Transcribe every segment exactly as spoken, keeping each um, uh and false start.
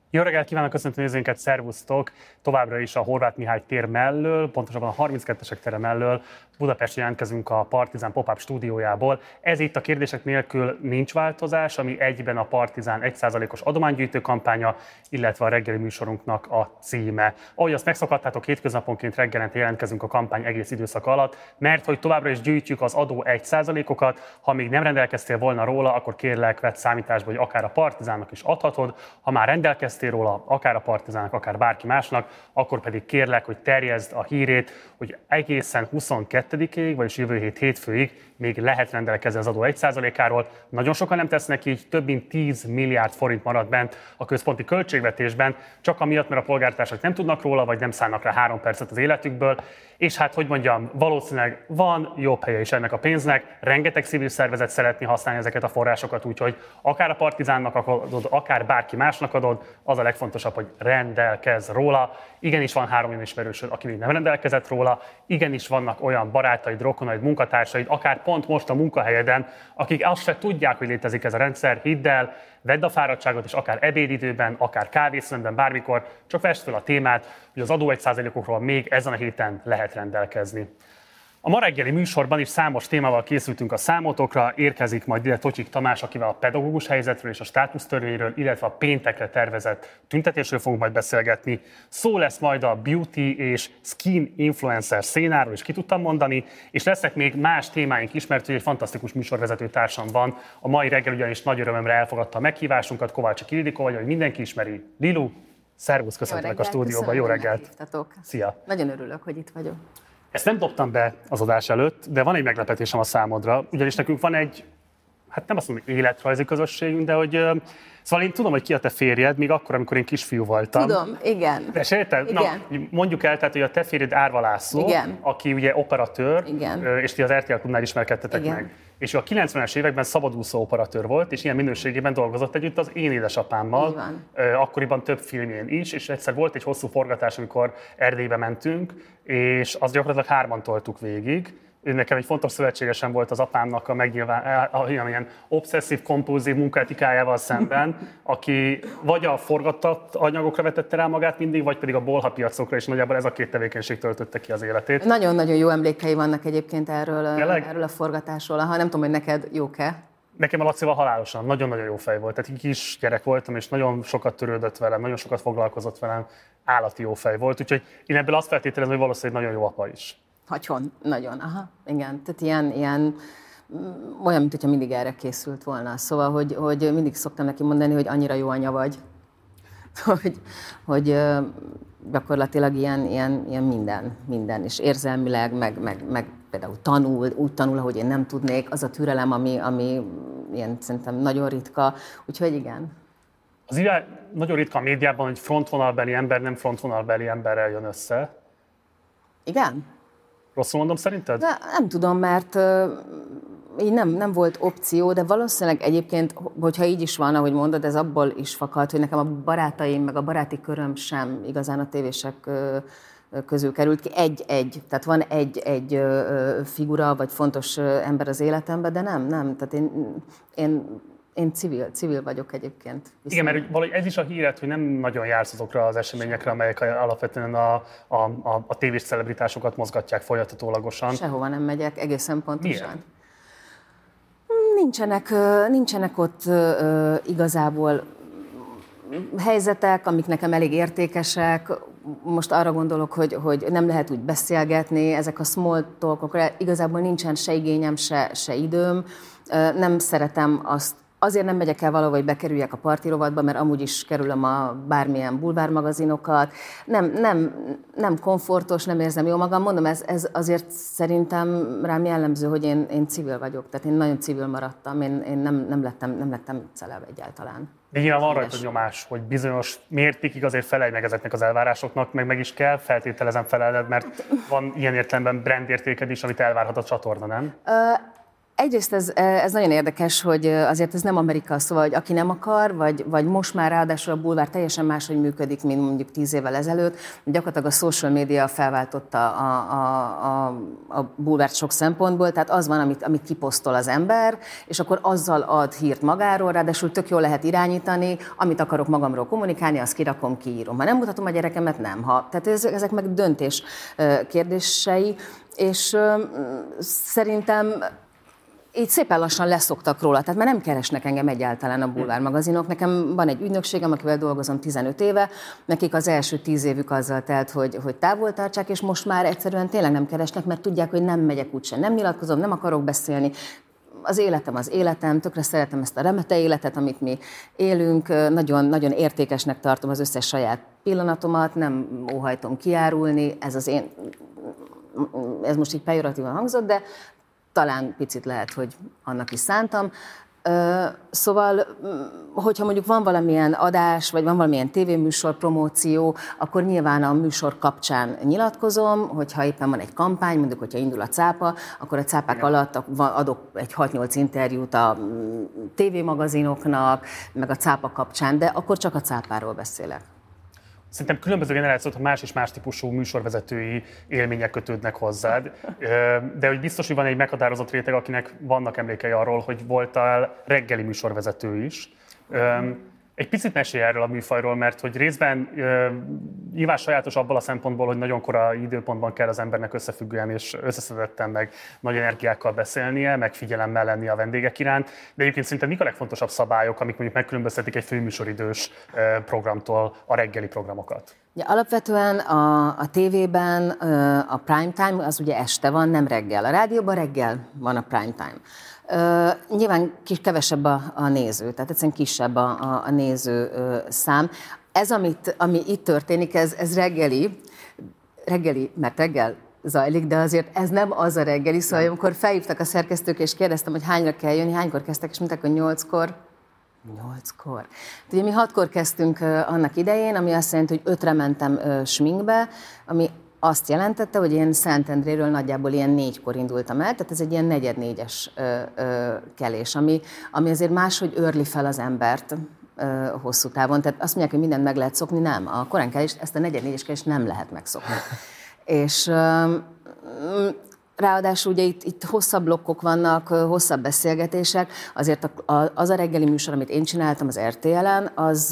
Jó reggelt kívánok, köszöntöm nézőinket, szervusztok! Továbbra is a Horváth Mihály tér mellől, pontosabban a harminckettesek tere mellől Budapesten jelentkezünk a Partizán Pop-up stúdiójából. Ez itt a kérdések nélkül nincs változás, ami egyben a Partizán egy százalékos adománygyűjtő kampánya, illetve a reggeli műsorunknak a címe. Ahogy azt megszokhattátok, hétköznaponként reggelente jelentkezünk a kampány egész időszaka alatt, mert hogy továbbra is gyűjtjük az adó egy százalékokat. Ha még nem rendelkeztél volna róla, akkor kérlek, vedd számításba, hogy akár a Partizánnak is adhatod. Ha már rendelkeztél róla, akár a Partizánnak, akár bárki másnak, akkor pedig kérlek, hogy terjezd a hírét, hogy egészen huszonkettedikéig, vagyis jövő hét hétfőig még lehet rendelkezni az adó egy százalékáról. Nagyon sokan nem tesznek így, több mint tíz milliárd forint marad bent a központi költségvetésben, csak amiatt, mert a polgártársak nem tudnak róla, vagy nem szánnak rá három percet az életükből. És hát, hogy mondjam, valószínűleg van jobb helye is ennek a pénznek, rengeteg civil szervezet szeretné használni ezeket a forrásokat, úgyhogy akár a Partizánnak adod, akár bárki másnak adod, az a legfontosabb, hogy rendelkezz róla. Igenis van három olyan ismerősöd, aki még nem rendelkezett róla, igenis vannak olyan barátaid, rokonaid, munkatársaid, akár pont most a munkahelyeden, akik azt se tudják, hogy létezik ez a rendszer, hidd el, vedd a fáradtságot, és akár ebédidőben, akár kávészünetben, bármikor, csak vesd fel a témát, hogy az adó egy százalékokról még ezen a héten lehet rendelkezni. A ma reggeli műsorban is számos témával készültünk a számotokra, érkezik majd ide Tocsik Tamás, akivel a pedagógus helyzetről és a státusztörvényről, illetve a péntekre tervezett tüntetésről fogunk majd beszélgetni. Szó lesz majd a beauty és skin influencer szénáról is ki tudtam mondani, és lesznek még más témáink is, mert egy fantasztikus műsorvezető társam van. A mai reggel ugyanis nagy örömömre elfogadta a meghívásunkat, Kovácsik Ildikó vagy, ahogy mindenki ismeri, Lilu. Szervusz, köszöntelek a stúdióban, jó reggelt! Szia! Nagyon örülök, hogy itt vagyok. Ezt nem dobtam be az adás előtt, de van egy meglepetésem a számodra, ugyanis nekünk van egy, hát nem azt mondom, hogy életrajzi közösségünk, de hogy, szóval én tudom, hogy ki a te férjed, még akkor, amikor én kisfiú voltam. Tudom, igen. De sejted? Na, mondjuk el, tehát, hogy a te férjed Árva László, igen. aki ugye operatőr, igen. és ti az er té el Klubnál ismerkedtetek igen. meg. És ő a kilencvenes években szabadúszó operatőr volt, és ilyen minőségében dolgozott együtt az én édesapámmal, akkoriban több filmjén is, és egyszer volt egy hosszú forgatás, amikor Erdélybe mentünk, és azt gyakorlatilag hárman toltuk végig. Ő nekem egy fontos szövetségesem volt az apámnak a megnyilván, ilyen obszesszív-kompulzív munkaetikájával szemben, aki vagy a forgatott anyagokra vetette rá magát mindig, vagy pedig a bolhapiacokra, és nagyjából ez a két tevékenység töltötte ki az életét. Nagyon-nagyon jó emlékei vannak egyébként erről, erről a forgatásról. Ha nem tudom, hogy neked jók-e? Nekem a Lacival halálosan, nagyon-nagyon jó fej volt. Tehát kis gyerek voltam, és nagyon sokat törődött velem, nagyon sokat foglalkozott velem, állati jó fej volt. Úgyhogy én ebből azt feltételezem, hogy valószínűleg nagyon jó apa is. Nagyon, nagyon, aha, igen. Tehát ilyen, ilyen olyan, mint hogyha mindig erre készült volna. Szóval, hogy, hogy mindig szoktam neki mondani, hogy annyira jó anya vagy, hogy, hogy gyakorlatilag ilyen, ilyen, ilyen minden, minden, és érzelmileg, meg, meg, meg például tanul, úgy tanul, ahogy én nem tudnék, az a türelem, ami, ami ilyen szerintem nagyon ritka, úgyhogy igen. Az ilyen nagyon ritka a médiában, hogy frontvonalbeli ember nem frontvonalbeli emberrel jön össze. Igen? Rosszul mondom szerinted? De nem tudom, mert uh, így nem, nem volt opció, de valószínűleg egyébként, hogyha így is van, ahogy mondod, ez abból is fakad, hogy nekem a barátaim, meg a baráti köröm sem igazán a tévések uh, közül került ki. Egy-egy, tehát van egy-egy uh, figura, vagy fontos uh, ember az életemben, de nem, nem. Tehát én, én Én civil, civil vagyok egyébként. Viszont... Igen, mert valahogy ez is a híred, hogy nem nagyon jársz azokra az eseményekre, amelyek alapvetően a, a, a, a tévés celebritásokat mozgatják folytatólagosan. Sehova nem megyek, egészen pontosan. Miért? Nincsenek, nincsenek ott igazából helyzetek, amik nekem elég értékesek. Most arra gondolok, hogy, hogy nem lehet úgy beszélgetni, ezek a small talkokra igazából nincsen se igényem, se, se időm. Nem szeretem azt. Azért nem megyek el valahol, hogy bekerüljek a parti rovatba, mert amúgy is kerülöm a bármilyen bulvármagazinokat. Nem, nem, nem komfortos, nem érzem jól magam. Mondom, ez, ez azért szerintem rám jellemző, hogy én, én civil vagyok. Tehát én nagyon civil maradtam, én, én nem, nem lettem, nem lettem celeb egyáltalán. De nyilván van rajta nyomás, hogy bizonyos mértékig azért felelj meg ezeknek az elvárásoknak, meg meg is kell, feltételezem felelned, mert van ilyen értelemben brand értéked is, amit elvárhat a csatorna, nem? Ö, egyrészt ez, ez nagyon érdekes, hogy azért ez nem Amerika, szóval, hogy aki nem akar, vagy, vagy most már ráadásul a bulvár teljesen máshogy működik, mint mondjuk tíz évvel ezelőtt. Gyakorlatilag a social media felváltotta a, a, a, a bulvárt sok szempontból, tehát az van, amit, amit kiposztol az ember, és akkor azzal ad hírt magáról, ráadásul tök jól lehet irányítani, amit akarok magamról kommunikálni, azt kirakom, kiírom. Ha nem mutatom a gyerekemet, nem. Ha, tehát ezek meg döntés kérdései, és szerintem így szépen lassan leszoktak róla, tehát már nem keresnek engem egyáltalán a bulvár magazinok. Nekem van egy ügynökségem, akivel dolgozom tizenöt éve, nekik az első tíz évük azzal telt, hogy, hogy távol tartsák, és most már egyszerűen tényleg nem keresnek, mert tudják, hogy nem megyek úgysem, nem nyilatkozom, nem akarok beszélni. Az életem az életem, tökre szeretem ezt a remete életet, amit mi élünk, nagyon, nagyon értékesnek tartom az összes saját pillanatomat, nem óhajtom kiárulni, ez az én, ez most így pejoratívan hangzott, de talán picit lehet, hogy annak is szántam. Szóval, hogyha mondjuk van valamilyen adás, vagy van valamilyen tévéműsor, promóció, akkor nyilván a műsor kapcsán nyilatkozom, hogyha éppen van egy kampány, mondjuk, hogyha indul a cápa, akkor a cápák Igen. alatt adok egy hat-nyolc interjút a tévémagazinoknak, meg a cápa kapcsán, de akkor csak a cápáról beszélek. Szerintem különböző generációk más és más típusú műsorvezetői élmények kötődnek hozzád, de hogy biztos, hogy van egy meghatározott réteg, akinek vannak emlékei arról, hogy voltál reggeli műsorvezető is. Egy picit mesélj erről a műfajról, mert hogy részben nyilván sajátos abból a szempontból, hogy nagyon korai időpontban kell az embernek összefüggően és összeszedetten meg nagy energiákkal beszélnie, meg figyelemmel lenni a vendégek iránt. De egyébként szerintem mik a legfontosabb szabályok, amik mondjuk megkülönböztetik egy főműsoridős programtól a reggeli programokat? Ja, alapvetően a, a tévében a prime time az ugye este van, nem reggel. A rádióban reggel van a prime time. Uh, nyilván kis, kevesebb a, a néző, tehát egyszerűen kisebb a, a, a néző uh, szám. Ez, amit, ami itt történik, ez, ez reggeli, reggeli, mert reggel zajlik, de azért ez nem az a reggeli, szóval amikor felhívtak a szerkesztők, és kérdeztem, hogy hányra kell jönni, hánykor kezdtek, és mondták, hogy nyolckor. Nyolckor. Ugye mi hatkor kezdtünk uh, annak idején, ami azt jelenti, hogy ötre mentem uh, sminkbe, ami azt jelentette, hogy én Szentendréről nagyjából ilyen négykor indultam el, tehát ez egy ilyen negyed-négyes ö, ö, kelés, ami, ami azért máshogy őrli fel az embert ö, hosszú távon. Tehát azt mondják, hogy mindent meg lehet szokni, nem. A koránkelést, ezt a negyed-négyes kelést nem lehet megszokni. És ö, ráadásul ugye itt, itt hosszabb blokkok vannak, hosszabb beszélgetések, azért a, a, az a reggeli műsor, amit én csináltam az er té el-en, az...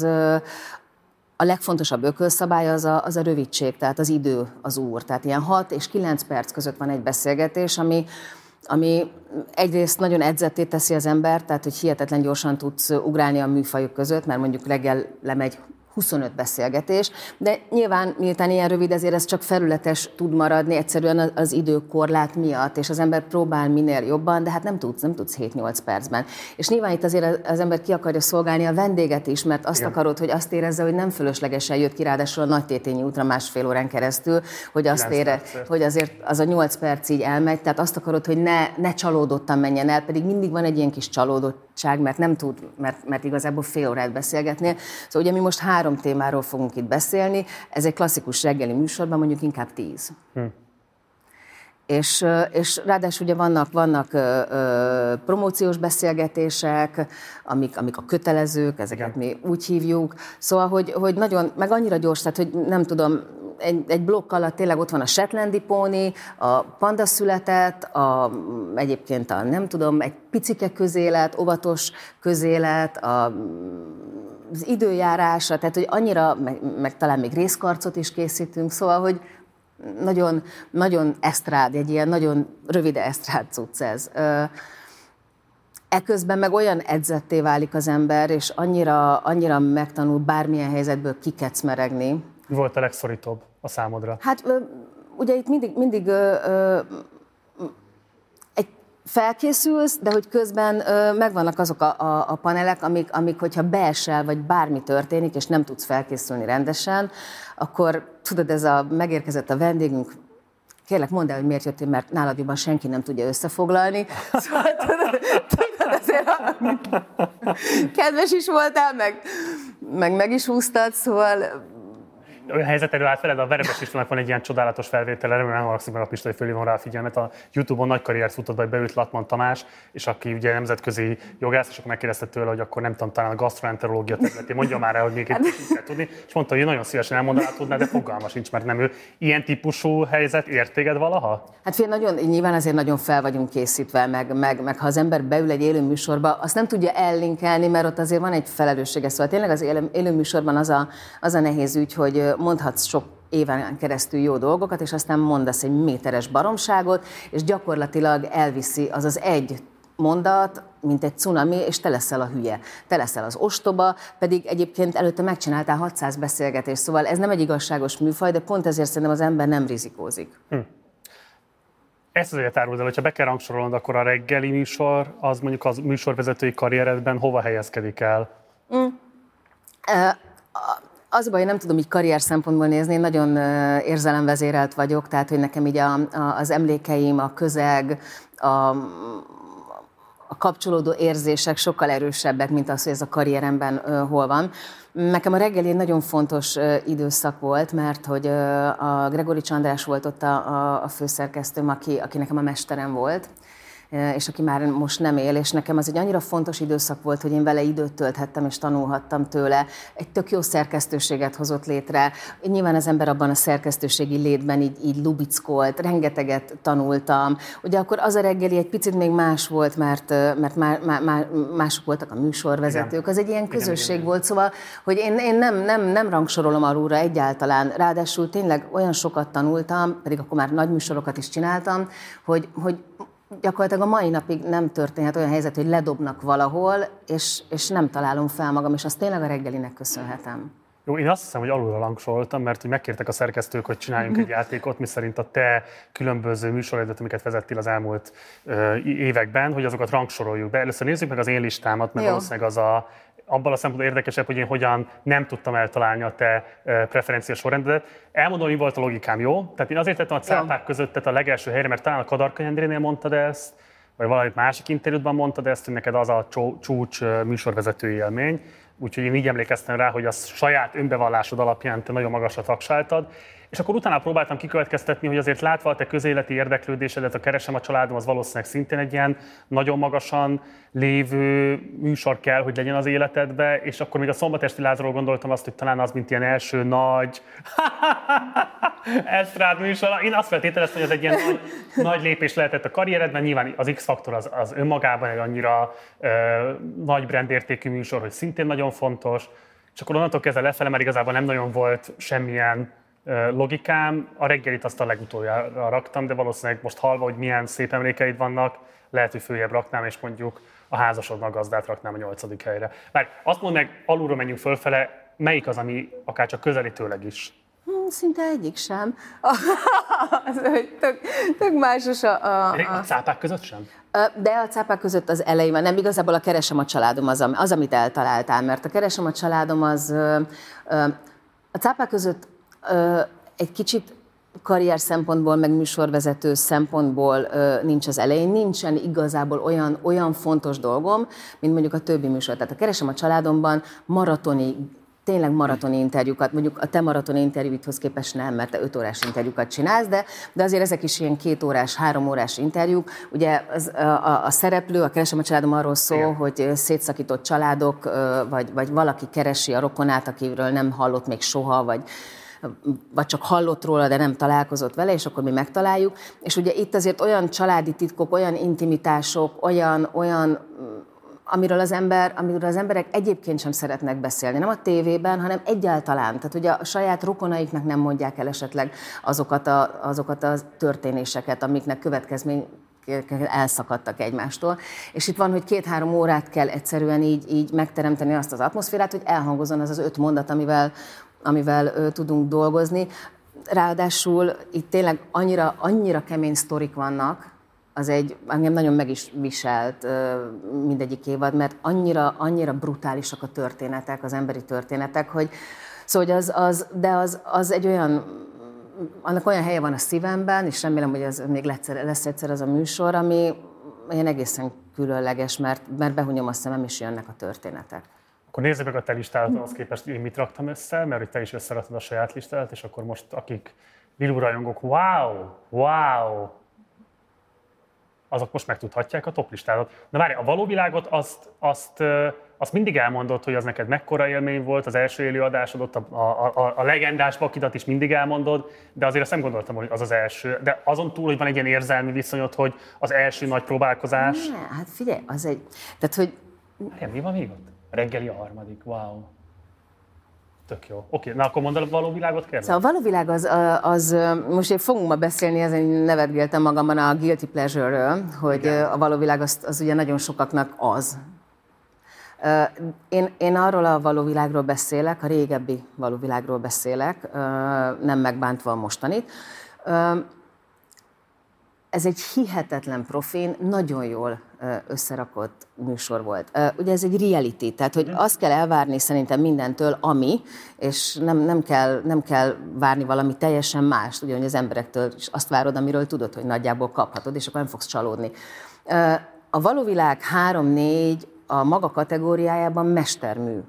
A legfontosabb ökölszabály az a, az a rövidség, tehát az idő az úr. Tehát ilyen hat és kilenc perc között van egy beszélgetés, ami, ami egyrészt nagyon edzetté teszi az embert, tehát hogy hihetetlen gyorsan tudsz ugrálni a műfajok között, mert mondjuk reggel lemegy huszonöt beszélgetés, de nyilván miután ilyen rövid, ezért ez csak felületes tud maradni, egyszerűen az időkorlát miatt, és az ember próbál minél jobban, de hát nem tudsz, nem tudsz hét-nyolc percben. És nyilván itt azért az ember ki akarja szolgálni a vendéget is, mert azt Igen. akarod, hogy azt érezze, hogy nem fölöslegesen jött ki, ráadásul a Nagytétényi útra másfél órán keresztül, hogy azt ére, hogy azért az a nyolc perc így elmegy, tehát azt akarod, hogy ne, ne csalódottan menjen el, pedig mindig van egy ilyen kis csalódottság, mert nem tud, mert, mert igazából fél órát beszélgetnél. Szóval ugye mi most három témáról fogunk itt beszélni, ez egy klasszikus reggeli műsorban mondjuk inkább tíz. Hm. És, és ráadásul ugye vannak, vannak ö, ö, promóciós beszélgetések, amik, amik a kötelezők, ezeket Igen. mi úgy hívjuk. Szóval, hogy, hogy nagyon, meg annyira gyors, tehát, hogy nem tudom, egy, egy blokk alatt tényleg ott van a Shetlandi póni, a panda született, a, egyébként a nem tudom, egy picike közélet, óvatos közélet, a az időjárása, tehát hogy annyira, meg, meg talán még részkarcot is készítünk, szóval, hogy nagyon, nagyon esztrád, egy ilyen nagyon rövid esztrád cucc ez. Eközben meg olyan edzetté válik az ember, és annyira, annyira megtanul bármilyen helyzetből kikecmeregni. Mi volt a legszorítóbb a számodra? Hát ugye itt mindig, mindig ö, ö, felkészülsz, de hogy közben ö, megvannak azok a, a, a panelek, amik, amik, hogyha beesel, vagy bármi történik, és nem tudsz felkészülni rendesen, akkor tudod, ez a megérkezett a vendégünk, kérlek, mondd el, hogy miért jöttél, mert nálad jobban senki nem tudja összefoglalni. Szóval tudod, tudod azért, kedves is voltál, meg, meg meg is húztad, szóval olyan helyzet elő állt veled, a Verebes Istvánnak van egy ilyen csodálatos felvétel, erről nem haragszik meg a Pista, hogy fölhívom rá a figyelmet. A YouTube-on nagy karriert futott be, hogy beült Latman Tamás, és aki ugye nemzetközi jogász, és akkor megkérdezte tőle, hogy akkor nem tudom, talán a gasztroenterológia területén mondja már el, hogy még egy kell tudni, és mondta, hogy nagyon szívesen elmondaná tudná, de fogalma sincs, mert nem ő. Ilyen típusú helyzet ért téged valaha? Hát fél nagyon, nyilván azért nagyon fel vagyunk készítve, meg, meg, meg ha az ember beül egy élő műsorba, azt nem tudja ellinkelni, mert ott azért van egy felelőssége. Szóval tényleg az élő, élő műsorban az a, az a nehéz ügy, hogy mondhatsz sok éven keresztül jó dolgokat, és aztán mondasz egy méteres baromságot, és gyakorlatilag elviszi az az egy mondat, mint egy cunami, és te leszel a hülye. Te leszel az ostoba, pedig egyébként előtte megcsináltál hatszáz beszélgetést, szóval ez nem egy igazságos műfaj, de pont ezért szerintem az ember nem rizikózik. Hm. Ezt azért áruld el, hogyha be kell rangsorolnod, akkor a reggeli műsor, az mondjuk az műsorvezetői karrieredben hova helyezkedik el? Mm. Az a baj, nem tudom így karrier szempontból nézni, én nagyon érzelemvezérelt vagyok, tehát hogy nekem így a, a, az emlékeim, a közeg, a, a kapcsolódó érzések sokkal erősebbek, mint az, hogy ez a karrieremben uh, hol van. Nekem a reggeli egy nagyon fontos uh, időszak volt, mert hogy uh, a Gregorics András volt ott a, a, a főszerkesztőm, aki, aki nekem a mesterem volt, és aki már most nem él, és nekem az egy annyira fontos időszak volt, hogy én vele időt tölthettem, és tanulhattam tőle. Egy tök jó szerkesztőséget hozott létre. Nyilván az ember abban a szerkesztőségi létben így, így lubickolt, rengeteget tanultam. Ugye akkor az a reggeli egy picit még más volt, mert, mert má, má, má, mások voltak a műsorvezetők. Igen. Az egy ilyen közösség igen, igen, volt, szóval, hogy én, én nem, nem, nem rangsorolom alulra egyáltalán. Ráadásul tényleg olyan sokat tanultam, pedig akkor már nagy műsorokat is csináltam, hogy, hogy gyakorlatilag a mai napig nem történhet olyan helyzet, hogy ledobnak valahol, és, és nem találom fel magam, és azt tényleg a reggelinek köszönhetem. Jó, én azt hiszem, hogy alulra rangsoroltam, mert hogy megkértek a szerkesztők, hogy csináljunk egy játékot, miszerint a te különböző műsoraidat, amiket vezettél az elmúlt uh, években, hogy azokat rangsoroljuk be. Először nézzük meg az én listámat, mert Jó. valószínűleg az a abban a szempontból érdekesebb, hogy én hogyan nem tudtam eltalálni a te preferenciás sorrendedet. Elmondom, mi volt a logikám, jó? Tehát én azért tettem a cápák között tehát a legelső helyre, mert talán a Kadarkai Endrénél mondtad ezt, vagy valamit másik interjútban mondtad ezt, hogy neked az a csúcs műsorvezetői élmény. Úgyhogy én így emlékeztem rá, hogy a saját önbevallásod alapján te nagyon magasra tagsáltad. És akkor utána próbáltam kikövetkeztetni, hogy azért látva a te közéleti érdeklődésedet, a Keresem a családom, az valószínűleg szintén egy ilyen nagyon magasan lévő műsor kell, hogy legyen az életedbe, és akkor még a Szombatesti Lázról gondoltam azt, hogy talán az, mint ilyen első nagy esztrád műsor. Én azt feltételeztem, hogy ez egy ilyen nagy, nagy lépés lehetett a karrieredben. Nyilván az X-faktor az, az önmagában egy annyira ö, nagy brandértékű műsor, hogy szintén nagyon fontos. És akkor onnantól kezdve lefele, mert igazából nem nagyon volt semmilyen logikám, a reggelit azt a legutoljára raktam, de valószínűleg most hallva, hogy milyen szép emlékeid vannak, lehet, hogy följebb raknám, és mondjuk a házasodnak gazdát raknám a nyolcadik helyre. Már azt mondd meg, alulról menjünk fölfele, melyik az, ami akár csak közeli tőleg is? Szinte egyik sem. Az, hogy tök, tök másos a, a, a... A cápák között sem? De a cápák között az elején van. Nem, igazából a Keresem a családom az, az, amit eltaláltál, mert a Keresem a családom az... A cápák között egy kicsit karrier szempontból, meg műsorvezető szempontból nincs az elején, nincsen igazából olyan, olyan fontos dolgom, mint mondjuk a többi műsor. Tehát a Keresem a családomban maratoni, tényleg maratoni interjúkat, mondjuk a te maratoni interjúidhoz képest nem, mert te öt órás interjúkat csinálsz, de, de azért ezek is ilyen két órás, három órás interjúk. Ugye az, a, a, a szereplő, a Keresem a családom arról szól, igen, hogy szétszakított családok, vagy, vagy valaki keresi a rokonát, akiről nem hallott még soha, vagy vagy csak hallott róla, de nem találkozott vele, és akkor mi megtaláljuk. És ugye itt azért olyan családi titkok, olyan intimitások, olyan, olyan amiről az, ember, amiről az emberek egyébként sem szeretnek beszélni. Nem a tévében, hanem egyáltalán. Tehát ugye a saját rokonaiknak nem mondják el esetleg azokat a, azokat a történéseket, amiknek következmény elszakadtak egymástól. És itt van, hogy két-három órát kell egyszerűen így, így megteremteni azt az atmoszférát, hogy elhangozzon az az öt mondat, amivel amivel ö, tudunk dolgozni. Ráadásul itt tényleg annyira, annyira kemény sztorik vannak, az egy, engem nagyon meg is viselt ö, mindegyik évad, mert annyira, annyira brutálisak a történetek, az emberi történetek, hogy szóval az, az, de az, az egy olyan, annak olyan helye van a szívemben, és remélem, hogy az még lesz, lesz egyszer az a műsor, ami ilyen egészen különleges, mert, mert behunyom a szemem, és jönnek a történetek. Akkor nézzük meg a te listádat, ahhoz képest én mit raktam össze, mert hogy te is összeraktad a saját listádat, és akkor most akik Lilú rajongók, wow, wow, azok most megtudhatják a top listádat. Na várj, a való világot azt, azt, azt mindig elmondod, hogy az neked mekkora élmény volt, az első élőadásod, ott a, a, a, a legendás pakidat is mindig elmondod, de azért azt nem gondoltam, hogy az az első. De azon túl, hogy van egy ilyen érzelmi viszonyod, hogy az első nagy próbálkozás. Ne, hát figyelj, az egy... Tehát, hogy... Várjál, mi van még ott? A reggeli a harmadik, wow. Tök jó. Oké, na akkor mondd el a való világot, kérlek. Szóval a való világ az, az, most én fogunk ma beszélni, ezen nevetgéltem magamban a guilty pleasure-ről, hogy igen. A való világ az, az ugye nagyon sokaknak az. Én, én arról a való világról beszélek, a régebbi való világról beszélek, nem megbántva a mostanit. Ez egy hihetetlen profin, nagyon jól összerakott műsor volt. Ugye ez egy reality, tehát hogy azt kell elvárni szerintem mindentől, ami, és nem, nem, kell, nem kell várni valami teljesen mást, ugyanúgy az emberektől is azt várod, amiről tudod, hogy nagyjából kaphatod, és akkor nem fogsz csalódni. A való világ három-négy a maga kategóriájában mestermű.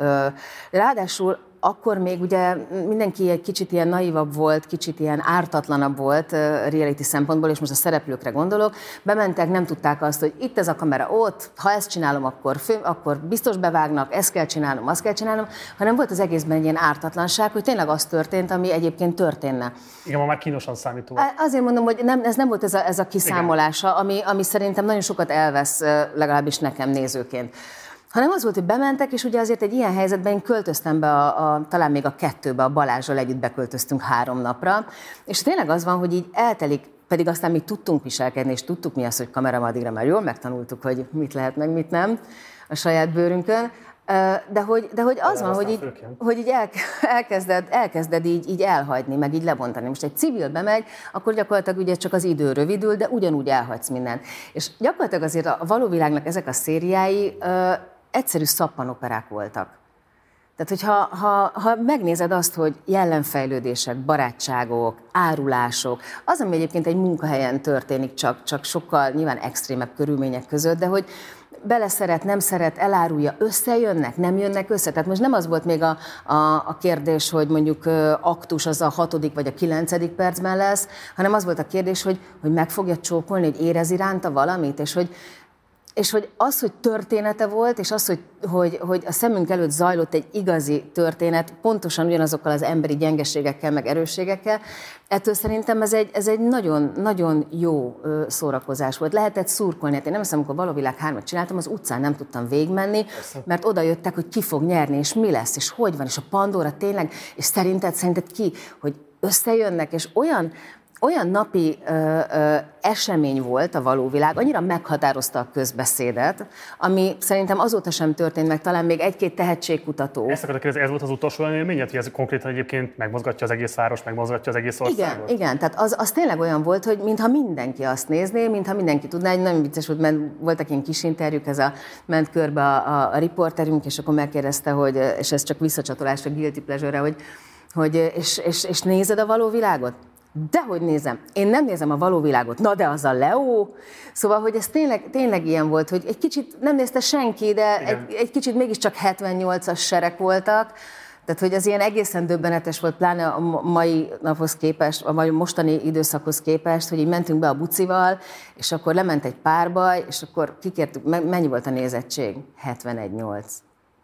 Ráadásul akkor még ugye mindenki egy kicsit ilyen naivabb volt, kicsit ilyen ártatlanabb volt reality szempontból, és most a szereplőkre gondolok. Bementek, nem tudták azt, hogy itt ez a kamera, ott, ha ezt csinálom, akkor, fő, akkor biztos bevágnak, ezt kell csinálnom, azt kell csinálnom, hanem volt az egészben egy ilyen ártatlanság, hogy tényleg az történt, ami egyébként történne. Igen, ma már kínosan számító. Azért mondom, hogy nem, ez nem volt ez a, ez a kiszámolása, ami, ami szerintem nagyon sokat elvesz, legalábbis nekem nézőként. Hanem az volt, hogy bementek, és ugye azért egy ilyen helyzetben én költöztem be, a, a, talán még a kettőbe, a Balázsral együtt beköltöztünk három napra, és tényleg az van, hogy így eltelik, pedig aztán még tudtunk viselkedni, és tudtuk mi az, hogy kamera, addigra már jól megtanultuk, hogy mit lehet, meg mit nem a saját bőrünkön, de hogy, de hogy az de van, hogy így, hogy így el, elkezded, elkezded így, így elhagyni, meg így lebontani. Most egy civil bemegy, akkor gyakorlatilag ugye csak az idő rövidül, de ugyanúgy elhagysz mindent. És gyakorlatilag azért a való világnak ezek a szériái egyszerű szappanoperák voltak. Tehát, hogyha ha, ha megnézed azt, hogy jelenfejlődések, barátságok, árulások, az, ami egyébként egy munkahelyen történik, csak, csak sokkal nyilván extrémebb körülmények között, de hogy beleszeret, nem szeret, elárulja, összejönnek, nem jönnek össze. Tehát most nem az volt még a, a, a kérdés, hogy mondjuk aktus az a hatodik vagy a kilencedik percben lesz, hanem az volt a kérdés, hogy, hogy meg fogja csókolni, hogy érez iránta valamit, és hogy És hogy az, hogy története volt, és az, hogy, hogy, hogy a szemünk előtt zajlott egy igazi történet, pontosan ugyanazokkal az emberi gyengeségekkel, meg erősségekkel, ettől szerintem ez egy, ez egy nagyon, nagyon jó szórakozás volt. Lehetett szurkolni. Hát én nem hiszem, amikor Való Világ hármat csináltam, az utcán nem tudtam végigmenni, mert oda jöttek, hogy ki fog nyerni, és mi lesz, és hogy van, és a Pandora tényleg, és szerinted, szerinted ki, hogy összejönnek, és olyan... Olyan napi ö, ö, esemény volt a való világ, annyira meghatározta a közbeszédet, ami szerintem azóta sem történt meg, talán még egy-két tehetségkutató. Ezt akarok kérdezni, ez volt az utolsó élményed, hogy ez konkrétan egyébként megmozgatja az egész város, megmozgatja az egész országot? Igen, igen, tehát az, az tényleg olyan volt, hogy mintha mindenki azt nézné, mintha mindenki tudná, egy nagyon vicces volt, mert voltak ilyen kis interjúk, ez a, ment körbe a, a, a riporterünk, és akkor megkérdezte, hogy, és ez csak visszacsatolás a guilty pleasure-re, hogy, hogy és, és, és nézed a való világot? Dehogy nézem. Én nem nézem a való világot. Na de az a Leo. Szóval, hogy ez tényleg, tényleg ilyen volt, hogy egy kicsit nem nézte senki, de egy, egy kicsit mégiscsak hetvennyolcas sereg voltak. Tehát, hogy az ilyen egészen döbbenetes volt, pláne a mai naphoz képest, a mostani időszakhoz képest, hogy így mentünk be a bucival, és akkor lement egy párbaj, és akkor kikértük, mennyi volt a nézettség? hetvenegy nyolc.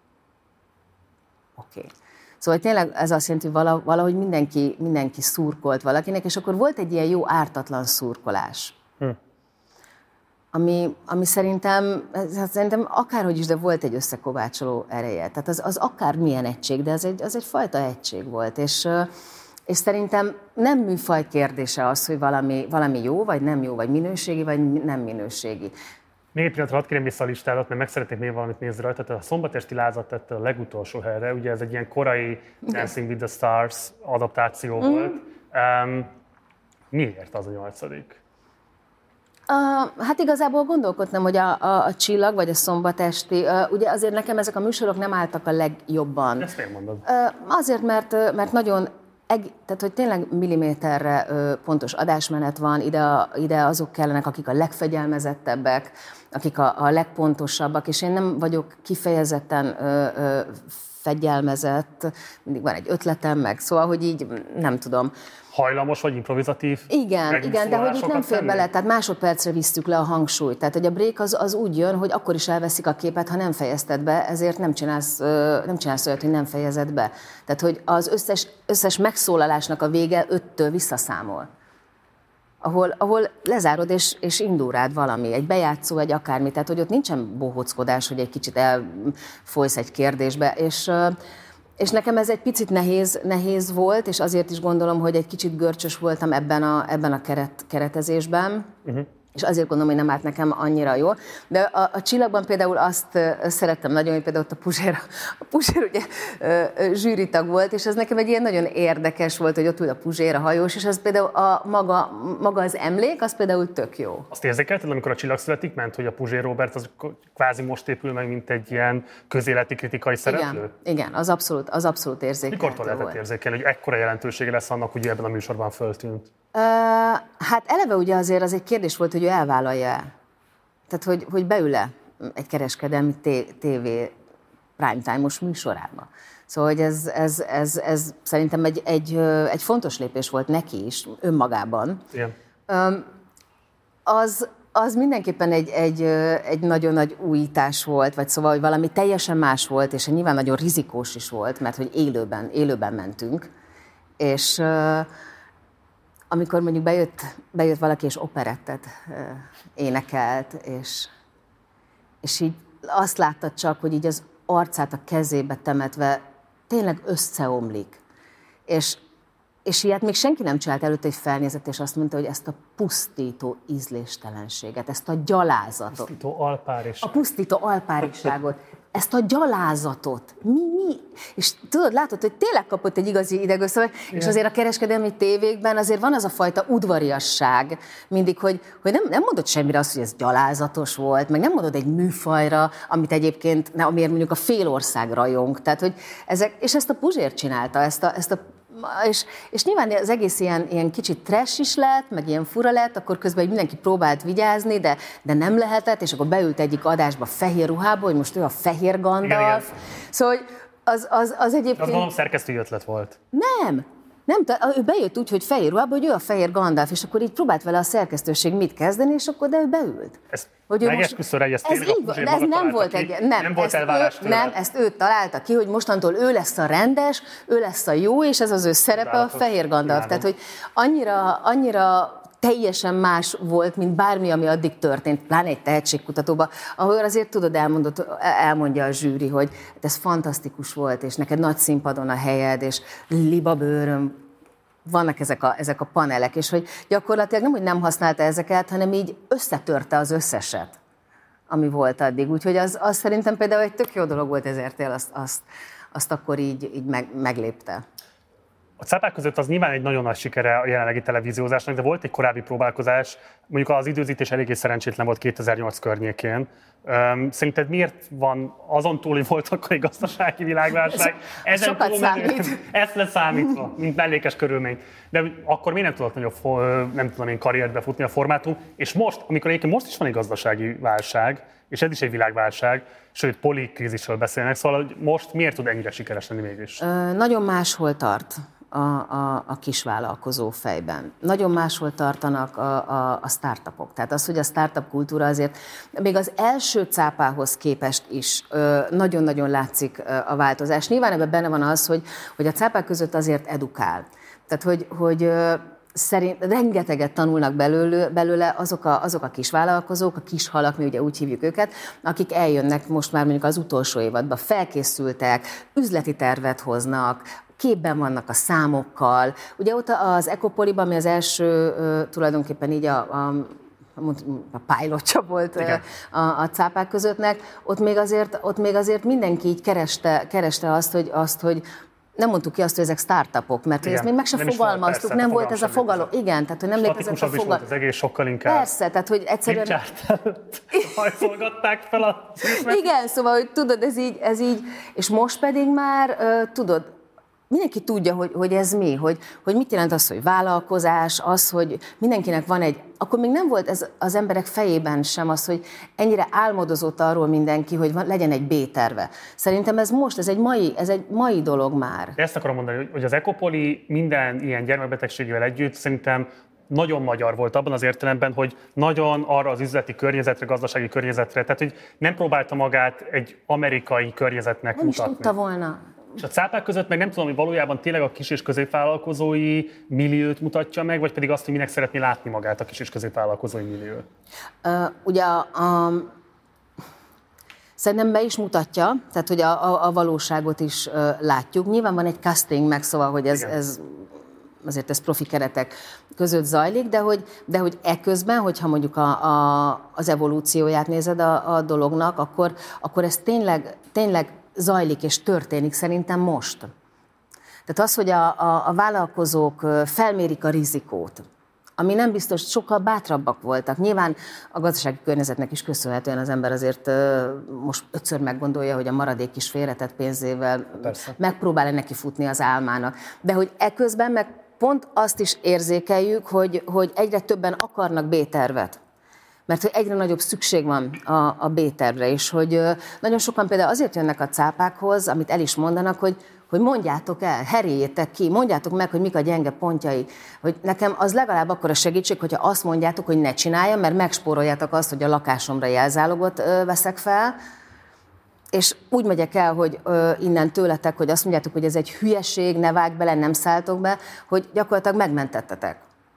Oké. Okay. Szóval tényleg ez azt jelenti, hogy valahogy mindenki, mindenki szurkolt valakinek, és akkor volt egy ilyen jó ártatlan szurkolás. Hm. Ami, ami szerintem, hát szerintem akárhogy is, de volt egy összekovácsoló ereje. Tehát az, az akármilyen egység, de az egy, az egy fajta egység volt. És, és szerintem nem műfaj kérdése az, hogy valami, valami jó, vagy nem jó, vagy minőségi, vagy nem minőségi. Még egy pillanatra hadd kérjem vissza a listádat, mert meg szeretnék még valamit nézni rajta. Tehát a Szombatesti lázat tette a legutolsó helyre. Ugye ez egy ilyen korai Dancing with the Stars adaptáció mm. volt. Um, miért az a nyolcadik? Uh, hát igazából gondolkodtam, hogy a, a, a Csillag vagy a Szombatesti, uh, ugye azért nekem ezek a műsorok nem álltak a legjobban. Ezt miért mondod? Uh, azért, mert, mert nagyon Eg, tehát, hogy tényleg milliméterre ö, pontos adásmenet van, ide, ide azok kellenek, akik a legfegyelmezettebbek, akik a, a legpontosabbak, és én nem vagyok kifejezetten ö, ö, fegyelmezett, mindig van egy ötletem meg, szóval, hogy így nem tudom. Hajlamos vagy improvizatív? Igen, igen, de hogy itt nem fér bele, tehát másodpercre visszük le a hangsúlyt. Tehát, hogy a break az, az úgy jön, hogy akkor is elveszik a képet, ha nem fejezted be, ezért nem csinálsz, nem csinálsz olyat, hogy nem fejezed be. Tehát, hogy az összes, összes megszólalásnak a vége öttől visszaszámol. Ahol, ahol lezárod, és, és indul rád valami, egy bejátszó, egy akármi. Tehát, hogy ott nincsen bohóckodás, hogy egy kicsit elfolysz egy kérdésbe, és... És nekem ez egy picit nehéz, nehéz volt, és azért is gondolom, hogy egy kicsit görcsös voltam ebben a, ebben a keret, keretezésben, uh-huh. és azért gondolom, hogy nem állt nekem annyira jól. De a, a Csillagban például azt uh, szerettem nagyon, hogy például ott a Puzsér, a Puzsér ugye uh, zsűritag volt, és ez nekem egy ilyen nagyon érdekes volt, hogy ott ül a Puzsér, a hajós, és az például a maga, maga az emlék, az például tök jó. Azt érzékelted, amikor a Csillag születik, ment, hogy a Puzsér Róbert az kvázi most épül meg, mint egy ilyen közéleti kritikai szereplő? Igen, igen, az abszolút, az abszolút érzékelhető volt. Mikortól lehetett érzékelni, hogy ekkora jelentősége lesz annak, hogy ebben a műsorban föltűnt? Uh, hát eleve ugye azért az egy kérdés volt, hogy ő elvállalja-e. Tehát, hogy, hogy beül-e egy kereskedelmi tévé primetime-os műsorába. Szóval, hogy ez, ez, ez, ez szerintem egy, egy, egy fontos lépés volt neki is, önmagában. Igen. Um, az, az mindenképpen egy, egy, egy nagyon nagy újítás volt, vagy szóval, hogy valami teljesen más volt, és nyilván nagyon rizikós is volt, mert hogy élőben, élőben mentünk. És... Uh, amikor mondjuk bejött, bejött valaki, és operettet uh, énekelt, és, és így azt láttad csak, hogy így az arcát a kezébe temetve tényleg összeomlik. És, és ilyet még senki nem csinált előtt, hogy felnézett, és azt mondta, hogy ezt a pusztító ízléstelenséget, ezt a gyalázatot. Pusztító alpáriságot. A pusztító alpáriságot. Ezt a gyalázatot. Mi, mi? És tudod, látod, hogy tényleg kapott egy igazi idegösszavat, és azért a kereskedelmi tévékben azért van az a fajta udvariasság mindig, hogy, hogy nem, nem mondod semmire azt, hogy ez gyalázatos volt, meg nem mondod egy műfajra, amit egyébként, amiért mondjuk a fél ország rajong. Tehát, hogy ezek, és ezt a Puzsér csinálta, ezt a, ezt a És, és nyilván az egész ilyen, ilyen kicsit trash is lett, meg ilyen fura lett, akkor közben mindenki próbált vigyázni, de, de nem lehetett, és akkor beült egyik adásba fehér ruhába, hogy most ő a fehér Gandalf. Szóval az, az, az egyébként... Az gondolom szerkesztői ötlet volt. Nem. Nem, ő bejött úgy, hogy fehér ruhába, hogy ő a fehér Gandalf, és akkor így próbált vele a szerkesztőség mit kezdeni, és akkor de ő beült. Ez megesküszöl egy, ezt ez így van, de ez nem volt egy, nem, nem volt elvárás ő, nem, ezt ő találta ki, hogy mostantól ő lesz a rendes, ő lesz a jó, és ez az ő szerepe a fehér Gandalf. Tehát, hogy annyira, annyira teljesen más volt, mint bármi, ami addig történt, pláne egy tehetségkutatóban, ahol azért tudod, elmondott, elmondja a zsűri, hogy ez fantasztikus volt, és neked nagy színpadon a helyed, és libabőröm, vannak ezek a, ezek a panelek, és hogy gyakorlatilag nem, hogy nem használta ezeket, hanem így összetörte az összeset, ami volt addig. Úgyhogy az, az szerintem például egy tök jó dolog volt, ezért azt, azt, azt akkor így, így meg, meglépte. A cápák között az nyilván egy nagyon nagy sikere a jelenlegi televíziózásnak, de volt egy korábbi próbálkozás, mondjuk az időzítés eléggé szerencsétlen volt kétezer-nyolc környékén. Szerinted miért van, azon túl, hogy volt akkor egy gazdasági világválság? Ez sokat túl, számít. Ezt leszámítva, mint mellékes körülmény. De akkor miért nem tudott nagyobb, nem tudom én, karriert befutni a formátum? És most, amikor egyébként most is van egy gazdasági válság, és ez is egy világválság, sőt, polikrízisről beszélnek, szóval hogy most miért tud ennyire sikeres lenni mégis? Ö, nagyon máshol tart a, a, a kisvállalkozó fejben. Nagyon máshol tartanak a, a, a startupok. Tehát az, hogy a startup kultúra azért még az első cápához képest is ö, nagyon-nagyon látszik ö, a változás. Nyilván ebben benne van az, hogy, hogy a cápák között azért edukál. Tehát, hogy, hogy ö, szerint rengeteget tanulnak belőle, belőle azok, a, azok a kisvállalkozók, a kis halak, mi ugye úgy hívjuk őket, akik eljönnek most már mondjuk az utolsó évadban, felkészültek, üzleti tervet hoznak, képben vannak a számokkal. Ugye ott az Ecopoliban, ami az első tulajdonképpen így a, a a pilotja volt a, a cápák közöttnek, ott még azért, ott még azért mindenki így kereste, kereste azt, hogy, azt, hogy nem mondtuk ki azt, hogy ezek startupok, mert ezt még meg sem fogalmaztuk, volt, nem volt ez a fogalom. Igen, tehát hogy nem létezett a fogalom. Az egész sokkal inkább. Persze, tehát hogy egyszerűen... Richard előtt hajszolgatták fel a... Igen, szóval, hogy tudod, ez így, ez így, és most pedig már, uh, tudod, mindenki tudja, hogy, hogy ez mi, hogy, hogy mit jelent az, hogy vállalkozás, az, hogy mindenkinek van egy, akkor még nem volt ez az emberek fejében sem az, hogy ennyire álmodozott arról mindenki, hogy van, legyen egy B-terve. Szerintem ez most, ez egy mai, ez egy mai dolog már. De ezt akarom mondani, hogy az Ecopoli minden ilyen gyermekbetegségével együtt szerintem nagyon magyar volt abban az értelemben, hogy nagyon arra az üzleti környezetre, gazdasági környezetre, tehát hogy nem próbálta magát egy amerikai környezetnek nem mutatni. Nem is tudta volna. És a cápák között meg nem tudom, hogy valójában tényleg a kis- és középvállalkozói milliót mutatja meg, vagy pedig azt, hogy minek szeretné látni magát a kis- és középvállalkozói millió. Uh, ugye a, a, szerintem be is mutatja, tehát hogy a, a, a valóságot is uh, látjuk. Nyilván van egy casting meg, szóval, hogy ez, ez azért ez profi keretek között zajlik, de hogy, de hogy eközben, hogyha mondjuk a, a, az evolúcióját nézed a, a dolognak, akkor, akkor ez tényleg, tényleg zajlik és történik szerintem most. Tehát az, hogy a, a, a vállalkozók felmérik a rizikót, ami nem biztos, sokkal bátrabbak voltak. Nyilván a gazdasági környezetnek is köszönhetően az ember azért uh, most ötször meggondolja, hogy a maradék kis félretett pénzével Persze. megpróbál-e neki futni az álmának. De hogy eközben meg pont azt is érzékeljük, hogy, hogy egyre többen akarnak B-tervet. Mert hogy egyre nagyobb szükség van a, a B-tervre is, hogy uh, nagyon sokan például azért jönnek a cápákhoz, amit el is mondanak, hogy hogy mondjátok el, heréljétek ki, mondjátok meg, hogy mik a gyenge pontjai. Hogy nekem az legalább akkor a segítség, hogyha azt mondjátok, hogy ne csináljam, mert megspóroljátok azt, hogy a lakásomra jelzálogot ö, veszek fel, és úgy megyek el, hogy ö, innen tőletek, hogy azt mondjátok, hogy ez egy hülyeség, ne vágj bele, nem szálltok be, hogy gyakorlatilag megmentettetek.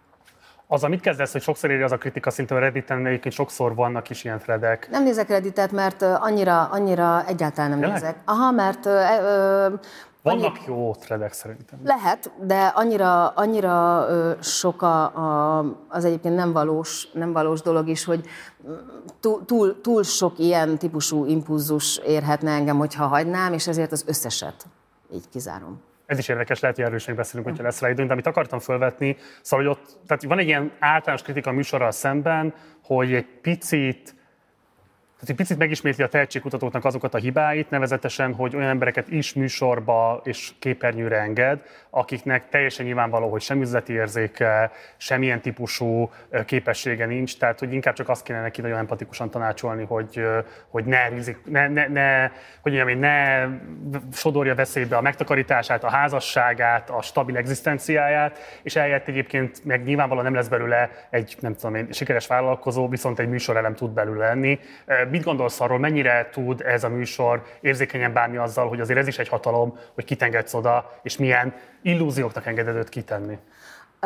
Az, amit kezdesz, hogy sokszor éri az a kritika, szinte a Redditen egyébként sokszor vannak is ilyen threadek. Nem nézek Redditet, mert annyira, annyira egyáltalán nem Jelen? nézek. Aha, mert... Ö, ö, Vannak annyi... jó threadek szerintem. Lehet, de annyira, annyira ö, sok a, a, az egyébként nem valós, nem valós dolog is, hogy túl, túl, túl sok ilyen típusú impulzus érhetne engem, hogyha hagynám, és ezért az összeset így kizárom. Ez is érdekes, lehet, hogy erről is még beszélünk, hogyha lesz rá időnk, de amit akartam felvetni, szóval, hogy ott, tehát van egy ilyen általános kritika a műsorral szemben, hogy egy picit, tehát egy picit megismétli a tehetségkutatóknak azokat a hibáit, nevezetesen, hogy olyan embereket is műsorba és képernyőre enged, akiknek teljesen nyilvánvaló, hogy sem üzleti érzéke, semmilyen típusú képessége nincs, tehát hogy inkább csak azt kéne neki nagyon empatikusan tanácsolni, hogy, hogy ne, ne, ne, ne, hogy mondjam, ne sodorja veszélybe a megtakarítását, a házasságát, a stabil egzisztenciáját, és eljött egyébként meg nyilvánvalóan nem lesz belőle egy, nem tudom én, sikeres vállalkozó, viszont egy műsorelem tud belőle lenni. Mit gondolsz arról, mennyire tud ez a műsor érzékenyen bánni azzal, hogy azért ez is egy hatalom, hogy kit engedsz oda, és milyen illúzióknak engeded őt kitenni? Uh,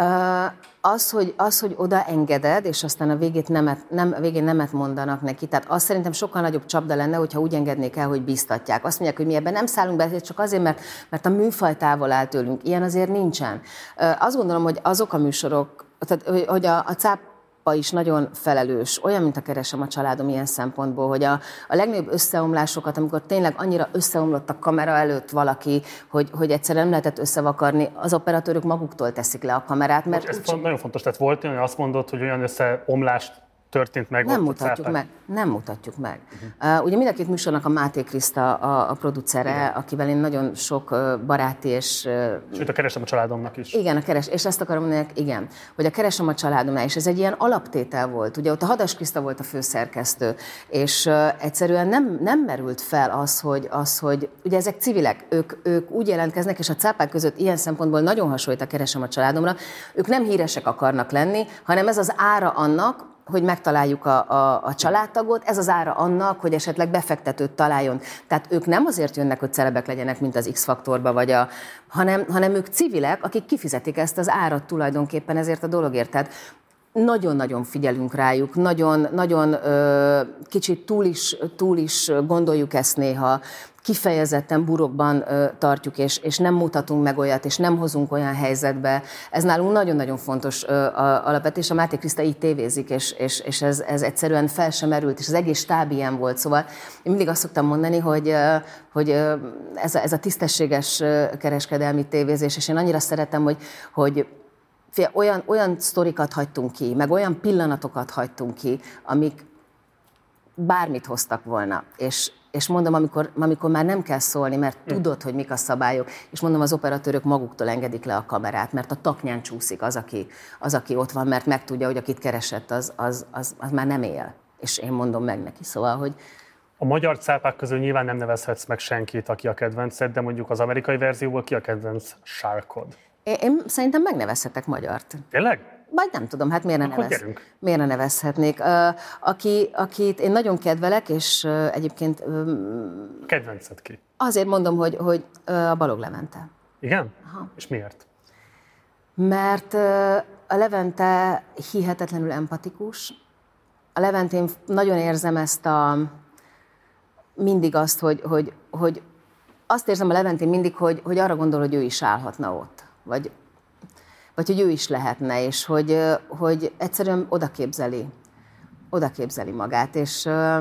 az, hogy, az, hogy oda engeded, és aztán a végét nemet, nem, a végén nemet mondanak neki, tehát az szerintem sokkal nagyobb csapda lenne, hogyha úgy engednék el, hogy bíztatják. Azt mondják, hogy mi ebben nem szállunk be, csak azért, mert, mert a műfaj távol áll tőlünk. Ilyen azért nincsen. Uh, azt gondolom, hogy azok a műsorok, tehát, hogy a, a cáp is nagyon felelős, olyan, mint a Keresem a családom ilyen szempontból, hogy a, a legnagyobb összeomlásokat, amikor tényleg annyira összeomlott a kamera előtt valaki, hogy, hogy egyszerűen nem lehetett összevakarni, az operatőrök maguktól teszik le a kamerát. Mert ez úgy... nagyon fontos, tehát volt olyan, hogy azt mondod, hogy olyan összeomlást történt meg. Nem mutatjuk meg, nem mutatjuk meg. Uh-huh. Uh, ugye mind a két műsornak a Máté Kriszta a, a producere, igen. Akivel én nagyon sok uh, baráti és... Uh, Sőt, a Keresem a családomnak is. Igen, a keres, és ezt akarom mondani, igen, hogy a Keresem a családomnál, és ez egy ilyen alaptétel volt. Ugye ott a Hadas Kriszta volt a főszerkesztő, és uh, egyszerűen nem, nem merült fel az, hogy, az, hogy ugye ezek civilek, ők, ők úgy jelentkeznek, és a cápák között ilyen szempontból nagyon hasonlít a Keresem a családomra, ők nem híresek akarnak lenni, hanem ez az ára annak, hogy megtaláljuk a, a, a családtagot, ez az ára annak, hogy esetleg befektetőt találjon. Tehát ők nem azért jönnek, hogy celebek legyenek, mint az X-faktorba, vagy a, hanem, hanem ők civilek, akik kifizetik ezt az árat tulajdonképpen ezért a dologért. Tehát nagyon-nagyon figyelünk rájuk, nagyon, nagyon ö, kicsit túl is, túl is gondoljuk ezt néha, kifejezetten burokban ö, tartjuk, és, és nem mutatunk meg olyat, és nem hozunk olyan helyzetbe. Ez nálunk nagyon-nagyon fontos ö, a, alapvetés. A Máté Kriszta így tévézik, és, és, és ez, ez egyszerűen fel sem merült, és az egész stáb ilyen volt. Szóval én mindig azt szoktam mondani, hogy, ö, hogy ö, ez, a, ez a tisztességes ö, kereskedelmi tévézés, és én annyira szeretem, hogy, hogy olyan, olyan sztorikat hagytunk ki, meg olyan pillanatokat hagytunk ki, amik bármit hoztak volna. És És mondom, amikor, amikor már nem kell szólni, mert tudod, hogy mik a szabályok, és mondom, az operatőrök maguktól engedik le a kamerát, mert a taknyán csúszik az, aki, az, aki ott van, mert megtudja, hogy akit keresett, az, az, az, az már nem él. És én mondom meg neki, szóval, hogy... A magyar cápák közül nyilván nem nevezhetsz meg senkit, aki a kedvenced, de mondjuk az amerikai verzióból ki a kedvenc sárkod? Én, én szerintem megnevezhetek magyart. Tényleg? Vagy nem tudom, hát miért ne, nevez, gyerünk. miért ne nevezhetnék. Uh, aki, akit én nagyon kedvelek, és uh, egyébként... Um, Kedvenced ki? Azért mondom, hogy, hogy uh, a Balogh Levente. Igen? Aha. És miért? Mert uh, a Levente hihetetlenül empatikus. A Leventén nagyon érzem ezt a... mindig azt, hogy, hogy, hogy azt érzem a Leventén mindig, hogy, hogy arra gondol, hogy ő is állhatna ott. Vagy... vagy hogy ő is lehetne, és hogy, hogy egyszerűen oda képzeli, oda képzeli magát, és uh,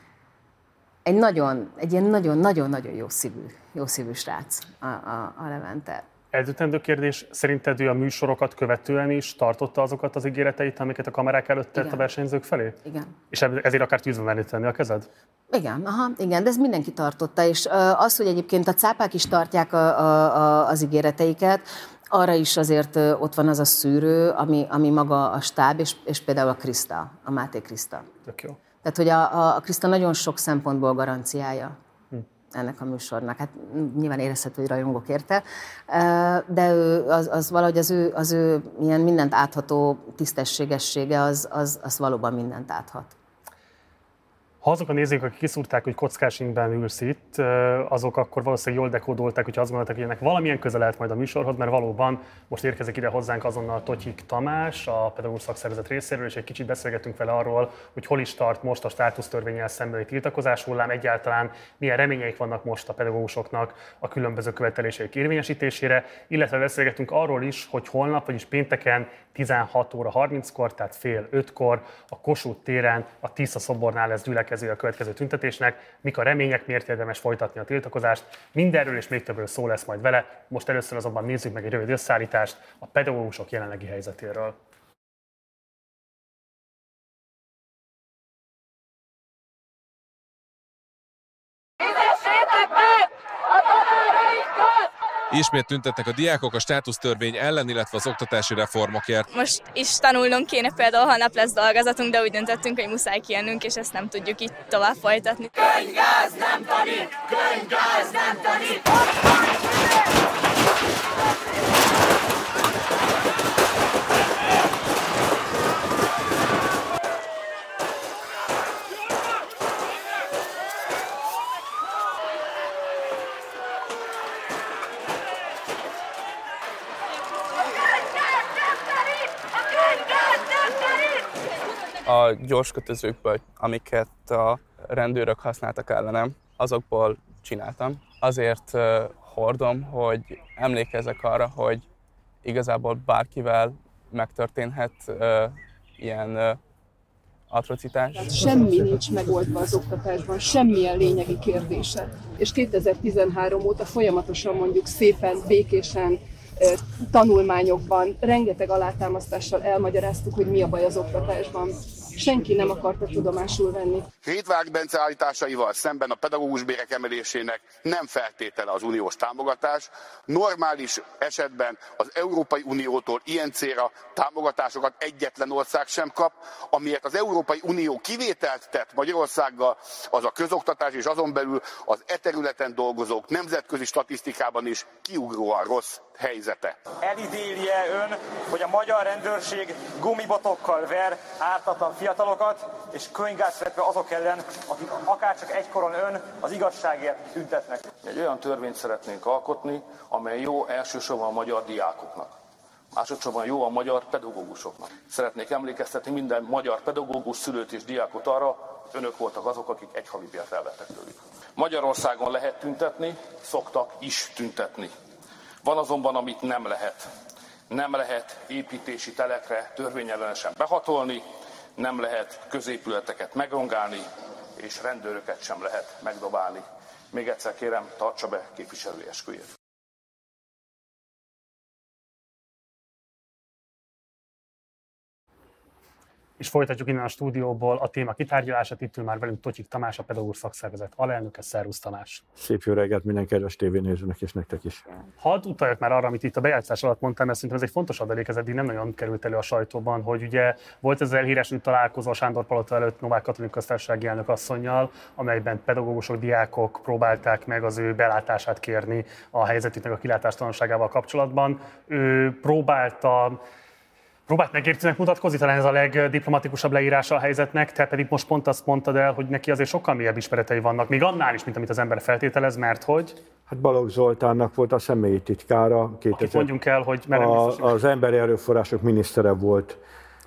egy nagyon, egy ilyen nagyon-nagyon-nagyon jó szívű, jó szívű srác a, a, a Levente. Eldöntendő kérdés, szerinted ő a műsorokat követően is tartotta azokat az ígéreteit, amiket a kamerák előtt tett a versenyzők felé? Igen. És ezért akár tűzbe venni tenni a kezed? Igen, aha, igen, de ez mindenki tartotta, és uh, az, hogy egyébként a cápák is tartják a, a, a, az ígéreteiket, arra is azért ott van az a szűrő, ami, ami maga a stáb, és, és például a Kriszta, a Máté Kriszta. Tök jó. Tehát, hogy a, a, a Kriszta nagyon sok szempontból garanciája hm. ennek a műsornak. Hát nyilván érezhető, hogy rajongok érte, de ő, az, az valahogy az ő, az ő ilyen mindent átható tisztességessége, az, az, az valóban mindent áthat. Ha azok a nézők, akik kiszúrták, hogy kockásingben ülsz itt, azok akkor valószínűleg jól dekódolták, hogy azt gondolták, hogy ennek valamilyen köze lehet majd a műsorhoz, mert valóban most érkezik ide hozzánk azonnal Totyik Tamás, a Pedagógus Szakszervezet részéről, és egy kicsit beszélgetünk vele arról, hogy hol is tart most a státusztörvénnyel szembeni tiltakozás hullám, egyáltalán milyen reményeik vannak most a pedagógusoknak a különböző követeléseik érvényesítésére, illetve beszélgetünk arról is, hogy holnap, vagyis pénteken tizenhat óra harminckor, tehát fél ötkor a Kossuth téren, a Tisza szobornál lesz gyülekező a következő tüntetésnek. Mik a remények, miért érdemes folytatni a tiltakozást? Mindenről és még többről szó lesz majd vele. Most először azonban nézzük meg egy rövid összeállítást a pedagógusok jelenlegi helyzetéről. Ismét tüntetnek a diákok a státusztörvény ellen, illetve az oktatási reformokért. Most is tanulnunk kéne, például holnap lesz dolgozatunk, de úgy döntöttünk, hogy muszáj kijönnünk, és ezt nem tudjuk így tovább folytatni. Könyvgáz nem tanít! Könyvgáz nem tanít! A gyorskötözőkből, amiket a rendőrök használtak ellenem, azokból csináltam. Azért uh, hordom, hogy emlékezzek arra, hogy igazából bárkivel megtörténhet uh, ilyen uh, atrocitás. Semmi nincs megoldva az oktatásban, semmilyen lényegi kérdése. És kétezer-tizenhárom óta folyamatosan mondjuk szépen, békésen, tanulmányokban, rengeteg alátámasztással elmagyaráztuk, hogy mi a baj az oktatásban. Senki nem akarta tudomásul venni. Hétvág Bence állításaival szemben a pedagógus bérek emelésének nem feltétele az uniós támogatás. Normális esetben az Európai Uniótól ilyen célra támogatásokat egyetlen ország sem kap, amiért az Európai Unió kivételt tett Magyarországgal, az a közoktatás, és azon belül az e területen dolgozók nemzetközi statisztikában is kiugróan rossz helyzete. Elítélje ön, hogy a magyar rendőrség gumibotokkal ver ártatlan fiatalokat, és könyvgázt vetve azok ellen, akik akárcsak egykoron ön az igazságért tüntetnek. Egy olyan törvényt szeretnénk alkotni, amely jó elsősorban a magyar diákoknak. Másodszorban jó a magyar pedagógusoknak. Szeretnék emlékeztetni minden magyar pedagógus, szülőt és diákot arra, önök voltak azok, akik egy havi bért elvettek tőlük. Magyarországon lehet tüntetni, szoktak is tüntetni. Van azonban, amit nem lehet. Nem lehet építési telekre törvényellenesen behatolni, nem lehet középületeket megrongálni, és rendőröket sem lehet megdobálni. Még egyszer kérem, tartsa be képviselői esküjét. És folytatjuk innen a stúdióból a téma kitárgyalását. Itt ül már velünk Totyik Tamás, a Pedagógus Szakszervezet alelnöke. Szervusz Tamás! Szép jó reggelt minden kedves tévénézőnek és nektek is! Hadd utaljak már arra, amit itt a bejátszás alatt mondtam, mert szerintem ez egy fontos adalék, ez eddig nem nagyon került elő a sajtóban, hogy ugye volt ez az elhíresült találkozó a Sándor Palota előtt Novák Katalin köztársasági elnök asszonnyal, amelyben pedagógusok, diákok próbálták meg az ő belátását kérni a helyzetüknek a kilátástalanságával kapcsolatban. Ő próbálta Próbált megértőnek mutatkozni, talán ez a legdiplomatikusabb leírása a helyzetnek, te pedig most pont azt mondtad el, hogy neki azért sokkal mélyebb ismeretei vannak, még annál is, mint amit az ember feltételez, mert hogy... Hát Balogh Zoltánnak volt a személyi titkára. Akit mondjunk el, hogy... A, az emberi erőforrások minisztere volt,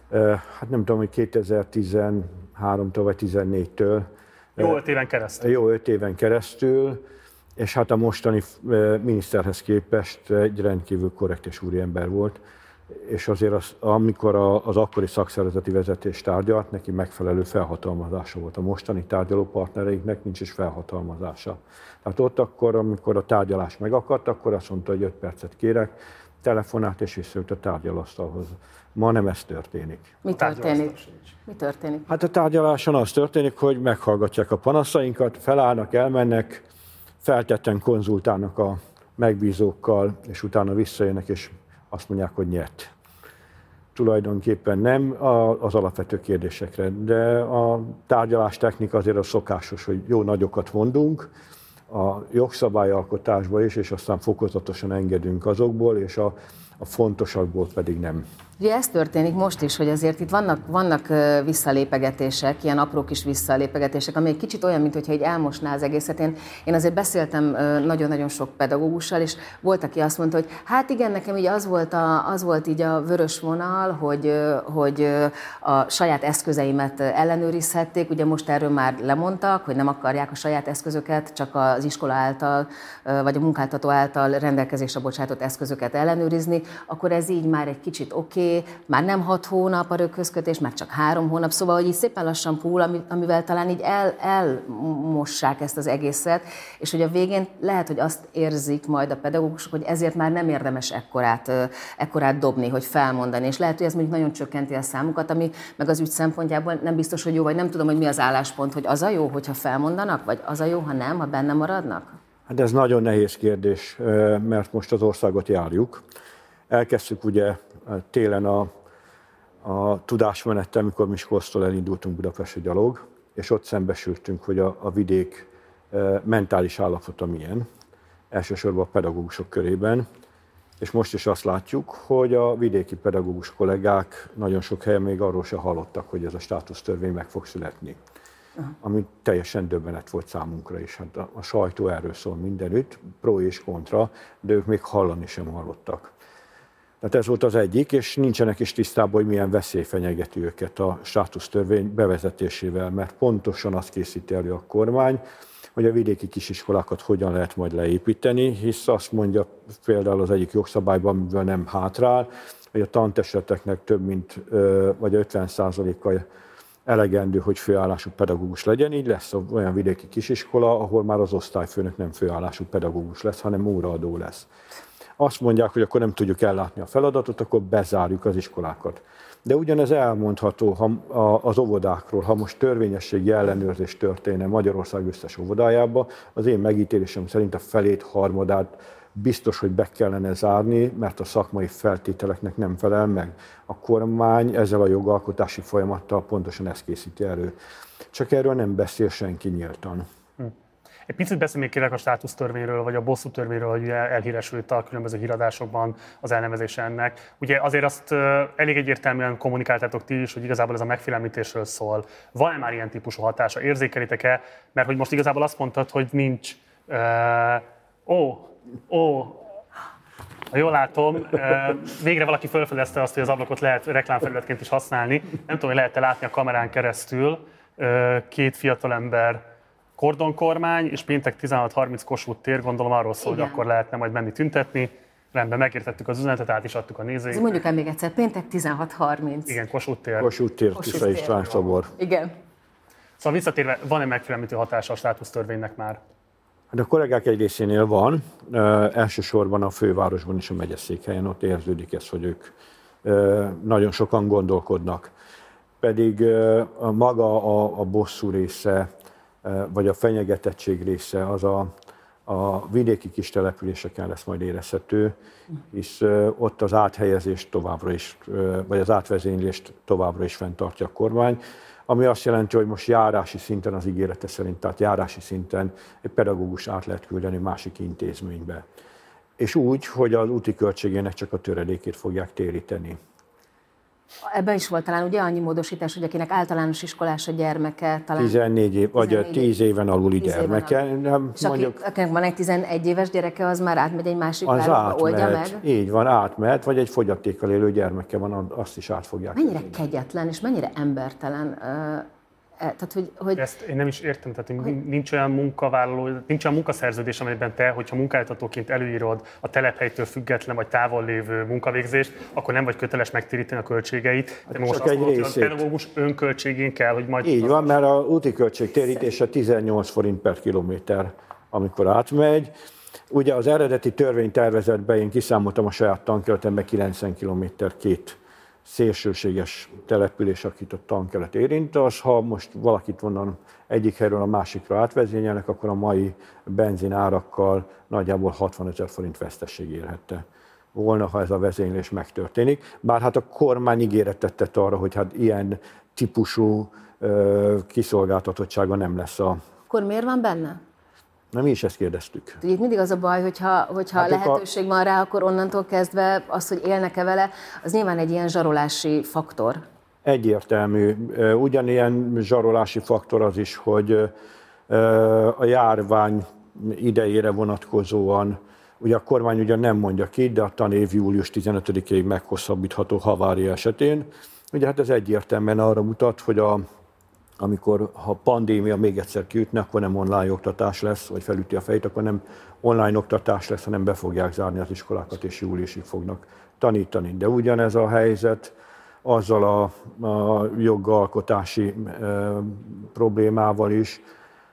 hát nem tudom, hogy kétezer-tizenháromtól vagy tizennégytől. Jó öt éven keresztül. Jó öt éven keresztül, és hát a mostani miniszterhez képest egy rendkívül korrekt és úriember volt. És azért az, amikor az akkori szakszervezeti vezetés tárgyalt, neki megfelelő felhatalmazása volt. A mostani tárgyaló partnereinknek nincs is felhatalmazása. Tehát ott akkor, amikor a tárgyalás megakadt, akkor azt mondta, hogy öt percet kérek, telefonált és visszajött a tárgyalóasztalhoz. Ma nem ez történik. Mi történik? Mi történik? Hát a tárgyaláson az történik, hogy meghallgatják a panaszainkat, felállnak, elmennek, feltetten konzultálnak a megbízókkal, és utána visszajönnek, és azt mondják, hogy nyert. Tulajdonképpen nem az alapvető kérdésekre, de a tárgyalás technika azért a szokásos, hogy jó nagyokat mondunk a jogszabályalkotásba is, és aztán fokozatosan engedünk azokból, és a, a fontosabbból pedig nem. Ugye ez történik most is, hogy azért itt vannak, vannak visszalépegetések, ilyen apró kis visszalépegetések, ami egy kicsit olyan, mintha így elmosná az egészet. Én, én azért beszéltem nagyon-nagyon sok pedagógussal, és volt, aki azt mondta, hogy hát igen, nekem így az volt, a, az volt így a vörös vonal, hogy, hogy a saját eszközeimet ellenőrizhették. Ugye most erről már lemondtak, hogy nem akarják a saját eszközöket, csak az iskola által, vagy a munkáltató által rendelkezésre bocsátott eszközöket ellenőrizni. Akkor ez így már egy kicsit oké, okay, már nem hat hónap a röghözkötés, már csak három hónap, szóval, hogy így szépen lassan púl, amivel talán így el, elmossák ezt az egészet, és hogy a végén lehet, hogy azt érzik majd a pedagógusok, hogy ezért már nem érdemes ekkorát, ekkorát dobni, hogy felmondani, és lehet, hogy ez mondjuk nagyon csökkenti a számukat, ami meg az ügy szempontjából nem biztos, hogy jó, vagy nem tudom, hogy mi az álláspont, hogy az a jó, hogyha felmondanak, vagy az a jó, ha nem, ha benne maradnak? Hát ez nagyon nehéz kérdés, mert most az országot járjuk. Elkezdtük ugye télen a, a tudásmenettel, amikor Miskolctól elindultunk Budapestre gyalog, és ott szembesültünk, hogy a, a vidék e, mentális állapota milyen, elsősorban a pedagógusok körében, és most is azt látjuk, hogy a vidéki pedagógus kollégák nagyon sok helyen még arról se hallottak, hogy ez a státusztörvény meg fog születni. Aha. Ami teljesen döbbenet volt számunkra is. Hát a, a sajtó erről szól mindenütt, pro és kontra, de ők még hallani sem hallottak. Tehát ez volt az egyik, és nincsenek is tisztában, hogy milyen veszély fenyegeti őket a státusztörvény bevezetésével, mert pontosan azt készíti elő a kormány, hogy a vidéki kisiskolákat hogyan lehet majd leépíteni, hisz azt mondja például az egyik jogszabályban, amivel nem hátrál, hogy a tantestületeknek több mint vagy ötven százalékkal elegendő, hogy főállású pedagógus legyen, így lesz olyan vidéki kisiskola, ahol már az osztályfőnök nem főállású pedagógus lesz, hanem óraadó lesz. Azt mondják, hogy akkor nem tudjuk ellátni a feladatot, akkor bezárjuk az iskolákat. De ugyanez elmondható az óvodákról, ha most törvényességi ellenőrzés történne Magyarország összes óvodájába, az én megítélésem szerint a felét, harmadát biztos, hogy be kellene zárni, mert a szakmai feltételeknek nem felel meg. A kormány ezzel a jogalkotási folyamattal pontosan ezt készíti elő. Csak erről nem beszél senki nyíltan. Hm. Egy picit beszélni kérlek a státusztörvényről, vagy a bosszútörvényről, hogy elhíresült a különböző híradásokban az elnevezése ennek. Ugye azért azt elég egyértelműen kommunikáltátok ti is, hogy igazából ez a megfélemlítésről szól. Van-e már ilyen típusú hatása? Érzékelitek-e? Mert hogy most igazából azt mondtad, hogy nincs. Uh, ó, ó, ha jól látom, uh, végre valaki felfedezte azt, hogy az ablakot lehet reklámfelületként is használni. Nem tudom, hogy lehet-e látni a kamerán keresztül. Uh, két fiatalember, kordonkormány, és péntek tizenhat harminc Kossuth tér, gondolom arról szól, igen, hogy akkor lehetne majd menni tüntetni. Rendben, megértettük az üzenetet, át is adtuk a nézőinknek. Mondjuk el még egyszer, péntek tizenhat harminc. Igen, Kossuth tér. Kossuth tér, Tisza István szobor. Igen. Szóval visszatérve, van-e megfélemlítő hatása a státusztörvénynek már? Hát a kollégák egy részénél van, e, elsősorban a fővárosban és a megyeszékhelyen, ott érződik ez, hogy ők e, nagyon sokan gondolkodnak. pedig a maga a, a bosszú része, vagy a fenyegetettség része az a, a vidéki kis településeken lesz majd érezhető, hisz ott az áthelyezést továbbra is, vagy az átvezénylést továbbra is fenntartja a kormány, ami azt jelenti, hogy most járási szinten az ígérete szerint, tehát járási szinten egy pedagógus át lehet küldeni másik intézménybe. És úgy, hogy az úti költségének csak a töredékét fogják téríteni. Ebben is volt talán ugye annyi módosítás, hogy akinek általános iskolás a gyermeke, talán tizennégy év, vagy tíz éven aluli gyermeke. Alul. És mondjuk, aki, akinek van egy tizenegy éves gyereke, az már átmegy egy másik városba, oldja meg? Így van, átmehet, vagy egy fogyatékkal élő gyermeke van, azt is át fogják. Mennyire tenni. Kegyetlen és mennyire embertelen. Tehát, hogy, hogy... Ezt én nem is értem, tehát hogy... nincs olyan munkavállaló, nincs olyan munkaszerződés, amelyben te, hogyha munkáltatóként előírod a telephelytől független vagy távol lévő munkavégzést, akkor nem vagy köteles megtéríteni a költségeit. De most azt mondod, hogy a pedagógus önköltségén kell, hogy majd... Így van, mert a úti költség térítése tizennyolc forint per kilométer, amikor átmegy. Ugye az eredeti törvénytervezetben én kiszámoltam a saját tankerületemben kilencven kilométer két szélsőséges település, akit a tankelet érint, az, ha most valakit onnan egyik helyről a másikra átvezényelnek, akkor a mai benzin árakkal nagyjából hatvanezer forint vesztesség érhette volna, ha ez a vezénylés megtörténik. Bár hát a kormány ígéretet tett arra, hogy hát ilyen típusú ö, kiszolgáltatottsága nem lesz a... Akkor miért van benne? Na, mi is ezt kérdeztük. Ugye itt mindig az a baj, hogyha, hogyha hát lehetőség a... van rá, akkor onnantól kezdve az, hogy élnek-e vele, az nyilván egy ilyen zsarolási faktor. Egyértelmű. Ugyanilyen zsarolási faktor az is, hogy a járvány idejére vonatkozóan, ugye a kormány ugyan nem mondja ki, de a tanév július tizenötödikéig meghosszabbítható havária esetén. Ugye hát ez egyértelműen arra mutat, hogy a amikor ha pandémia még egyszer kiütne, akkor nem online oktatás lesz, vagy felüti a fejét, akkor nem online oktatás lesz, hanem be fogják zárni az iskolákat, és júliusig fognak tanítani. De ugyanez a helyzet azzal a, a jogalkotási e, problémával is,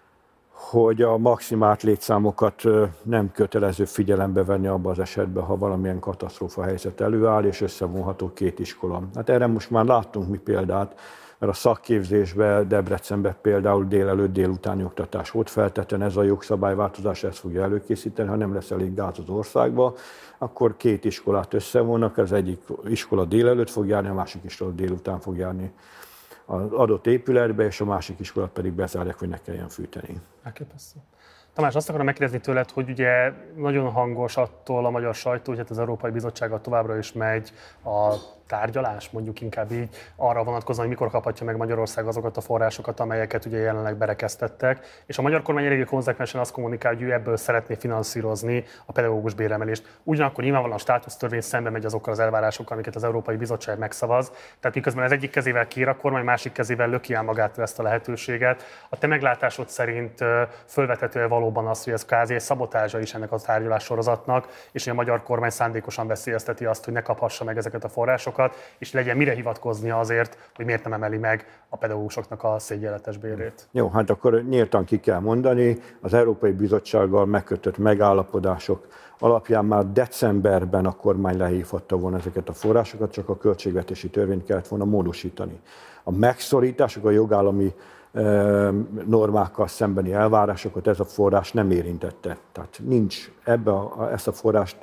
hogy a maximált létszámokat nem kötelező figyelembe venni abban az esetben, ha valamilyen katasztrófa helyzet előáll, és összevonható két iskola. Hát erre most már láttunk mi példát, mert a szakképzésben, Debrecenben például délelőtt délutáni oktatás volt feltétlenül, ez a jogszabályváltozás ezt fogja előkészíteni, ha nem lesz elég gáz az országba, akkor két iskolát összevonnak, az egyik iskola délelőtt fog járni, a másik iskola délután fog járni az adott épületbe, és a másik iskolát pedig bezárják, hogy ne kelljen fűteni. Elképesztő. Tamás, azt akarom megkérdezni tőled, hogy ugye nagyon hangos attól a magyar sajtó, hogy hát az Európai Bizottsággal továbbra is megy a tárgyalás, mondjuk inkább így, arra vonatkozóan, hogy mikor kaphatja meg Magyarország azokat a forrásokat, amelyeket ugye jelenleg berekeztettek. És a magyar kormány eléggé konzekvensen azt kommunikál, hogy ő ebből szeretné finanszírozni a pedagógus béremelést. Ugyanakkor nyilvánvalóan a státusztörvény szembe megy azokkal az elvárásokkal, amiket az Európai Bizottság megszavaz. Tehát miközben az egyik kezével kér a kormány, másik kezével löki el magától ezt a lehetőséget. A te meglátásod szerint fölvethető valóban az, hogy ez kázi egy szabotázsa is ennek a tárgyalás sorozatnak, és hogy a magyar kormány szándékosan veszélyezteti azt, hogy ne kaphassa meg ezeket a forrásokat, és legyen mire hivatkoznia azért, hogy miért nem emeli meg a pedagógusoknak a szégyenletes bérét. Jó, hát akkor nyíltan ki kell mondani, az Európai Bizottsággal megkötött megállapodások alapján már decemberben a kormány lehívhatta volna ezeket a forrásokat, csak a költségvetési törvényt kellett volna módosítani. A megszorítások, a jogállami normákkal szembeni elvárásokat ez a forrás nem érintette. Tehát nincs ebbe a, ezt a forrást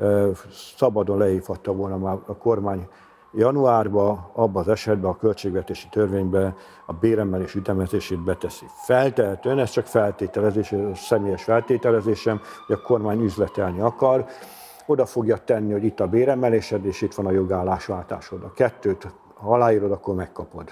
szabadon lehívhatta volna már a kormány januárban, abban az esetben a költségvetési törvényben a béremelés ütemezését beteszi. Feltehetően, ez csak feltételezés, személyes feltételezésem, hogy a kormány üzletelni akar, oda fogja tenni, hogy itt a béremelésed, és itt van a jogállásváltásod. A kettőt, ha aláírod, akkor megkapod.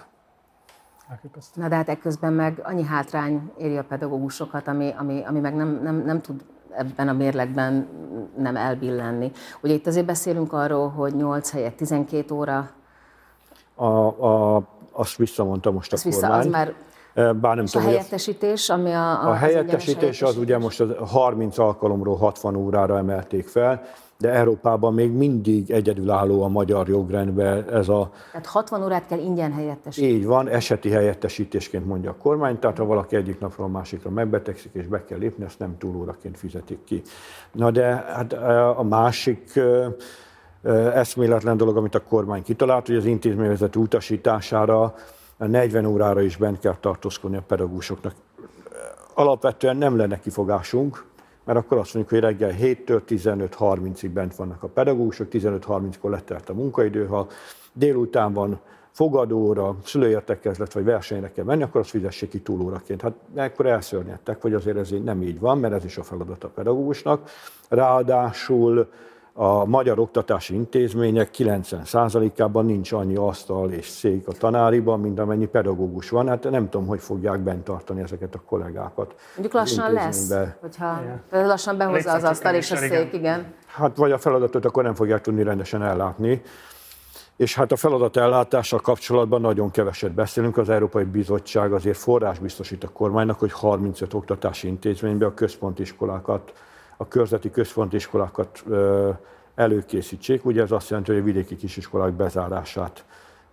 Na de hát ekközben meg annyi hátrány éri a pedagógusokat, ami, ami, ami meg nem, nem, nem tud ebben a mérlegben nem elbillenni. Ugye itt azért beszélünk arról, hogy nyolc helyett tizenkét óra. A, a, azt visszamondta most a vissza, kormány. Az már Bár nem és tudom, a helyettesítés, ami a... A, a az helyettesítés az ugye most a harminc alkalomról hatvan órára emelték fel, de Európában még mindig egyedülálló a magyar jogrendben ez a... Tehát hatvan órát kell ingyen helyettesíteni. Így van, eseti helyettesítésként mondja a kormány, tehát ha valaki egyik napról a másikra megbetegszik és be kell lépni, azt nem túlóraként fizetik ki. Na de hát a másik eszméletlen dolog, amit a kormány kitalált, hogy az intézményvezető utasítására negyven órára is bent kell tartózkodni a pedagógusoknak. Alapvetően nem lenne kifogásunk, mert akkor azt mondjuk, hogy reggel héttől tizenöt harmincig bent vannak a pedagógusok, tizenöt harminckor letelt a munkaidő, ha délután van fogadóra, szülőértekezlet vagy versenyre kell menni, akkor azt fizessék ki túlóraként. Hát ekkor elszörnyedtek, hogy azért ez nem így van, mert ez is a feladat a pedagógusnak. Ráadásul a magyar oktatási intézmények kilencven százalékában nincs annyi asztal és szék a tanáriban, mint amennyi pedagógus van. Hát nem tudom, hogy fogják bent tartani ezeket a kollégákat. Mondjuk lassan lesz, hogyha igen. lassan behozza az asztal és a szék, igen. Hát vagy a feladatot akkor nem fogják tudni rendesen ellátni. És hát a feladat ellátással kapcsolatban nagyon keveset beszélünk. Az Európai Bizottság azért forrás biztosít a kormánynak, hogy harmincöt oktatási intézményben a központi iskolákat, a körzeti központi iskolákat előkészítsék. Ugye ez azt jelenti, hogy a vidéki kisiskolák bezárását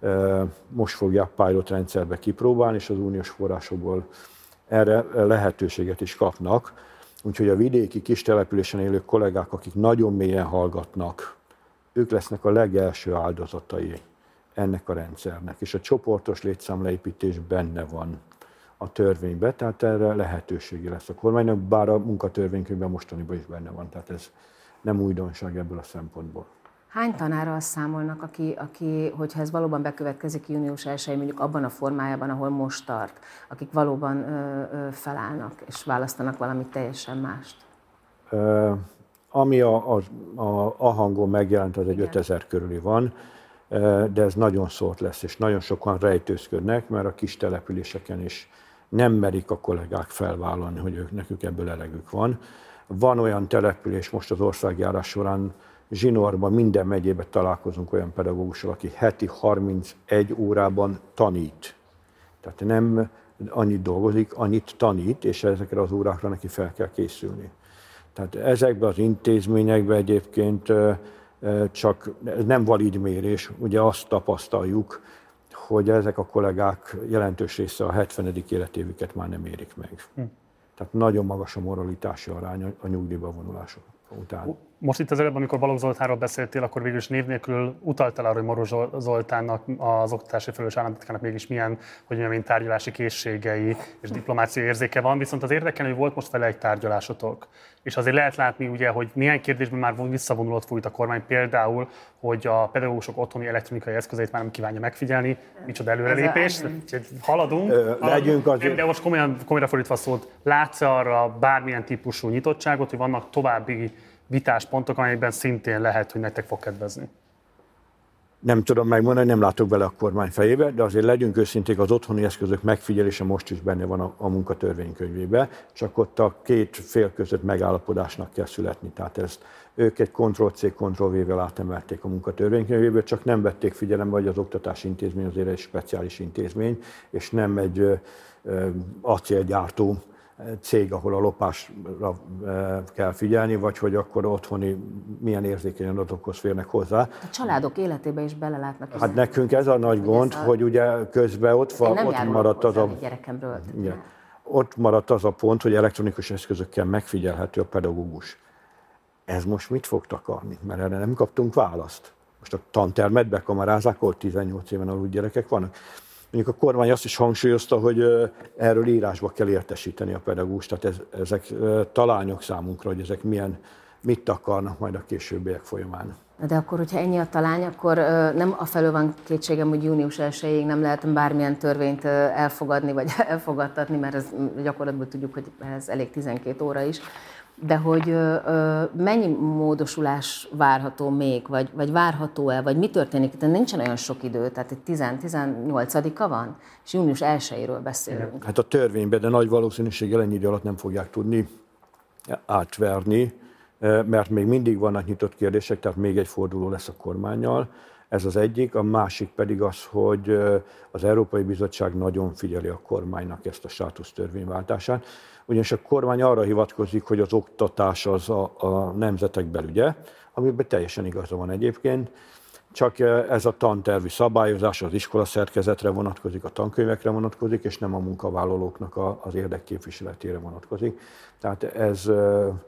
most fogják pilot rendszerbe kipróbálni, és az uniós forrásokból erre lehetőséget is kapnak. Úgyhogy a vidéki kis településen élő kollégák, akik nagyon mélyen hallgatnak, ők lesznek a legelső áldozatai ennek a rendszernek. És a csoportos létszámleépítés benne van a törvényben, tehát erre lehetősége lesz a kormánynak, bár a munkatörvénykönyvben mostaniban is benne van, tehát ez nem újdonság ebből a szempontból. Hány tanárral számolnak, aki, aki, hogyha ez valóban bekövetkezik június elsején, mondjuk abban a formájában, ahol most tart, akik valóban ö, ö, felállnak és választanak valamit teljesen mást? Ö, ami a, a, a, a hangon megjelent, az egy ötezer körüli van, de ez nagyon szólt lesz, és nagyon sokan rejtőzködnek, mert a kis településeken is nem merik a kollégák felvállalni, hogy ők, nekük ebből elegük van. Van olyan település, most az országjárás során Zsinórban, minden megyében találkozunk olyan pedagógussal, aki heti harmincegy órában tanít. Tehát nem annyit dolgozik, annyit tanít, és ezekre az órákra neki fel kell készülni. Tehát ezekben az intézményekben egyébként csak ez nem valid mérés, ugye azt tapasztaljuk, hogy ezek a kollégák jelentős része a hetvenedik életévüket már nem érik meg. Hm. Tehát nagyon magas a moralitási arány a nyugdíjba vonulások után. Most itt az előbb, amikor Balogh Zoltánról beszéltél, akkor végül is név nélkül utaltál arra, hogy Maros Zoltánnak, az oktatási felelős államtitkának mégis milyen, hogy milyen tárgyalási készségei és diplomáciai érzéke van, viszont az érdekelő, hogy volt most vele egy tárgyalásotok. És azért lehet látni, ugye, hogy néhány kérdésben már visszavonulott fújt a kormány, például, hogy a pedagógusok otthoni elektronikai eszközeit már nem kívánja megfigyelni, micsoda előrelépés, haladunk, Ö, legyünk haladunk de most komolyan, komolyra fordítva szólt, látsz arra bármilyen típusú nyitottságot, hogy vannak további vitáspontok, amelyekben szintén lehet, hogy nektek fog kedvezni? Nem tudom megmondani, nem látok bele a kormány fejébe, de azért legyünk őszinték, az otthoni eszközök megfigyelése most is benne van a, a munkatörvénykönyvében, csak ott a két fél között megállapodásnak kell születni. Tehát ezt ők egy kontroll-C, kontroll-V-vel átemelték a munkatörvénykönyvéből, csak nem vették figyelembe, hogy az oktatási intézmény azért egy speciális intézmény, és nem egy ö, ö, acélgyártó cég, ahol a lopásra kell figyelni, vagy hogy akkor otthoni milyen érzékeny adatokhoz férnek hozzá. A családok életébe is belelátnak. Hát nekünk ez a nagy gond, a... hogy ugye közben ott, van, ott maradt az a... gyerekemről. Igen. Ott maradt az a pont, hogy elektronikus eszközökkel megfigyelhető a pedagógus. Ez most mit fog takarni? Mert erre nem kaptunk választ. Most a tantermet bekamerázzák, ahol tizennyolc éven alul gyerekek vannak. Mondjuk a kormány azt is hangsúlyozta, hogy erről írásba kell értesíteni a pedagógust, tehát ez, ezek talányok számunkra, hogy ezek milyen, mit akarnak majd a későbbiek folyamán. De akkor, hogyha ennyi a talány, akkor nem afelől van kétségem, hogy június elsejéig nem lehet bármilyen törvényt elfogadni, vagy elfogadtatni, mert ez gyakorlatban tudjuk, hogy ez elég tizenkét óra is. De hogy ö, ö, mennyi módosulás várható még, vagy, vagy várható-e, vagy mi történik? Itt nincsen olyan sok idő, tehát itt tizennyolcadika van, és június elsejéről beszélünk. Hát a törvényben, de nagy valószínűséggel ennyi idő alatt nem fogják tudni átverni, mert még mindig vannak nyitott kérdések, tehát még egy forduló lesz a kormánnyal. Ez az egyik, a másik pedig az, hogy az Európai Bizottság nagyon figyeli a kormánynak ezt a státusztörvényváltását. Ugyanis a kormány arra hivatkozik, hogy az oktatás az a, a nemzetek belügye, amiben teljesen igaza van egyébként, csak ez a tantervi szabályozás az iskola szerkezetre vonatkozik, a tankönyvekre vonatkozik, és nem a munkavállalóknak az érdekképviseletére vonatkozik. Tehát ez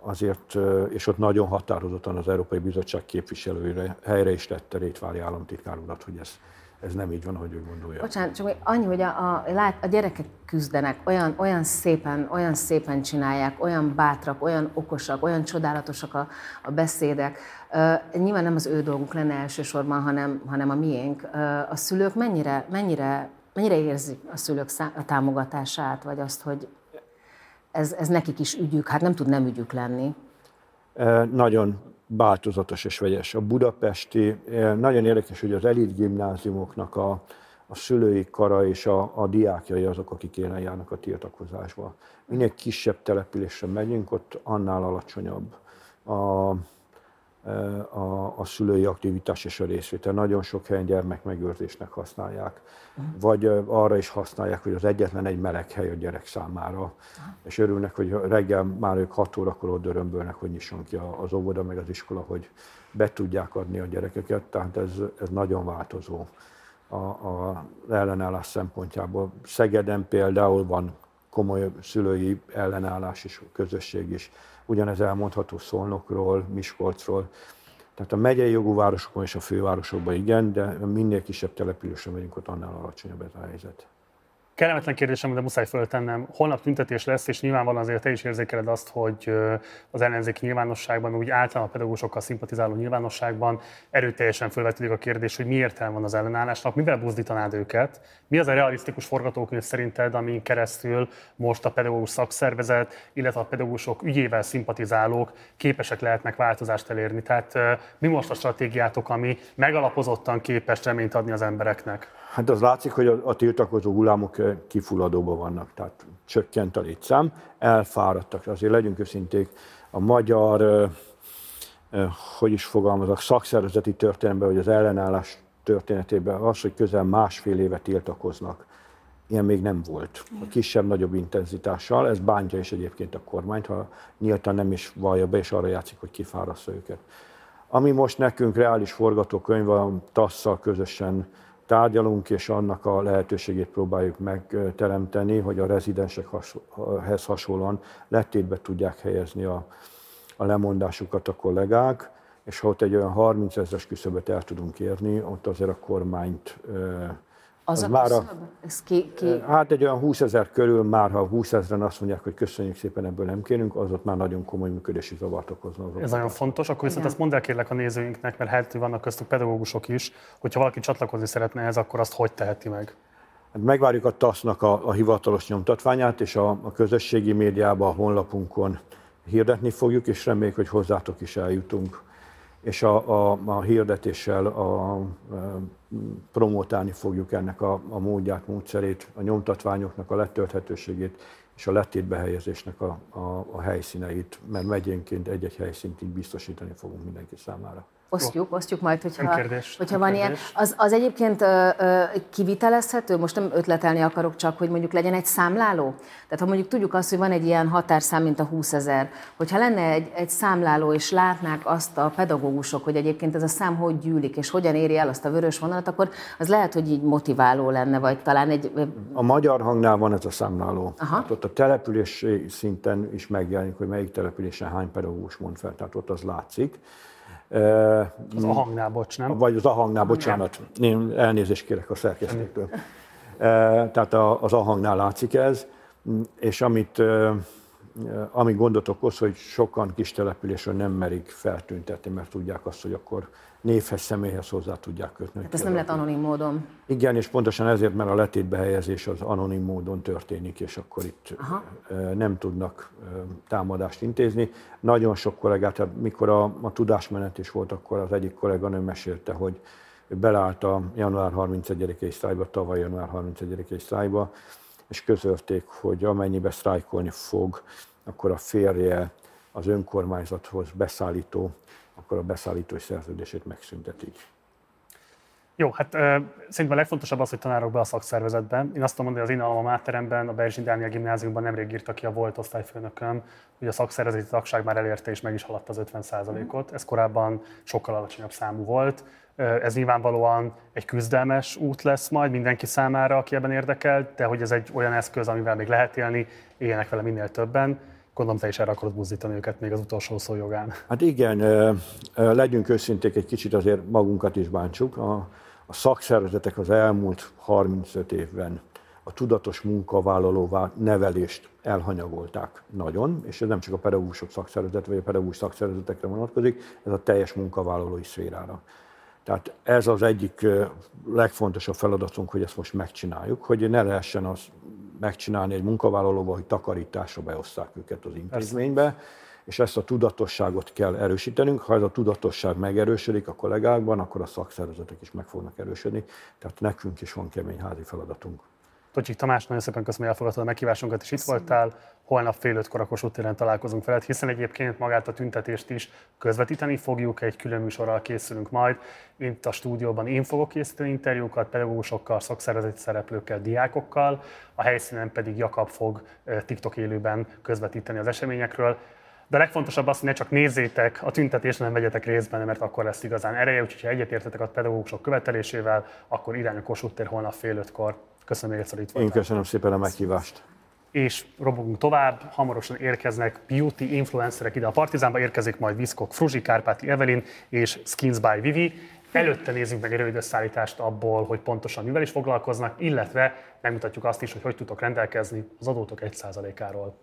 azért, és ott nagyon határozottan az Európai Bizottság képviselőire helyre is tette Rétvári államtitkár urat, hogy ez, ez nem így van, ahogy ő gondolja. Bocsánat, csak annyi, hogy a, a, a gyerekek küzdenek, olyan, olyan, szépen, olyan szépen csinálják, olyan bátrak, olyan okosak, olyan csodálatosak a, a beszédek. Uh, nyilván nem az ő dolguk lenne elsősorban, hanem, hanem a miénk. Uh, a szülők mennyire, mennyire, mennyire érzik a szülők szá- a támogatását, vagy azt, hogy ez, ez nekik is ügyük, hát nem tud nem ügyük lenni? Uh, nagyon változatos és vegyes. A budapesti, nagyon érdekes, hogy az elit gimnáziumoknak a, a szülői kara és a, a diákjai azok, akik élen járnak a tiltakozásba. Minél kisebb településre megyünk, ott annál alacsonyabb a, a, a szülői aktivitás és a részvétel. Nagyon sok helyen gyermekmegőrzésnek használják, vagy arra is használják, hogy az egyetlen egy meleg hely a gyerek számára. És örülnek, hogy reggel már ők hat órakor ott dörömbölnek, hogy nyisson ki az óvoda meg az iskola, hogy be tudják adni a gyerekeket. Tehát ez, ez nagyon változó a, a ellenállás szempontjából. Szegeden például van komoly szülői ellenállás és közösség is. Ugyanez elmondható Szolnokról, Miskolcról. Tehát a megyei jogú városokban és a fővárosokban igen, de minél kisebb településre megyünk, ott annál alacsonyabb ez a helyzet. Kellemetlen kérdésem, de muszáj föltennem. Holnap tüntetés lesz, és nyilvánvalóan azért te is érzékeled azt, hogy az ellenzéki nyilvánosságban, úgy általán a pedagógusokkal szimpatizáló nyilvánosságban erőteljesen felvetődik a kérdés, hogy mi értelme van az ellenállásnak, mivel buzdítanád őket, mi az a realisztikus forgatókönyv szerinted, amin keresztül most a pedagógus szakszervezet, illetve a pedagógusok ügyével szimpatizálók képesek lehetnek változást elérni. Tehát mi most a stratégiátok, ami megalapozottan képes reményt adni az embereknek? Hát az látszik, hogy a, a tiltakozó hullámok kifulladóban vannak, tehát csökkent a létszám, elfáradtak. Azért legyünk őszinték, a magyar, eh, eh, hogy is fogalmazok, szakszervezeti történetben, vagy az ellenállás történetében az, hogy közel másfél éve tiltakoznak, ilyen még nem volt. A kisebb-nagyobb intenzitással, ez bántja is egyébként a kormányt, ha nyíltan nem is vallja be, és arra játszik, hogy kifárasztja őket. Ami most nekünk reális forgatókönyv, a tasszal közösen tárgyalunk, és annak a lehetőségét próbáljuk megteremteni, hogy a rezidensekhez hasonlóan lettétbe tudják helyezni a, a lemondásukat a kollégák, és ha ott egy olyan harminc ezres küszöböt el tudunk érni, ott azért a kormányt... Az, az a már a, Ez ki, ki... Hát egy olyan húszezer körül, már ha húszezren azt mondják, hogy köszönjük szépen, ebből nem kérünk, az ott már nagyon komoly működési zavart okozna. Ez nagyon fontos, akkor viszont ezt mondd el kérlek a nézőinknek, mert hát vannak köztük pedagógusok is, hogyha valaki csatlakozni szeretne ehhez, akkor azt hogy teheti meg? Hát megvárjuk a tassznak a, a hivatalos nyomtatványát, és a, a közösségi médiában, a honlapunkon hirdetni fogjuk, és reméljük, hogy hozzátok is eljutunk. És a, a, a hirdetéssel a, a, promotálni fogjuk ennek a, a módját, módszerét, a nyomtatványoknak a letölthetőségét és a lettétbe helyezésnek a, a, a helyszíneit, mert megyénként egy-egy helyszínt így biztosítani fogunk mindenki számára. Osztjuk, osztjuk majd, hogyha, kérdés, hogyha van ilyen. Az, az egyébként ö, ö, kivitelezhető, most nem ötletelni akarok csak, hogy mondjuk legyen egy számláló. Tehát ha mondjuk tudjuk azt, hogy van egy ilyen határszám, mint a húszezer, hogyha lenne egy, egy számláló, és látnák azt a pedagógusok, hogy egyébként ez a szám hogy gyűlik, és hogyan éri el azt a vörös vonalat, akkor az lehet, hogy így motiváló lenne, vagy talán egy... A Magyar Hangnál van ez a számláló. Hát ott a települési szinten is megjelenik, hogy melyik településen hány pedagógus mond fel, tehát ott az látszik. Az a hangnál, bocs, nem? Vagy az a hangnál, bocsánat. Én elnézést kérek a szerkesztőtől. Tehát az a hangnál látszik ez, és amit, amit gondot okoz, hogy sokan kis településről nem merik feltüntetni, mert tudják azt, hogy akkor névhez, személyhez hozzá tudják kötni. Hát ez nem lehet anonim módon. Igen, és pontosan ezért, mert a letétbehelyezés az anonim módon történik, és akkor itt Aha. nem tudnak támadást intézni. Nagyon sok kollégát, tehát mikor a, a tudásmenet is volt, akkor az egyik kolléganő mesélte, hogy beleállt a január harmincegyedikei sztrájkba, tavaly január harmincegyedikei sztrájkba, és közölték, hogy amennyiben sztrájkolni fog, akkor a férje az önkormányzathoz beszállító, akkor a beszállítói szerződését megszüntetik. Jó, hát uh, szerintem a legfontosabb az, hogy tanárok be a szakszervezetben. Én azt tudom mondani, hogy az én alma máteremben, a Berzsiny Dániel gimnáziumban nemrég írta ki a volt osztályfőnököm, hogy a szakszervezeti tagság már elérte és meg is haladta az ötven százalékot. Ez korábban sokkal alacsonyabb számú volt. Ez nyilvánvalóan egy küzdelmes út lesz majd mindenki számára, aki ebben érdekel, de hogy ez egy olyan eszköz, amivel még lehet élni, éljenek vele minél többen. Gondolom, te is erre akarod buzdítani őket még az utolsó szó jogán. Hát igen, legyünk őszinték, egy kicsit azért magunkat is bántsuk. A, a szakszervezetek az elmúlt harmincöt évben a tudatos munkavállalóvá nevelést elhanyagolták nagyon, és ez nem csak a pedagógusok szakszervezet, vagy a pedagógus szakszervezetekre vonatkozik, ez a teljes munkavállalói szférára. Tehát ez az egyik legfontosabb feladatunk, hogy ezt most megcsináljuk, hogy ne lehessen azt megcsinálni egy munkavállalóval, hogy takarításra beoszták őket az intézménybe, Persze. és ezt a tudatosságot kell erősítenünk. Ha ez a tudatosság megerősödik a kollégákban, akkor a szakszervezetek is meg fognak erősödni, tehát nekünk is van kemény házi feladatunk. Tocsik Tamás, nagyon szépen köszönöm, hogy elfogadtad a meghívásunkat, és itt voltál. Holnap fél ötkor a Kossuth téren találkozunk veled, hiszen egyébként magát a tüntetést is közvetíteni fogjuk, egy külön műsorral készülünk majd. Itt a stúdióban én fogok készíteni interjúkat pedagógusokkal, szakszervezeti szereplőkkel, diákokkal, a helyszínen pedig Jakab fog TikTok élőben közvetíteni az eseményekről. De a legfontosabb az, hogy ne csak nézzétek a tüntetést, hanem vegyetek részt benne, mert akkor lesz igazán ereje, úgyhogy ha egyetértetek a pedagógusok követelésével, akkor irány a Kossuth tér holnap fél ötkor. Köszönöm még egyszer, itt voltál. Én köszönöm szépen a meghívást. És robogunk tovább, hamarosan érkeznek beauty influencerek ide a Partizánba, érkezik majd Viszkok Fruzsi, Kárpáti Evelyn és Skins by Vivi. Előtte nézzünk meg egy rövid összeállítást abból, hogy pontosan mivel is foglalkoznak, illetve megmutatjuk azt is, hogy hogy tudtok rendelkezni az adótok egy százalékáról.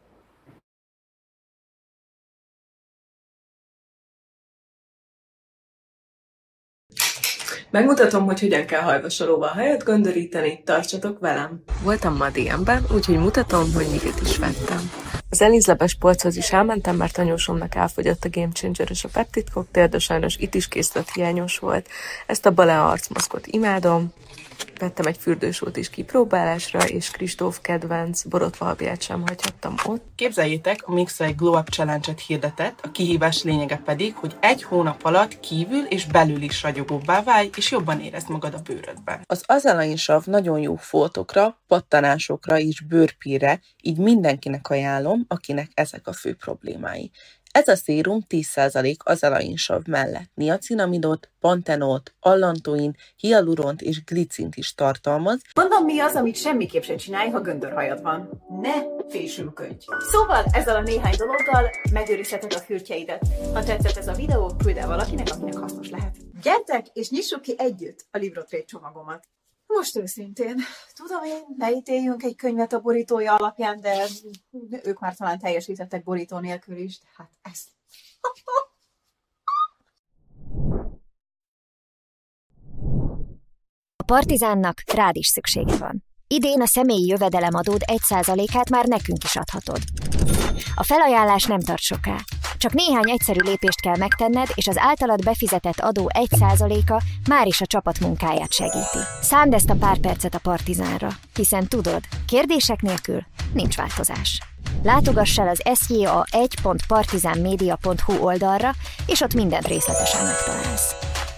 Megmutatom, hogy hogyan kell hajvasalóval hajat göndöríteni, tartsatok velem! Voltam ma a dé em-ben, úgyhogy mutatom, hogy miket is vettem. Az Elizabeth polchoz is elmentem, mert anyósomnak elfogyott a Game Changer-es a peptid koktél, de sajnos itt is készlethiányos volt. Ezt a Balea arcmaszkot imádom. Vettem egy fürdősót is kipróbálásra, és Kristóf kedvenc borotvahabját sem hagyhattam ott. Képzeljétek, a Mixa egy Glow Up Challenge-et hirdetett, a kihívás lényege pedig, hogy egy hónap alatt kívül és belül is ragyogóbbá válj, és jobban érezd magad a bőrödben. Az Azelain sav nagyon jó foltokra, pattanásokra és bőrpírre, így mindenkinek ajánlom, akinek ezek a fő problémái. Ez a szérum tíz százalék Azelain sav mellett niacinamidot, pantenót, allantoin, hialuront és glicint is tartalmaz. Mondom, mi az, amit semmiképp sem csinálj, ha göndörhajad van. Ne fésülködj! Szóval ezzel a néhány dologgal megőrizheted a fürtjeidet. Ha tetszett ez a videó, küld el valakinek, akinek hasznos lehet. Gyertek, és nyissuk ki együtt a Librotrade csomagomat. Most őszintén, tudom én, ne ítéljünk egy könyvet a borítója alapján, de ők már talán teljesítettek borító nélkül is, hát ez. A Partizánnak rád is szüksége van. Idén a személyi jövedelemadód egy százalékát már nekünk is adhatod. A felajánlás nem tart soká. Csak néhány egyszerű lépést kell megtenned, és az általad befizetett adó egy százaléka már is a csapat munkáját segíti. Szánd ezt a pár percet a Partizánra, hiszen tudod, kérdések nélkül nincs változás. Látogass el az es jé á egy pont partizánmedia pont hu oldalra, és ott mindent részletesen megtalálsz.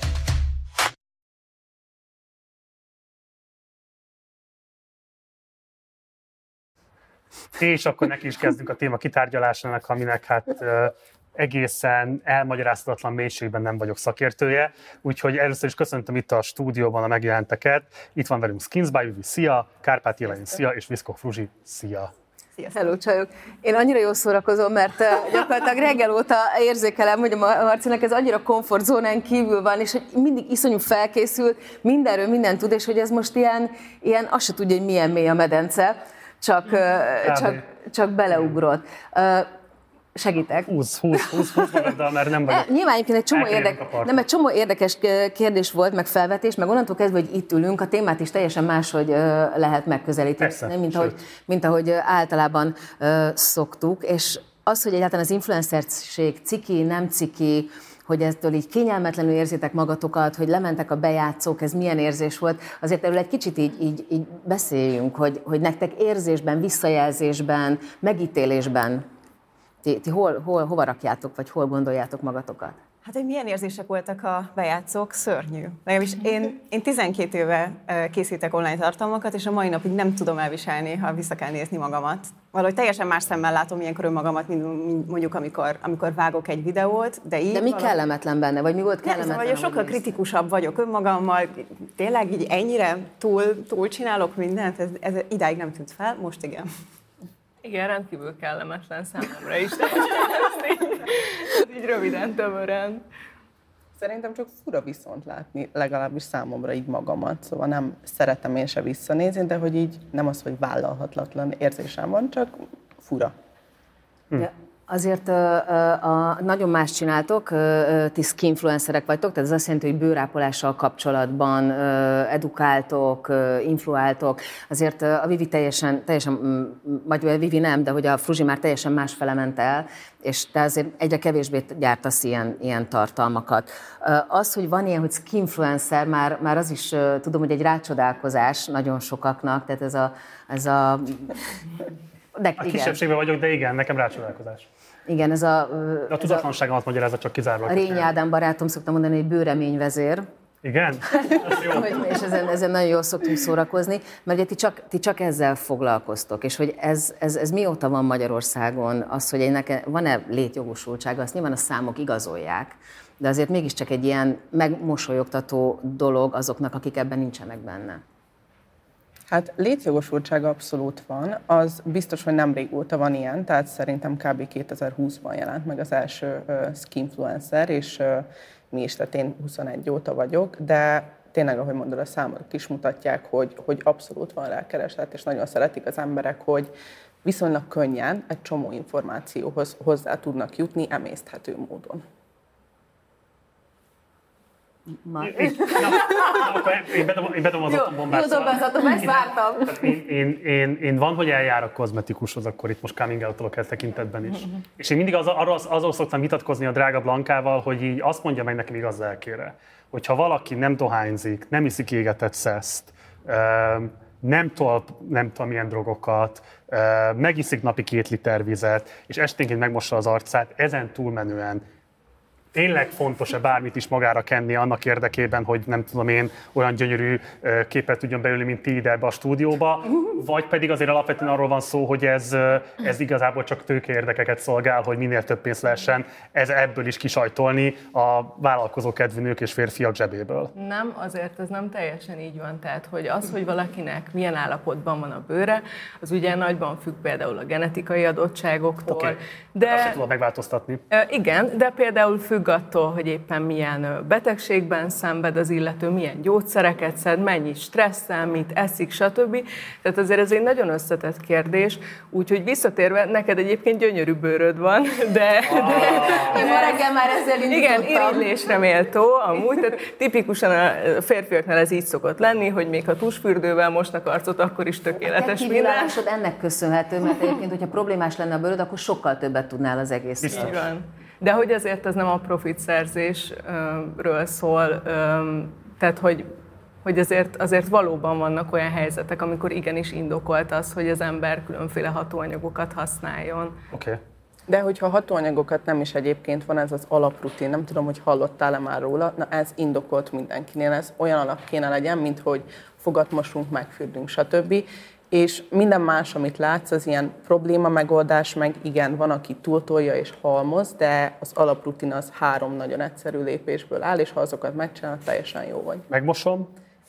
És akkor neki is kezdünk a téma kitárgyalásának, aminek hát egészen elmagyarázhatatlan mélységben nem vagyok szakértője. Úgyhogy először is köszöntöm itt a stúdióban a megjelenteket. Itt van velünk Skins by Vivi, szia! Kárpáti Evelyn, szia! És Viszkok Fruzsi, szia! Hello, csajok! Én annyira jól szórakozom, mert gyakorlatilag reggel óta érzékelem, hogy a Marcinak ez annyira komfortzónán kívül van, és hogy mindig iszonyú felkészült, mindenről mindent tud, és hogy ez most ilyen, ilyen azt se tudja, hogy milyen mély a medence, csak, csak, csak beleugrott. Segítek. húsz, húsz, húsz, húsz magaddal, mert nem vagyok. Nyilván egyébként egy csomó, érdek, nem, egy csomó érdekes kérdés volt, meg felvetés, meg onnantól kezdve, hogy itt ülünk, a témát is teljesen máshogy lehet megközelíteni, nem, mint, ahogy, mint ahogy általában szoktuk. És az, hogy egyáltalán az influencerség ciki, nem ciki, hogy ettől így kényelmetlenül érzitek magatokat, hogy lementek a bejátszók, ez milyen érzés volt, azért erről egy kicsit így, így, így beszéljünk, hogy, hogy nektek érzésben, visszajelzésben, megítélésben Ti, ti hol, hol, hova rakjátok, vagy hol gondoljátok magatokat? Hát, hogy milyen érzések voltak a bejátszók? Szörnyű. Legalábbis én, én tizenkét éve készítek online tartalmakat, és a mai napig nem tudom elviselni, ha vissza kell nézni magamat. Valahogy teljesen más szemmel látom ilyenkor önmagamat, mint mondjuk, amikor, amikor vágok egy videót, de így... De mi valahogy... kellemetlen benne, vagy mi volt kellemetlen? Nem, vagy sokkal kritikusabb vagyok önmagammal, tényleg így ennyire túl, túl csinálok mindent, ez, ez idáig nem tűnt fel, most igen. Igen, rendkívül kellemetlen számomra is. Tehát így, így röviden, tömören. Szerintem csak fura viszont látni, legalábbis számomra így magamat, szóval nem szeretem én se visszanézni, de hogy így nem az, hogy vállalhatatlan érzésem van, csak fura. Hm. Azért a, a, nagyon más csináltok, ti skinfluencerek vagytok, tehát ez azt jelenti, hogy bőrápolással kapcsolatban edukáltok, influáltok. Azért a Vivi teljesen, teljesen, vagy a Vivi nem, de hogy a Fruzsi már teljesen másfele ment el, és te azért egyre kevésbé gyártasz ilyen, ilyen tartalmakat. Az, hogy van ilyen, hogy skinfluencer, már, már az is tudom, hogy egy rácsodálkozás nagyon sokaknak, tehát ez a... Ez a De, a kisebbségben vagyok, de igen, nekem rácsodálkozás. Igen, ez a... De a tudatlanságomat magyarázza csak kizárólag. Rényi Ádám barátom szokta mondani, hogy bőreményvezér. Igen? Ez jó. És ezen, ezen nagyon jól szoktunk szórakozni, mert ugye ti csak, ti csak ezzel foglalkoztok, és hogy ez, ez, ez mióta van Magyarországon, az, hogy ennek van-e létjogosultsága, azt nyilván a számok igazolják, de azért mégiscsak egy ilyen megmosolyogtató dolog azoknak, akik ebben nincsenek benne. Hát létjogosultsága abszolút van, az biztos, hogy nem régóta van ilyen, tehát szerintem kb. kétezer-húszban jelent meg az első uh, skinfluencer, és uh, mi is, tehát én huszonegy óta vagyok, de tényleg, ahogy mondod, a számok is mutatják, hogy, hogy abszolút van rákereslet, és nagyon szeretik az emberek, hogy viszonylag könnyen egy csomó információhoz hozzá tudnak jutni emészthető módon. Ma. Én, na, na, akkor én bedom, én bedom az atombombát. Jó, dobázatom, ezt vártam. Én, én, én, én van, hogy eljár a kozmetikushoz, akkor itt most coming out-olok ez tekintetben is. És én mindig az, arról, azról szoktam vitatkozni a drága Blankával, hogy így azt mondja meg nekem igaz lelkére, hogyha valaki nem dohányzik, nem iszik égetett szeszt, nem tol nem tudom milyen drogokat, megiszik napi két liter vizet, és esténként megmossa az arcát, ezen túlmenően tényleg fontos-e bármit is magára kenni annak érdekében, hogy nem tudom én, olyan gyönyörű képet tudjon beülni, mint ti ide ebbe a stúdióba, vagy pedig azért alapvetően arról van szó, hogy ez, ez igazából csak tőkeérdekeket szolgál, hogy minél több pénzt lehessen ez ebből is kisajtolni a vállalkozó kedvű nők és férfiak zsebéből. Nem, azért ez nem teljesen így van. Tehát, hogy az, hogy valakinek milyen állapotban van a bőre, az ugye nagyban függ például a genetikai adottságoktól. Okay. De azt tudod megváltoztatni. Igen, de például függ attól, hogy éppen milyen betegségben szenved az illető, milyen gyógyszereket szed, mennyi stresszel, mit eszik, stb. Tehát azért ez egy nagyon összetett kérdés, úgyhogy visszatérve, neked egyébként gyönyörű bőröd van, de... Ah. de Én ma reggel már ezzel indítottam. Igen, irigylésre méltó, amúgy, tehát tipikusan a férfiaknál ez így szokott lenni, hogy még ha tusfürdővel mosnak arcot, akkor is tökéletes minden. A kívülállásod ennek köszönhető, mert egyébként, hogyha problémás lenne a bőröd, akkor sokkal többet tudnál az egészről. Így van. De hogy azért ez nem a profitszerzésről szól, tehát hogy, hogy azért, azért valóban vannak olyan helyzetek, amikor igenis indokolt az, hogy az ember különféle hatóanyagokat használjon. Oké. Okay. De hogyha hatóanyagokat nem is egyébként van, ez az alaprutin, nem tudom, hogy hallottál-e már róla, na ez indokolt mindenkinél, ez olyan alap kéne legyen, mint hogy fogat mosunk, megfürdünk, stb. És minden más, amit látsz, az ilyen probléma megoldás, meg igen, van, aki túltolja és halmoz, de az alaprutin az három nagyon egyszerű lépésből áll, és ha azokat megcsinálod, teljesen jó vagy. Megmosom?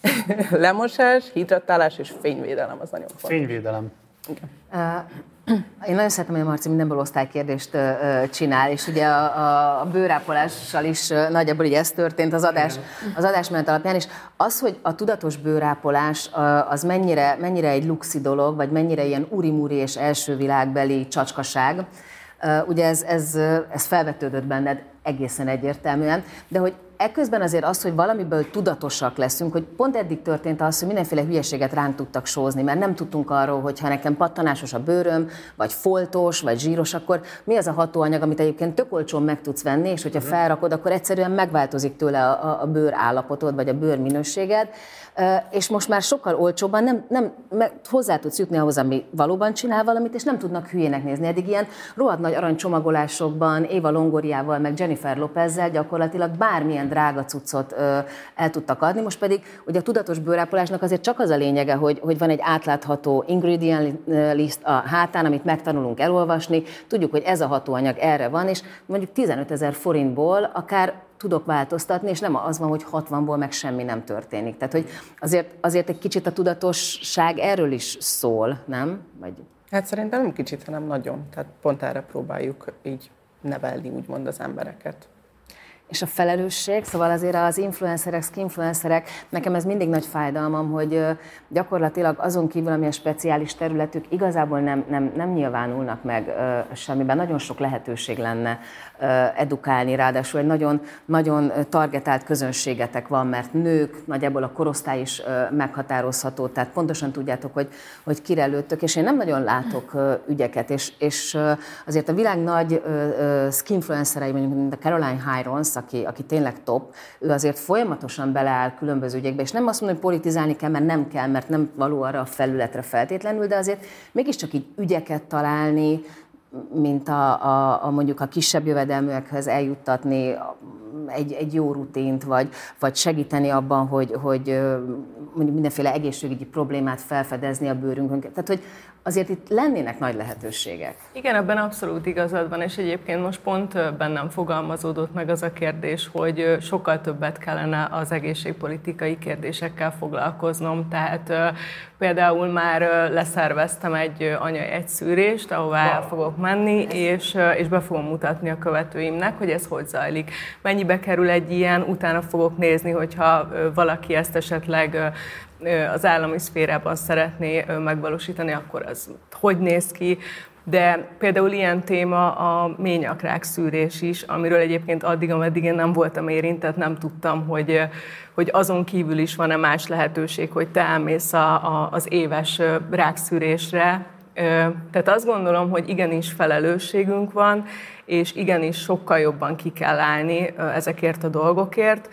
Lemosás, hidratálás és fényvédelem az nagyon fontos. Fényvédelem. Igen. Uh, én nagyon szeretem, hogy a Marci mindenből osztálykérdést uh, csinál, és ugye a, a, a bőrápolással is uh, nagyjából így ez történt az adás, az adásmenet alapján, és az, hogy a tudatos bőrápolás uh, az mennyire, mennyire egy luxi dolog, vagy mennyire ilyen urimúri és első világbeli csacskaság, uh, ugye ez, ez, ez felvetődött benned egészen egyértelműen, de hogy ekközben azért az, hogy valamiből tudatosak leszünk, hogy pont eddig történt az, hogy mindenféle hülyeséget ránk tudtak sózni, mert nem tudtunk arról, hogy ha nekem pattanásos a bőröm, vagy foltos, vagy zsíros, akkor mi az a hatóanyag, amit egyébként tök olcsón meg tudsz venni, és hogyha felrakod, akkor egyszerűen megváltozik tőle a, a bőr állapotod, vagy a bőr minőséged, és most már sokkal olcsóbban nem, nem hozzá tudsz jutni ahhoz, ami valóban csinál valamit, és nem tudnak hülyének nézni. Eddig ilyen rohadt nagy aranycsomagolásokban Éva Longoriával, meg Jennifer Lopezzel gyakorlatilag bármilyen drága cuccot ö, el tudtak adni, most pedig ugye a tudatos bőrápolásnak azért csak az a lényege, hogy, hogy van egy átlátható ingredient list a hátán, amit megtanulunk elolvasni, tudjuk, hogy ez a hatóanyag erre van, és mondjuk tizenötezer forintból akár tudok változtatni, és nem az van, hogy hatvanból meg semmi nem történik. Tehát, hogy azért, azért egy kicsit a tudatosság erről is szól, nem? Vagy... Hát szerintem nem kicsit, hanem nagyon. Tehát pont erre próbáljuk így nevelni, úgymond az embereket. És a felelősség, szóval azért az influencerek, skinfluencerek, nekem ez mindig nagy fájdalmam, hogy gyakorlatilag azon kívül, ami a speciális területük, igazából nem, nem, nem nyilvánulnak meg semmiben. Nagyon sok lehetőség lenne edukálni, ráadásul egy nagyon, nagyon targetált közönségetek van, mert nők, nagyjából a korosztály is meghatározható, tehát pontosan tudjátok, hogy, hogy kire lőttök, és én nem nagyon látok ügyeket, és, és azért a világ nagy skinfluencerei, mondjuk mint a Caroline Hirons, Aki, aki tényleg top, ő azért folyamatosan beleáll különböző ügyekbe, és nem azt mondom, hogy politizálni kell, mert nem kell, mert nem való arra a felületre feltétlenül, de azért mégiscsak így ügyeket találni, mint a, a, a mondjuk a kisebb jövedelműekhez eljuttatni egy, egy jó rutint, vagy, vagy segíteni abban, hogy, hogy mondjuk mindenféle egészségügyi problémát felfedezni a bőrünkön. Tehát, hogy azért itt lennének nagy lehetőségek. Igen, ebben abszolút igazad van, és egyébként most pont bennem fogalmazódott meg az a kérdés, hogy sokkal többet kellene az egészségpolitikai kérdésekkel foglalkoznom. Tehát például már leszerveztem egy anyai egyszűrést, ahová wow. el fogok menni, és, és be fogom mutatni a követőimnek, hogy ez hogy zajlik. Mennyibe kerül egy ilyen, utána fogok nézni, hogyha valaki ezt esetleg az állami szférában szeretné megvalósítani, akkor az hogy néz ki. De például ilyen téma a ményakrák szűrés is, amiről egyébként addig, ameddig én nem voltam érintett, nem tudtam, hogy, hogy azon kívül is van-e más lehetőség, hogy te elmész a, a, az éves rákszűrésre. Tehát azt gondolom, hogy igenis felelősségünk van, és igenis sokkal jobban ki kell állni ezekért a dolgokért,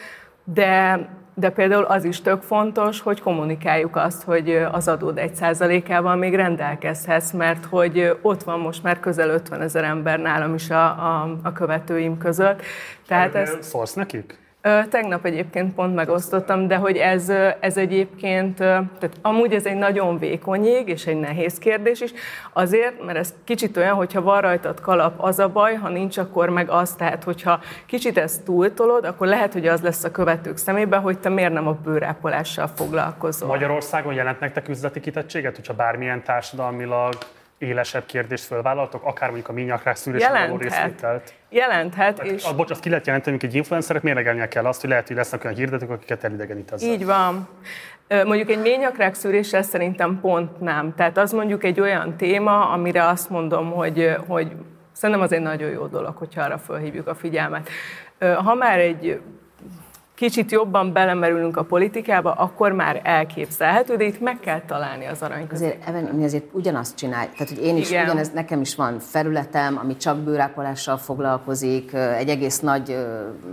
de De például az is tök fontos, hogy kommunikáljuk azt, hogy az adód egy százalékával még rendelkezhetsz, mert hogy ott van most már közel ötvenezer ember nálam is a, a, a követőim között. Tehát ezt szólsz nekik? Tegnap egyébként pont megosztottam, de hogy ez, ez egyébként, tehát amúgy ez egy nagyon vékony jég, és egy nehéz kérdés is, azért, mert ez kicsit olyan, hogyha van rajtad kalap, az a baj, ha nincs, akkor meg az, tehát hogyha kicsit ezt túltolod, akkor lehet, hogy az lesz a követők szemében, hogy te miért nem a bőrápolással foglalkozol. Magyarországon jelent nektek üzleti kitettséget, hogyha bármilyen társadalmilag élesebb kérdést fölvállaltok, akár mondjuk a ményakrák szűrésben való részvételt? Jelenthet. Hát, és... Bocs, azt ki lehet jelenteni, hogy egy influencerek mérlegelnie kell azt, hogy lehet, hogy lesznek olyan hirdetők, akiket elidegenít ezzel. Így van. Mondjuk egy ményakrák szűréssel szerintem pont nem. Tehát az mondjuk egy olyan téma, amire azt mondom, hogy, hogy szerintem az egy nagyon jó dolog, hogyha arra felhívjuk a figyelmet. Ha már egy kicsit jobban belemerülünk a politikába, akkor már elképzelhető, de itt meg kell találni az aranyközéppet. Azért, Evan, mi azért ugyanazt csinálj. Tehát, hogy én is Igen. ugyanez, nekem is van felületem, ami csak bőrápolással foglalkozik, egy egész nagy ö,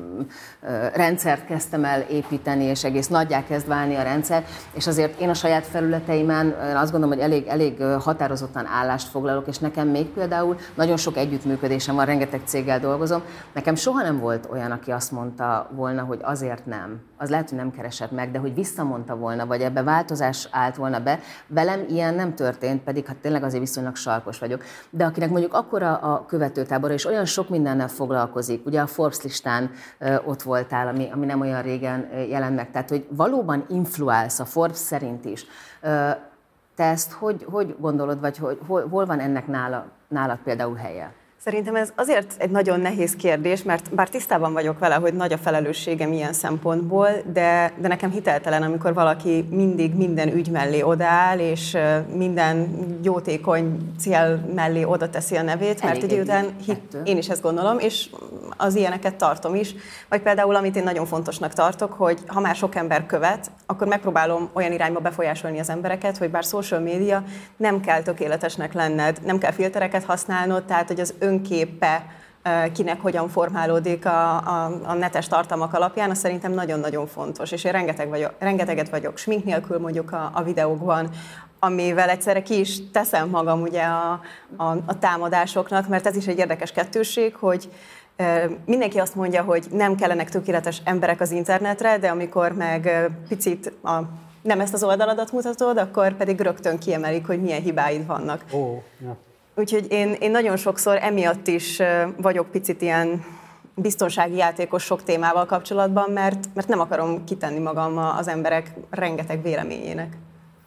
ö, rendszert kezdtem el építeni, és egész nagyjá kezd válni a rendszer, és azért én a saját felületeimen azt gondolom, hogy elég, elég határozottan állást foglalok, és nekem még például nagyon sok együttműködésem van, rengeteg céggel dolgozom. Nekem soha nem volt olyan, aki azt mondta volna, hogy azért nem. Az lehet, hogy nem keresett meg, de hogy visszamondta volna, vagy ebbe változás állt volna be. Velem ilyen nem történt, pedig hát tényleg azért viszonylag sarkos vagyok. De akinek mondjuk akkora a követőtábora, és olyan sok mindennel foglalkozik, ugye a Forbes listán ö, ott voltál, ami, ami nem olyan régen ö, jelent meg, tehát hogy valóban influálsz a Forbes szerint is. Ö, te ezt hogy, hogy gondolod, vagy hogy, hol, hol van ennek nála, nálad például helye? Szerintem ez azért egy nagyon nehéz kérdés, mert bár tisztában vagyok vele, hogy nagy a felelősségem ilyen szempontból, de, de nekem hiteltelen, amikor valaki mindig minden ügy mellé odaáll, és minden jótékony cél mellé oda teszi a nevét, mert egy után hit, én is ezt gondolom, és az ilyeneket tartom is. Vagy például, amit én nagyon fontosnak tartok, hogy ha már sok ember követ, akkor megpróbálom olyan irányba befolyásolni az embereket, hogy bár social media, nem kell tökéletesnek lenned, nem kell filtereket használnod, tehát hogy az önképe kinek hogyan formálódik a, a, a netes tartalmak alapján, az szerintem nagyon-nagyon fontos. És én rengeteg vagyok, rengeteget vagyok smink nélkül mondjuk a, a videókban, amivel egyszerre ki is teszem magam ugye a, a, a támadásoknak, mert ez is egy érdekes kettősség, hogy mindenki azt mondja, hogy nem kellenek tökéletes emberek az internetre, de amikor meg picit a, nem ezt az oldaladat mutatod, akkor pedig rögtön kiemelik, hogy milyen hibáid vannak. Oh, yeah. Úgyhogy én, én nagyon sokszor emiatt is vagyok picit ilyen biztonsági játékos sok témával kapcsolatban, mert, mert nem akarom kitenni magam az emberek rengeteg véleményének.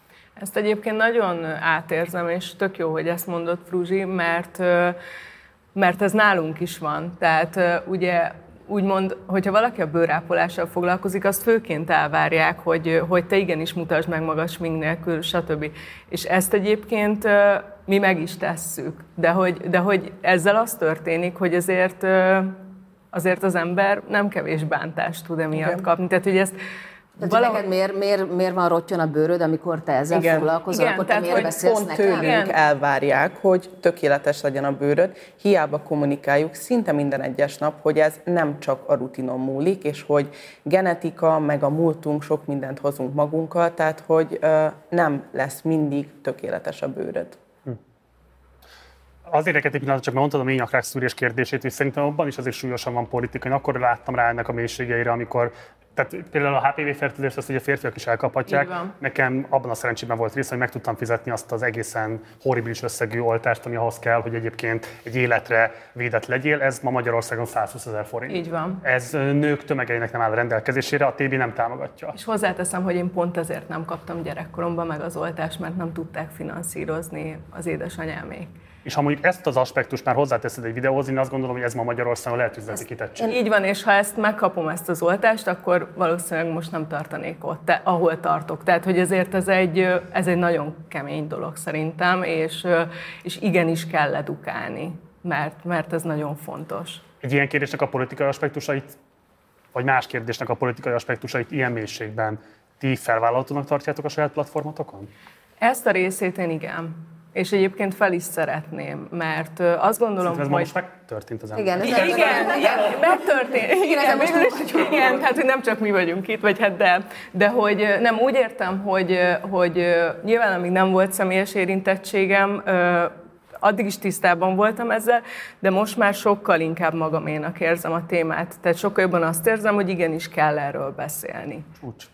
Ezt egyébként nagyon átérzem, és tök jó, hogy ezt mondott Fruzsi, mert, mert ez nálunk is van. Tehát ugye úgymond, hogyha valaki a bőrápolással foglalkozik, azt főként elvárják, hogy, hogy te igenis mutasd meg magad smink nélkül, stb. És ezt egyébként mi meg is tesszük. De hogy, de hogy ezzel az történik, hogy azért, azért az ember nem kevés bántást tud emiatt okay. kapni. Tehát, hogy ezt Tehát, valahogy... neked miért, miért, miért van rottyon a bőröd, amikor te ezzel igen. foglalkozol, igen, akkor te miért beszélsz pont nekem? Tőlünk igen. elvárják, hogy tökéletes legyen a bőröd, hiába kommunikáljuk szinte minden egyes nap, hogy ez nem csak a rutinon múlik, és hogy genetika, meg a múltunk, sok mindent hozunk magunkkal, tehát hogy uh, nem lesz mindig tökéletes a bőröd. Hm. Az érdekelt egy pillanat, csak mondtad a mély nyakrák szűrés kérdését, és szerintem abban is azért súlyosan van politika. Én akkor láttam rá ennek a mélységeire, amikor tehát például a há pé vé fertőzést azt ugye férfiak is elkaphatják. Nekem abban a szerencsében volt rész, hogy meg tudtam fizetni azt az egészen horribilis összegű oltást, ami ahhoz kell, hogy egyébként egy életre védett legyél. Ez ma Magyarországon százhúszezer forint. Így van. Ez nők tömegeinek nem áll a rendelkezésére, a té bé nem támogatja. És hozzáteszem, hogy én pont ezért nem kaptam gyerekkoromban meg az oltást, mert nem tudták finanszírozni az édesanyámék. És ha mondjuk ezt az aspektust már hozzáteszed egy videóhoz, én azt gondolom, hogy ez ma Magyarországon lehet üzleti kitettség. Így van, és ha ezt megkapom, ezt az oltást, akkor valószínűleg most nem tartanék ott, te, ahol tartok. Tehát, hogy ezért ez egy, ez egy nagyon kemény dolog szerintem, és, és igenis kell edukálni, mert, mert ez nagyon fontos. Egy ilyen kérdésnek a politikai aspektusait, vagy más kérdésnek a politikai aspektusait ilyen mélységben ti felvállalhatónak tartjátok a saját platformotokon? Ezt a részét én igen. És egyébként fel is szeretném, mert azt gondolom, ez hogy... most megtörtént az ember. Igen, igen, igen, igen, megtörtént. Igen, igen, végül is, igen, hát hogy nem csak mi vagyunk itt, vagy hát de, de hogy nem úgy értem, hogy, hogy nyilván amíg nem volt személyes érintettségem, addig is tisztában voltam ezzel, de most már sokkal inkább magaménak érzem a témát. Tehát sokkal jobban azt érzem, hogy igenis kell erről beszélni. Úgy.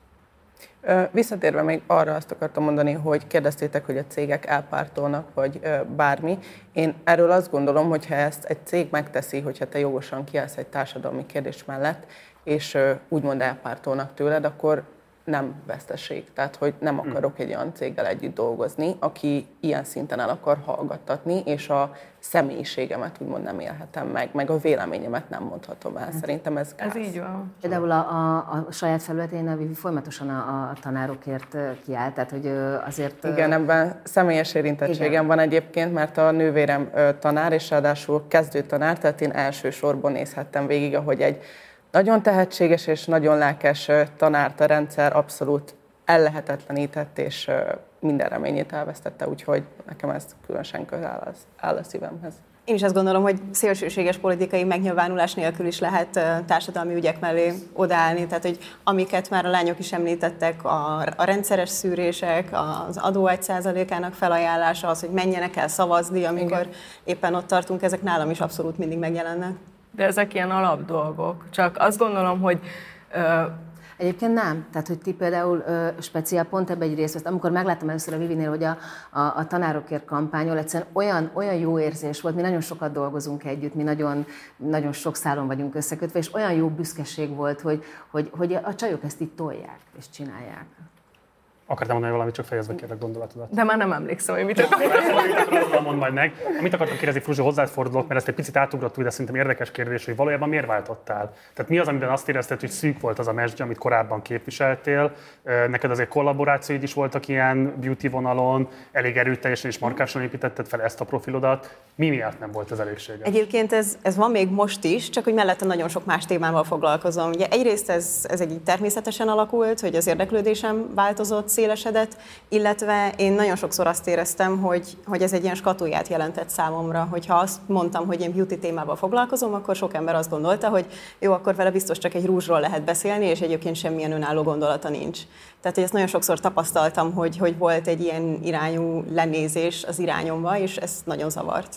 Visszatérve még arra azt akartam mondani, hogy kérdeztétek, hogy a cégek elpártolnak, vagy bármi. Én erről azt gondolom, hogy ha ezt egy cég megteszi, hogyha te jogosan kiállsz egy társadalmi kérdés mellett, és úgymond elpártolnak tőled, akkor nem veszteség. Tehát, hogy nem akarok egy olyan céggel együtt dolgozni, aki ilyen szinten el akar hallgattatni, és a személyiségemet úgymond nem élhetem meg, meg a véleményemet nem mondhatom el. Szerintem ez gáz. Ez így van. Például a, a, a saját felületén a Vivi folyamatosan a, a tanárokért kiáll, tehát hogy azért... Igen, ebben személyes érintettségem igen. van egyébként, mert a nővérem tanár, és ráadásul kezdő tanár, tehát én elsősorban nézhettem végig, ahogy egy nagyon tehetséges és nagyon lelkes tanárt a rendszer abszolút ellehetetlenített, és minden reményét elvesztette, úgyhogy nekem ez különösen közel áll a szívemhez. Én is azt gondolom, hogy szélsőséges politikai megnyilvánulás nélkül is lehet társadalmi ügyek mellé odaállni, tehát hogy amiket már a lányok is említettek, a, a rendszeres szűrések, az adó egy százalékának felajánlása, az, hogy menjenek el szavazni, amikor igen. éppen ott tartunk, ezek nálam is abszolút mindig megjelennek. De ezek ilyen alapdolgok. Csak azt gondolom, hogy... Ö... Egyébként nem. Tehát, hogy ti például ö, speciál pont ebbe egy részt vesz. Amikor megláttam először a Vivinél, hogy a, a, a tanárokért kampányol, egyszerűen olyan, olyan jó érzés volt, mi nagyon sokat dolgozunk együtt, mi nagyon, nagyon sok szálon vagyunk összekötve, és olyan jó büszkeség volt, hogy, hogy, hogy a csajok ezt itt tolják és csinálják. Akartam mondani valamit, csak fejezve kérlek gondolatodat. De már nem emlékszem, hogy mit akartam. Mondd majd meg. Amit akartam kérdezni, Fruzsi, hozzád fordulok, mert ezt egy picit átugrottuk, de szerintem érdekes kérdés, hogy valójában miért váltottál? Tehát mi az, amiben azt érezted, hogy szűk volt az a mezgy, amit korábban képviseltél? Neked azért kollaborációid is voltak ilyen beauty vonalon, elég erőteljesen és markásan építetted fel ezt a profilodat. Mi miatt nem volt ez elégséges? Egyébként ez, ez van még most is, csak hogy mellette nagyon sok más témával foglalkozom. Ugye egyrészt ez, ez egy természetesen alakult, hogy az érdeklődésem változott, szélesedett, illetve én nagyon sokszor azt éreztem, hogy, hogy ez egy ilyen skatulját jelentett számomra, hogyha azt mondtam, hogy én beauty témával foglalkozom, akkor sok ember azt gondolta, hogy jó, akkor vele biztos csak egy rúzsról lehet beszélni, és egyébként semmilyen önálló gondolata nincs. Tehát, hogy ezt nagyon sokszor tapasztaltam, hogy, hogy volt egy ilyen irányú lenézés az irányomba, és ez nagyon zavart.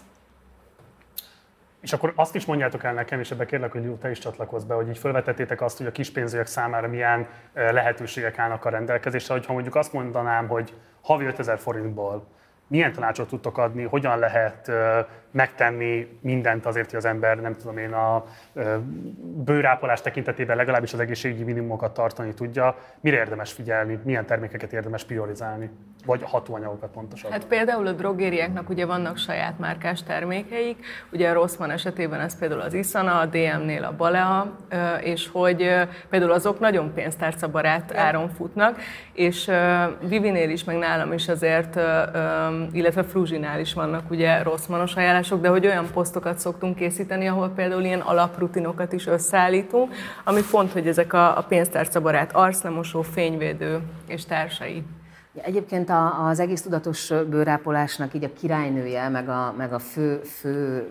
És akkor azt is mondjátok el nekem, és ebbe kérlek, hogy te is csatlakozz be, hogy így felvetettétek azt, hogy a kispénzűek számára milyen lehetőségek állnak a rendelkezésre, hogy ha mondjuk azt mondanám, hogy havi ötezer forintból milyen tanácsot tudtok adni, hogyan lehet megtenni mindent azért, hogy az ember, nem tudom én, a bőrápolás tekintetében legalábbis az egészségügyi minimumokat tartani tudja. Mire érdemes figyelni, milyen termékeket érdemes priorizálni, vagy hatóanyagokat pontosabban? Hát például a drogériáknak ugye vannak saját márkás termékeik, ugye a Rossmann esetében ez például az Isana, a dé em-nél a Balea, és hogy például azok nagyon pénztárcabarát áron futnak, és Vivinél is, meg nálam is azért, illetve Fruzsinál is vannak ugye Rossmannos ajánlások, de hogy olyan posztokat szoktunk készíteni, ahol például ilyen alaprutinokat is összeállítunk, ami pont, hogy ezek a, a pénztárcabarát arclemosó, fényvédő és társai. Egyébként az egész tudatos bőrápolásnak így a királynője, meg a, meg a fő, fő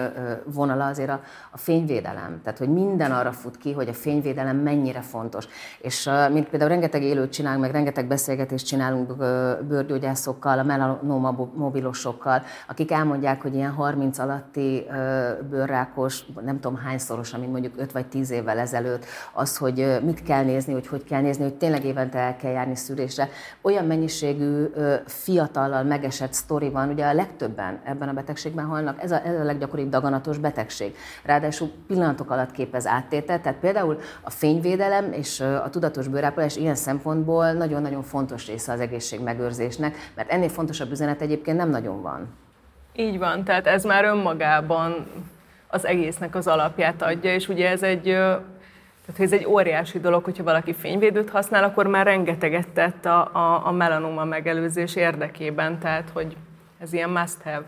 vonala azért a, a fényvédelem. Tehát, hogy minden arra fut ki, hogy a fényvédelem mennyire fontos. És mint például rengeteg élőt csinálunk, meg rengeteg beszélgetést csinálunk bőrgyógyászokkal, a melanoma mobilosokkal, akik elmondják, hogy ilyen harminc alatti bőrrákos, nem tudom hányszoros, mint mondjuk öt vagy tíz évvel ezelőtt, az, hogy mit kell nézni, hogy hogy kell nézni, hogy tényleg évente el kell járni szűrésre. Olyan mennyiségű fiatallal megesett sztori van, ugye a legtöbben ebben a betegségben halnak, ez a, ez a leggyakoribb daganatos betegség. Ráadásul pillanatok alatt képez áttételt, tehát például a fényvédelem és a tudatos bőrápolás ilyen szempontból nagyon-nagyon fontos része az egészségmegőrzésnek, mert ennél fontosabb üzenet egyébként nem nagyon van. Így van, tehát ez már önmagában az egésznek az alapját adja, és ugye ez egy... Tehát ez egy óriási dolog, hogyha valaki fényvédőt használ, akkor már rengeteget tett a, a, a melanoma megelőzés érdekében, tehát hogy ez ilyen must have.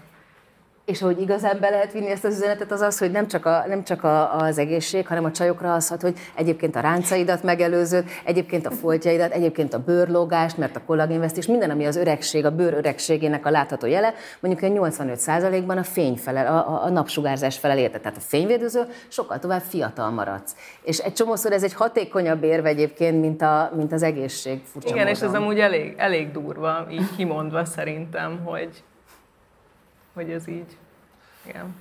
És ahogy igazán be lehet vinni ezt az üzenetet, az az, hogy nem csak, a, nem csak a, az egészség, hanem a csajokra az hat, hogy egyébként a ráncaidat megelőződ, egyébként a foltjaidat, egyébként a bőrlógást, mert a kollagénvesztés, minden, ami az öregség, a bőr öregségének a látható jele, mondjuk a nyolcvanöt százalékban a fény felel, a, a napsugárzás felel érte. Tehát a fényvédőző sokkal tovább fiatal maradsz. És egy csomószor ez egy hatékonyabb érve egyébként, mint, a, mint az egészség. Furcsa Igen, módon. És ez amúgy elég, elég durva, így kimondva szerintem, hogy hogy ez így. Igen.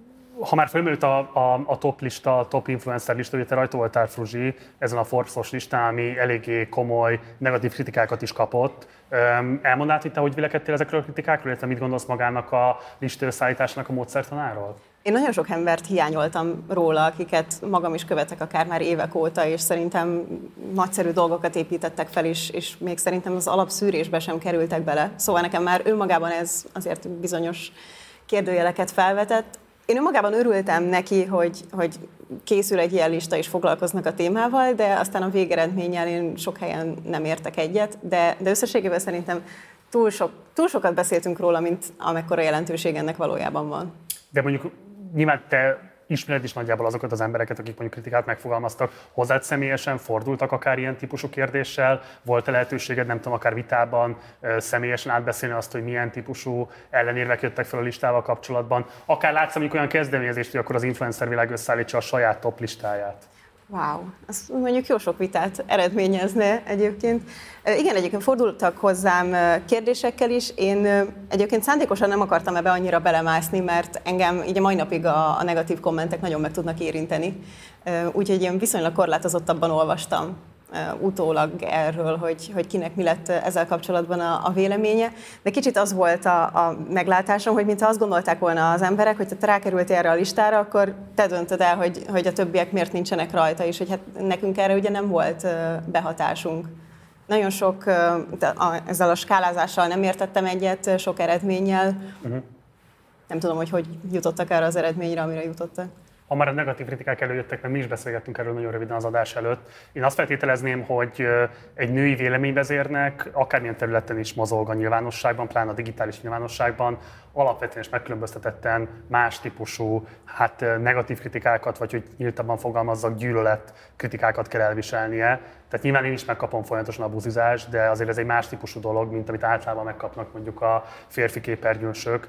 Ha már fölmerült a, a, a top lista, a top influencer lista, ugye te rajta voltál, Fruzsi, ezen a Forbes-os listán, ami eléggé komoly, negatív kritikákat is kapott. Elmondanád, hogy te hogy vélekedtél ezekről a kritikákról, illetve mit gondolsz magának a lista összeállításnak a módszertanáról? Én nagyon sok embert hiányoltam róla, akiket magam is követek akár már évek óta, és szerintem nagyszerű dolgokat építettek fel, és, és még szerintem az alapszűrésbe sem kerültek bele. Szóval nekem már önmagában ez azért bizonyos kérdőjeleket felvetett. Én önmagában örültem neki, hogy, hogy készül egy ilyen lista, és foglalkoznak a témával, de aztán a végeredménnyel én sok helyen nem értek egyet, de, de összességében szerintem túl, sok, túl sokat beszéltünk róla, mint amekkora jelentőség ennek valójában van. De mondjuk nyilván te ismered is nagyjából azokat az embereket, akik mondjuk kritikát megfogalmaztak, hozzád személyesen fordultak akár ilyen típusú kérdéssel? Volt-e lehetőséged, nem tudom, akár vitában személyesen átbeszélni azt, hogy milyen típusú ellenérvek jöttek fel a listával kapcsolatban? Akár látsz mondjuk olyan kezdeményezést, hogy akkor az influencer világ összeállítsa a saját top listáját? Wow, az mondjuk jó sok vitát eredményezne egyébként. Igen, egyébként fordultak hozzám kérdésekkel is. Én egyébként szándékosan nem akartam ebbe annyira belemászni, mert engem így a mai napig a, a negatív kommentek nagyon meg tudnak érinteni. Úgyhogy én viszonylag korlátozottabban olvastam utólag erről, hogy, hogy kinek mi lett ezzel kapcsolatban a, a véleménye. De kicsit az volt a, a meglátásom, hogy mintha azt gondolták volna az emberek, hogy te rákerültél erre a listára, akkor te döntöd el, hogy, hogy a többiek miért nincsenek rajta, és hogy hát nekünk erre ugye nem volt behatásunk. Nagyon sok, ezzel a skálázással nem értettem egyet, sok eredménnyel. Uh-huh. Nem tudom, hogy hogy jutottak erre az eredményre, amire jutottak. Ha már a negatív kritikák előjöttek, mert mi is beszélgettünk erről nagyon röviden az adás előtt. Én azt feltételezném, hogy egy női véleményvezérnek akármilyen területen is mozog a nyilvánosságban, pláne a digitális nyilvánosságban, alapvetően és megkülönböztetetten más típusú hát, negatív kritikákat, vagy hogy nyíltabban fogalmazzak, gyűlölet kritikákat kell elviselnie. Tehát nyilván én is megkapom folyamatosan a buzizást, de azért ez egy más típusú dolog, mint amit általában megkapnak mondjuk a férfi képernyősök.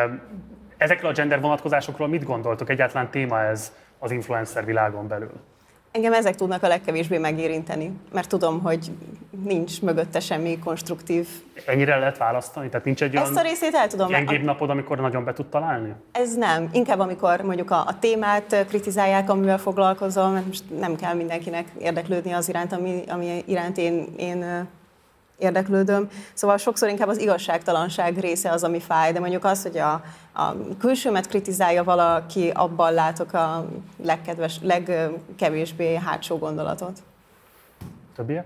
Ezekről a gender vonatkozásokról mit gondoltok? Egyáltalán téma ez az influencer világon belül? Engem ezek tudnak a legkevésbé megérinteni, mert tudom, hogy nincs mögötte semmi konstruktív. Ennyire lehet választani? Tehát nincs egy olyan Ezt a részét el tudom. gyengébb napod, amikor nagyon be tud találni? Ez nem. Inkább amikor mondjuk a, a témát kritizálják, amivel foglalkozom, mert most nem kell mindenkinek érdeklődni az iránt, ami, ami iránt én, én érdeklődöm. Szóval sokszor inkább az igazságtalanság része az, ami fáj, de mondjuk az, hogy a, a külsőmet kritizálja valaki, abban látok a legkedves, legkevésbé hátsó gondolatot. Többiek?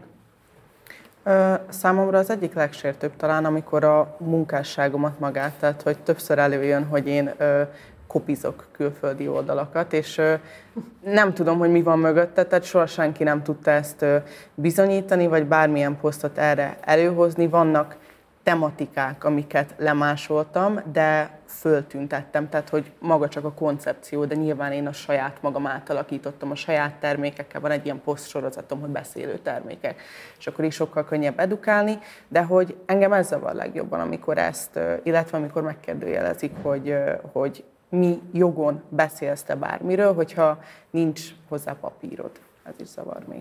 Számomra az egyik legsértőbb talán, amikor a munkásságomat magát, tehát hogy többször előjön, hogy én kopizok külföldi oldalakat, és nem tudom, hogy mi van mögötte, tehát soha senki nem tudta ezt bizonyítani, vagy bármilyen posztot erre előhozni. Vannak tematikák, amiket lemásoltam, de föltüntettem, tehát hogy maga csak a koncepció, de nyilván én a saját magam átalakítottam, a saját termékekkel, van egy ilyen posztsorozatom, hogy beszélő termékek, és akkor is sokkal könnyebb edukálni, de hogy engem ez zavar legjobban, amikor ezt, illetve amikor megkérdőjelezik, hogy, hogy mi jogon beszélsz te bármiről, hogyha nincs hozzá papírod. Ez is zavar még.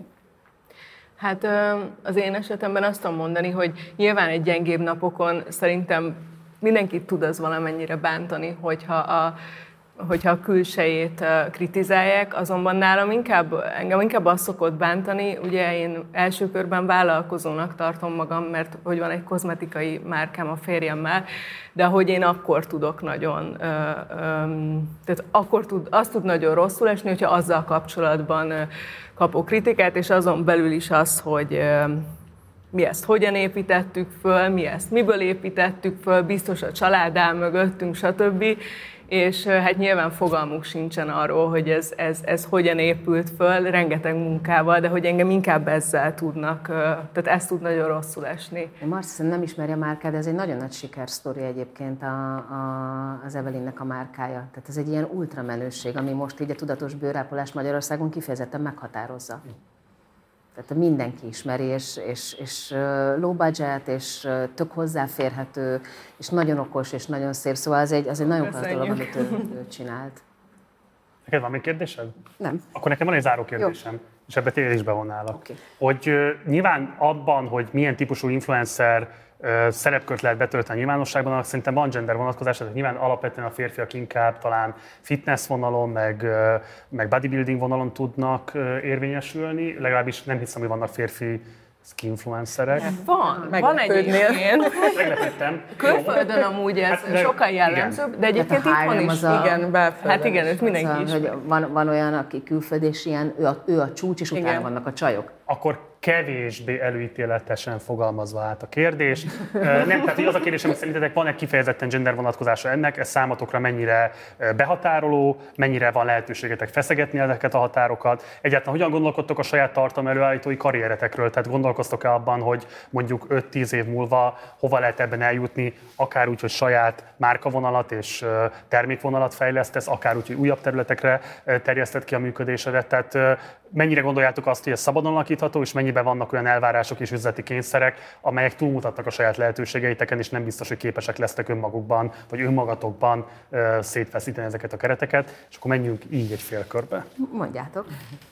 Hát az én esetemben azt tudom mondani, hogy nyilván egy gyengébb napokon szerintem mindenkit tud az valamennyire bántani, hogyha a, hogyha a külsejét kritizálják, azonban nálam inkább, engem inkább az szokott bántani, ugye én első körben vállalkozónak tartom magam, mert hogy van egy kozmetikai márkám a férjemmel, de hogy én akkor tudok nagyon, ö, ö, tehát akkor tud, azt tud nagyon rosszul esni, hogyha azzal kapcsolatban kapok kritikát, és azon belül is az, hogy ö, mi ezt hogyan építettük föl, mi ezt miből építettük föl, biztos a család áll mögöttünk, stb. És hát nyilván fogalmuk sincsen arról, hogy ez, ez, ez hogyan épült föl, rengeteg munkával, de hogy engem inkább ezzel tudnak, tehát ezt tud nagyon rosszul esni. Marci nem ismeri a márkát, de ez egy nagyon nagy sikersztori egyébként a, a, az Evelynnek a márkája. Tehát ez egy ilyen ultramenőség, ami most így a tudatos bőrápolás Magyarországon kifejezetten meghatározza. Tehát mindenki ismeri, és, és, és low budget, és tök hozzáférhető, és nagyon okos, és nagyon szép. Szóval az egy, az egy nagyon klassz dolog, amit ő, ő csinált. Neked van még kérdésed? Nem. Akkor nekem van egy záró kérdésem, jó. És ebbe tényleg is bevonnálak. Okay. Hogy uh, nyilván abban, hogy milyen típusú influencer uh, szerepkört lehet betölteni a nyilvánosságban, annak szerintem van gender vonatkozás, tehát nyilván alapvetően a férfiak inkább talán fitness vonalon, meg, uh, meg bodybuilding vonalon tudnak uh, érvényesülni, legalábbis nem hiszem, hogy vannak férfi skinfluencerek. Van, van egyébként. Meglepődtem. Külföldön amúgy ez hát, sokkal jellemzőbb, igen. De egyébként hát itt van is. A, igen, belföldön. Hát igen, őt mindenki is. Van, van olyan, aki külföld, és ilyen, ő a, ő a csúcs, és utána vannak a csajok. Akkor kevésbé előítéletesen fogalmazva át a kérdés. Nem, tehát hogy az a kérdés, hogy szerintetek van-e kifejezetten gender vonatkozása ennek, ez számotokra mennyire behatároló, mennyire van lehetőségetek feszegetni ezeket a határokat. Egyáltalán hogyan gondolkodtok a saját tartalom előállítói karrieretekről? Tehát gondolkoztok-e abban, hogy mondjuk öt-tíz év múlva hova lehet ebben eljutni, akár úgy, hogy saját márkavonalat és termékvonalat fejlesztesz, akár úgy, hogy újabb területekre terjeszted ki a működésedet. Tehát mennyire gondoljátok azt, hogy ez szabadon alakítható, és mennyiben vannak olyan elvárások és üzleti kényszerek, amelyek túlmutatnak a saját lehetőségeiteken, és nem biztos, hogy képesek lesztek önmagukban, vagy önmagatokban uh, szétfeszíteni ezeket a kereteket, és akkor menjünk így egy fél körbe. Mondjátok.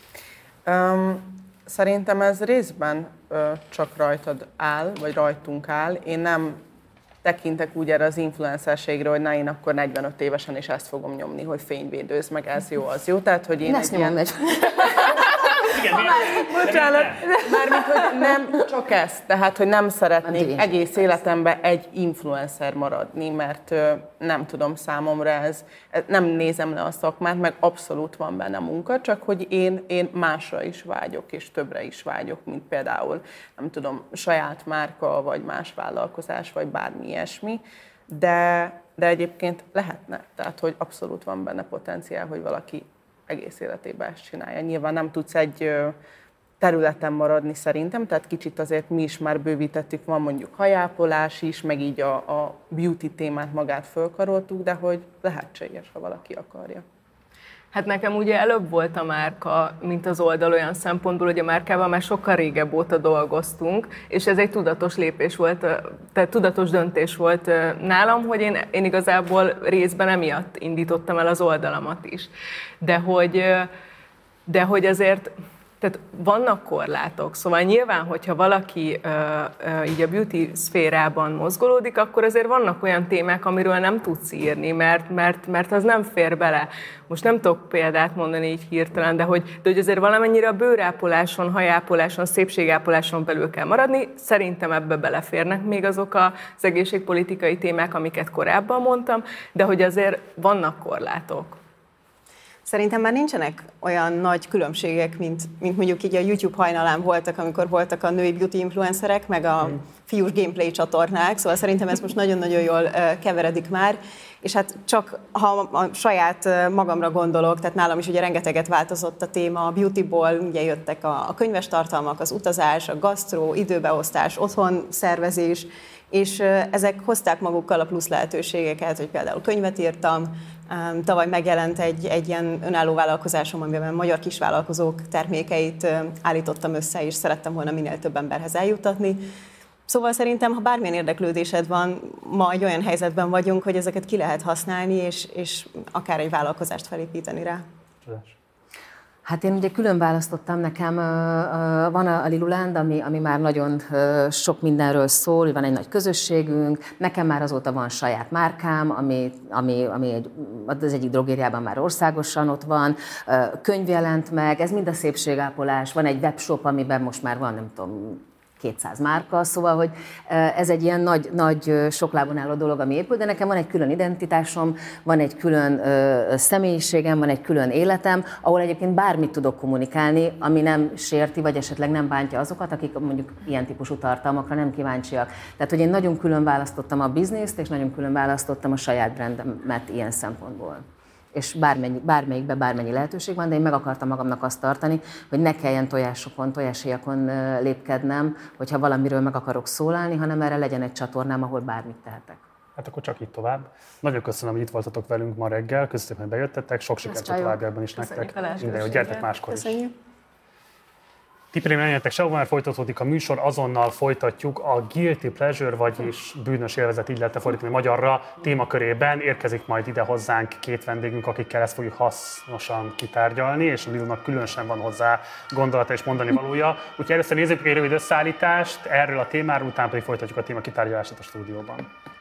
Um, szerintem ez részben uh, csak rajtad áll, vagy rajtunk áll. Én nem tekintek úgy erre az influencerségre, hogy na én akkor negyvenöt évesen is ezt fogom nyomni, hogy fényvédőz, meg ez jó, az jó. Tehát, hogy én egy ilyen... Igen, bocsánat, mármint, hogy nem csak ez, tehát, hogy nem szeretnék egész életemben egy influencer maradni, mert nem tudom, számomra ez, nem nézem le a szakmát, meg abszolút van benne munka, csak hogy én, én másra is vágyok, és többre is vágyok, mint például, nem tudom, saját márka, vagy más vállalkozás, vagy bármi ilyesmi, de, de egyébként lehetne, tehát, hogy abszolút van benne potenciál, hogy valaki egész életében ezt csinálja. Nyilván nem tudsz egy területen maradni szerintem, tehát kicsit azért mi is már bővítettük, van mondjuk hajápolás is, meg így a, a beauty témát magát fölkaroltuk, de hogy lehetséges, ha valaki akarja. Hát nekem ugye előbb volt a márka, mint az oldal olyan szempontból, hogy a márkával már sokkal régebb óta dolgoztunk, és ez egy tudatos lépés volt, tehát tudatos döntés volt nálam, hogy én, én igazából részben emiatt indítottam el az oldalamat is. De hogy, de hogy azért, Tehát vannak korlátok, szóval nyilván, hogyha valaki uh, uh, így a beauty szférában mozgolódik, akkor azért vannak olyan témák, amiről nem tudsz írni, mert, mert, mert az nem fér bele. Most nem tudok példát mondani így hirtelen, de hogy, de hogy azért valamennyire a bőrápoláson, hajápoláson, szépségápoláson belül kell maradni. Szerintem ebbe beleférnek még azok az egészségpolitikai témák, amiket korábban mondtam, de hogy azért vannak korlátok. Szerintem már nincsenek olyan nagy különbségek, mint, mint mondjuk így a YouTube hajnalán voltak, amikor voltak a női beauty influencerek, meg a fiús gameplay csatornák, szóval szerintem ez most nagyon-nagyon jól keveredik már, és hát csak ha a saját magamra gondolok, tehát nálam is ugye rengeteget változott a téma, a beautyból ugye jöttek a, a könyves tartalmak, az utazás, a gasztró, időbeosztás, otthon szervezés, és ezek hozták magukkal a plusz lehetőségeket, hogy például könyvet írtam, tavaly megjelent egy, egy ilyen önálló vállalkozásom, amiben magyar kisvállalkozók termékeit állítottam össze, és szerettem volna minél több emberhez eljuttatni. Szóval szerintem, ha bármilyen érdeklődésed van, ma egy olyan helyzetben vagyunk, hogy ezeket ki lehet használni, és, és akár egy vállalkozást felépíteni rá. Hát én ugye külön választottam, nekem van a Liluland, ami, ami már nagyon sok mindenről szól, van egy nagy közösségünk, nekem már azóta van saját márkám, ami, ami, ami egy, az egyik drogériában már országosan ott van, könyv jelent meg, ez mind a szépségápolás, van egy webshop, amiben most már van, nem tudom, kétszáz márka, szóval, hogy ez egy ilyen nagy, nagy sok lábon álló dolog, ami épül, de nekem van egy külön identitásom, van egy külön ö, személyiségem, van egy külön életem, ahol egyébként bármit tudok kommunikálni, ami nem sérti, vagy esetleg nem bántja azokat, akik mondjuk ilyen típusú tartalmakra nem kíváncsiak. Tehát, hogy én nagyon külön választottam a bizniszt, és nagyon külön választottam a saját brandemet ilyen szempontból. És bármennyi, bármelyikben bármennyi lehetőség van, de én meg akartam magamnak azt tartani, hogy ne kelljen tojásokon, tojáshéjakon lépkednem, hogyha valamiről meg akarok szólalni, hanem erre legyen egy csatornám, ahol bármit tehetek. Hát akkor csak így tovább. Nagyon köszönöm, hogy itt voltatok velünk ma reggel, köszönöm, hogy bejöttetek, sok sikert a továbbiakban is nektek. Minden jó, gyertek máskor is. Köszönjük. Ti pedig nem menjetek sehova, mert folytatódik a műsor, azonnal folytatjuk a Guilty Pleasure, vagyis bűnös élvezet, így lehet fordítani magyarra, témakörében. Érkezik majd ide hozzánk két vendégünk, akikkel ezt fogjuk hasznosan kitárgyalni, és a Lilnak különösen van hozzá gondolata és mondani valója. Úgyhogy először nézzük egy rövid összeállítást erről a témáról, utána pedig folytatjuk a téma kitárgyalását a stúdióban.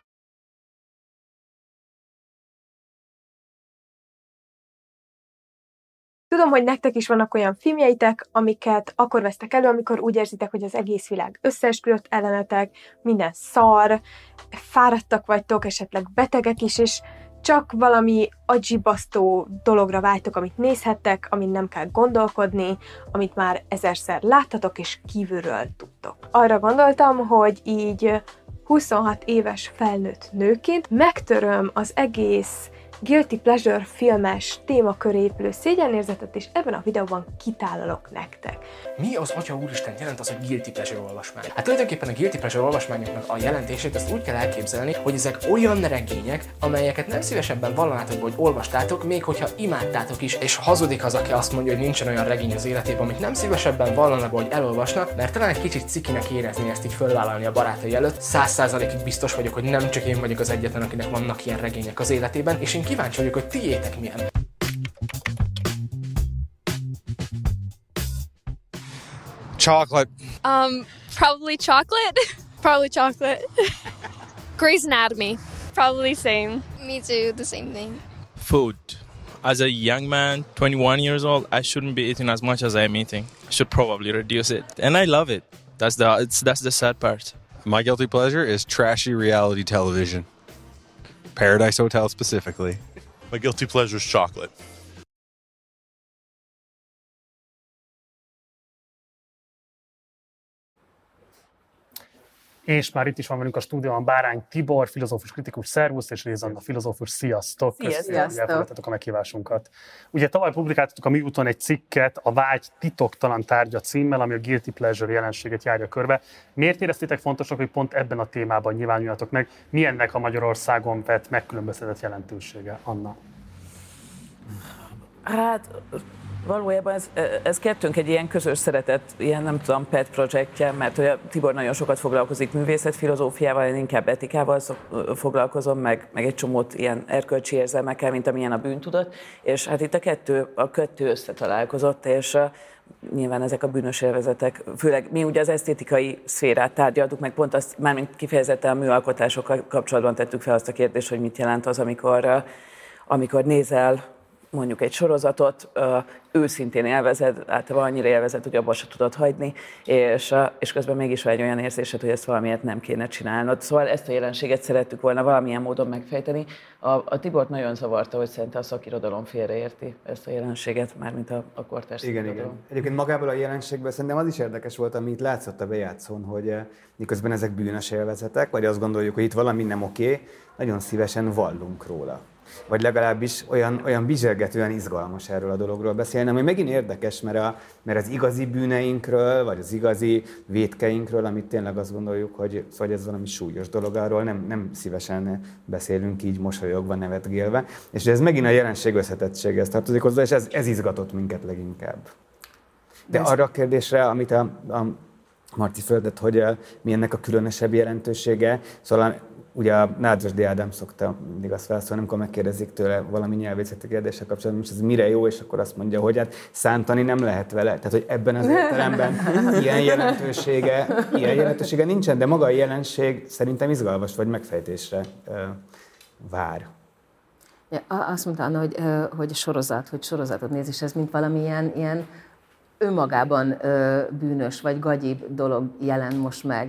Tudom, hogy nektek is vannak olyan filmjeitek, amiket akkor vesztek elő, amikor úgy érzitek, hogy az egész világ összeesküdött ellenetek, minden szar, fáradtak vagytok, esetleg betegek is, és csak valami agyibasztó dologra vágytok, amit nézhettek, amin nem kell gondolkodni, amit már ezerszer láttatok, és kívülről tudtok. Arra gondoltam, hogy így huszonhat éves felnőtt nőként megtöröm az egész Guilty Pleasure filmes témaköré épülő szégyenérzetet, és ebben a videóban kitálalok nektek. Mi az Atya Úristen jelent az, hogy Guilty Pleasure olvasmány? Hát tulajdonképpen a Guilty Pleasure olvasmányoknak a jelentését azt úgy kell elképzelni, hogy ezek olyan regények, amelyeket nem szívesebben vallanátok, hogy olvastátok, még hogyha imádtátok is, és hazudik az, aki azt mondja, hogy nincsen olyan regény az életében, amit nem szívesebben vallana, hogy elolvasna, mert talán egy kicsit cikinek érezni ezt így fölvállalni a barátai előtt. Száz százalékig biztos vagyok, hogy nem csak én vagyok az egyetlen, akinek vannak ilyen regények az életében, és én kíváncsi vagyok, hogy tiétek milyen. Chocolate. Um, probably chocolate. Probably chocolate. Grey's Anatomy. Probably same. Me too, the same thing. Food. As a young man, twenty-one years old, I shouldn't be eating as much as I'm eating. I should probably reduce it. And I love it. That's the it's that's the sad part. My guilty pleasure is trashy reality television. Paradise Hotel specifically. My guilty pleasure is chocolate. És már itt is van velünk a stúdióban Bárány Tibor, filozófus kritikus, szervusz, és Réz Anna, filozófus, sziasztok! Köszönöm, hogy elfogadtatok a meghívásunkat. Ugye tavaly publikáltatok a Mi úton egy cikket, a Vágy titoktalan tárgya címmel, ami a guilty pleasure jelenséget járja körbe. Miért éreztétek fontosnak, hogy pont ebben a témában nyilvánuljatok meg? Mi ennek a Magyarországon vett megkülönböztetett jelentősége, Anna? Hát Valójában ez, ez kettőnk egy ilyen közös szeretet, ilyen nem tudom, pet projektje, mert hogy a Tibor nagyon sokat foglalkozik művészetfilozófiával, én inkább etikával foglalkozom, meg, meg egy csomót ilyen erkölcsi érzelmekkel, mint amilyen a bűntudat, és hát itt a kettő, a kettő összetalálkozott, és uh, nyilván ezek a bűnös élvezetek, főleg mi ugye az esztétikai szférát tárgyaltuk, meg pont azt, mármint kifejezetten a műalkotásokkal kapcsolatban tettük fel azt a kérdést, hogy mit jelent az, amikor, uh, amikor nézel mondjuk egy sorozatot, őszintén élvezed, általában annyira élvezed, hogy abba se tudod hagyni, és, és közben mégis van egy olyan érzésed, hogy ezt valamiért nem kéne csinálnod. Szóval ezt a jelenséget szerettük volna valamilyen módon megfejteni. A, a Tibort nagyon zavarta, hogy szerinte a szakirodalom félreérti ezt a jelenséget, mármint a, a kortárs igen, igen. Egyébként magából a jelenségből szerintem az is érdekes volt, amit látszott a bejátszón, hogy miközben ezek bűnös élvezetek, vagy azt gondoljuk, hogy itt valami nem oké, nagyon szívesen vallunk róla. Vagy legalábbis olyan, olyan bizsergetően izgalmas erről a dologról beszélni, ami megint érdekes, mert, a, mert az igazi bűneinkről, vagy az igazi vétkeinkről, amit tényleg azt gondoljuk, hogy, hogy ez valami súlyos dolog, arról nem, nem szívesen beszélünk így mosolyogva, nevetgélve. És ez megint a jelenség összetettséghez tartozik hozzá, és ez, ez izgatott minket leginkább. De ez... arra a kérdésre, amit a, a Marci földött, hogy mi ennek a különösebb jelentősége, szóval ugye a Nádasdy Ádám szokta mindig azt felszólni, amikor megkérdezik tőle valami nyelvészeti kérdéssel kapcsolatban, és ez mire jó, és akkor azt mondja, hogy hát szántani nem lehet vele. Tehát, hogy ebben az értelemben ilyen jelentősége, ilyen jelentősége nincsen, de maga a jelenség szerintem izgalmas vagy megfejtésre uh, vár. Ja, azt mondta Anna, hogy, hogy sorozat, hogy sorozatot néz, és ez mint valami ilyen, ilyen önmagában bűnös vagy gagyibb dolog jelent most meg.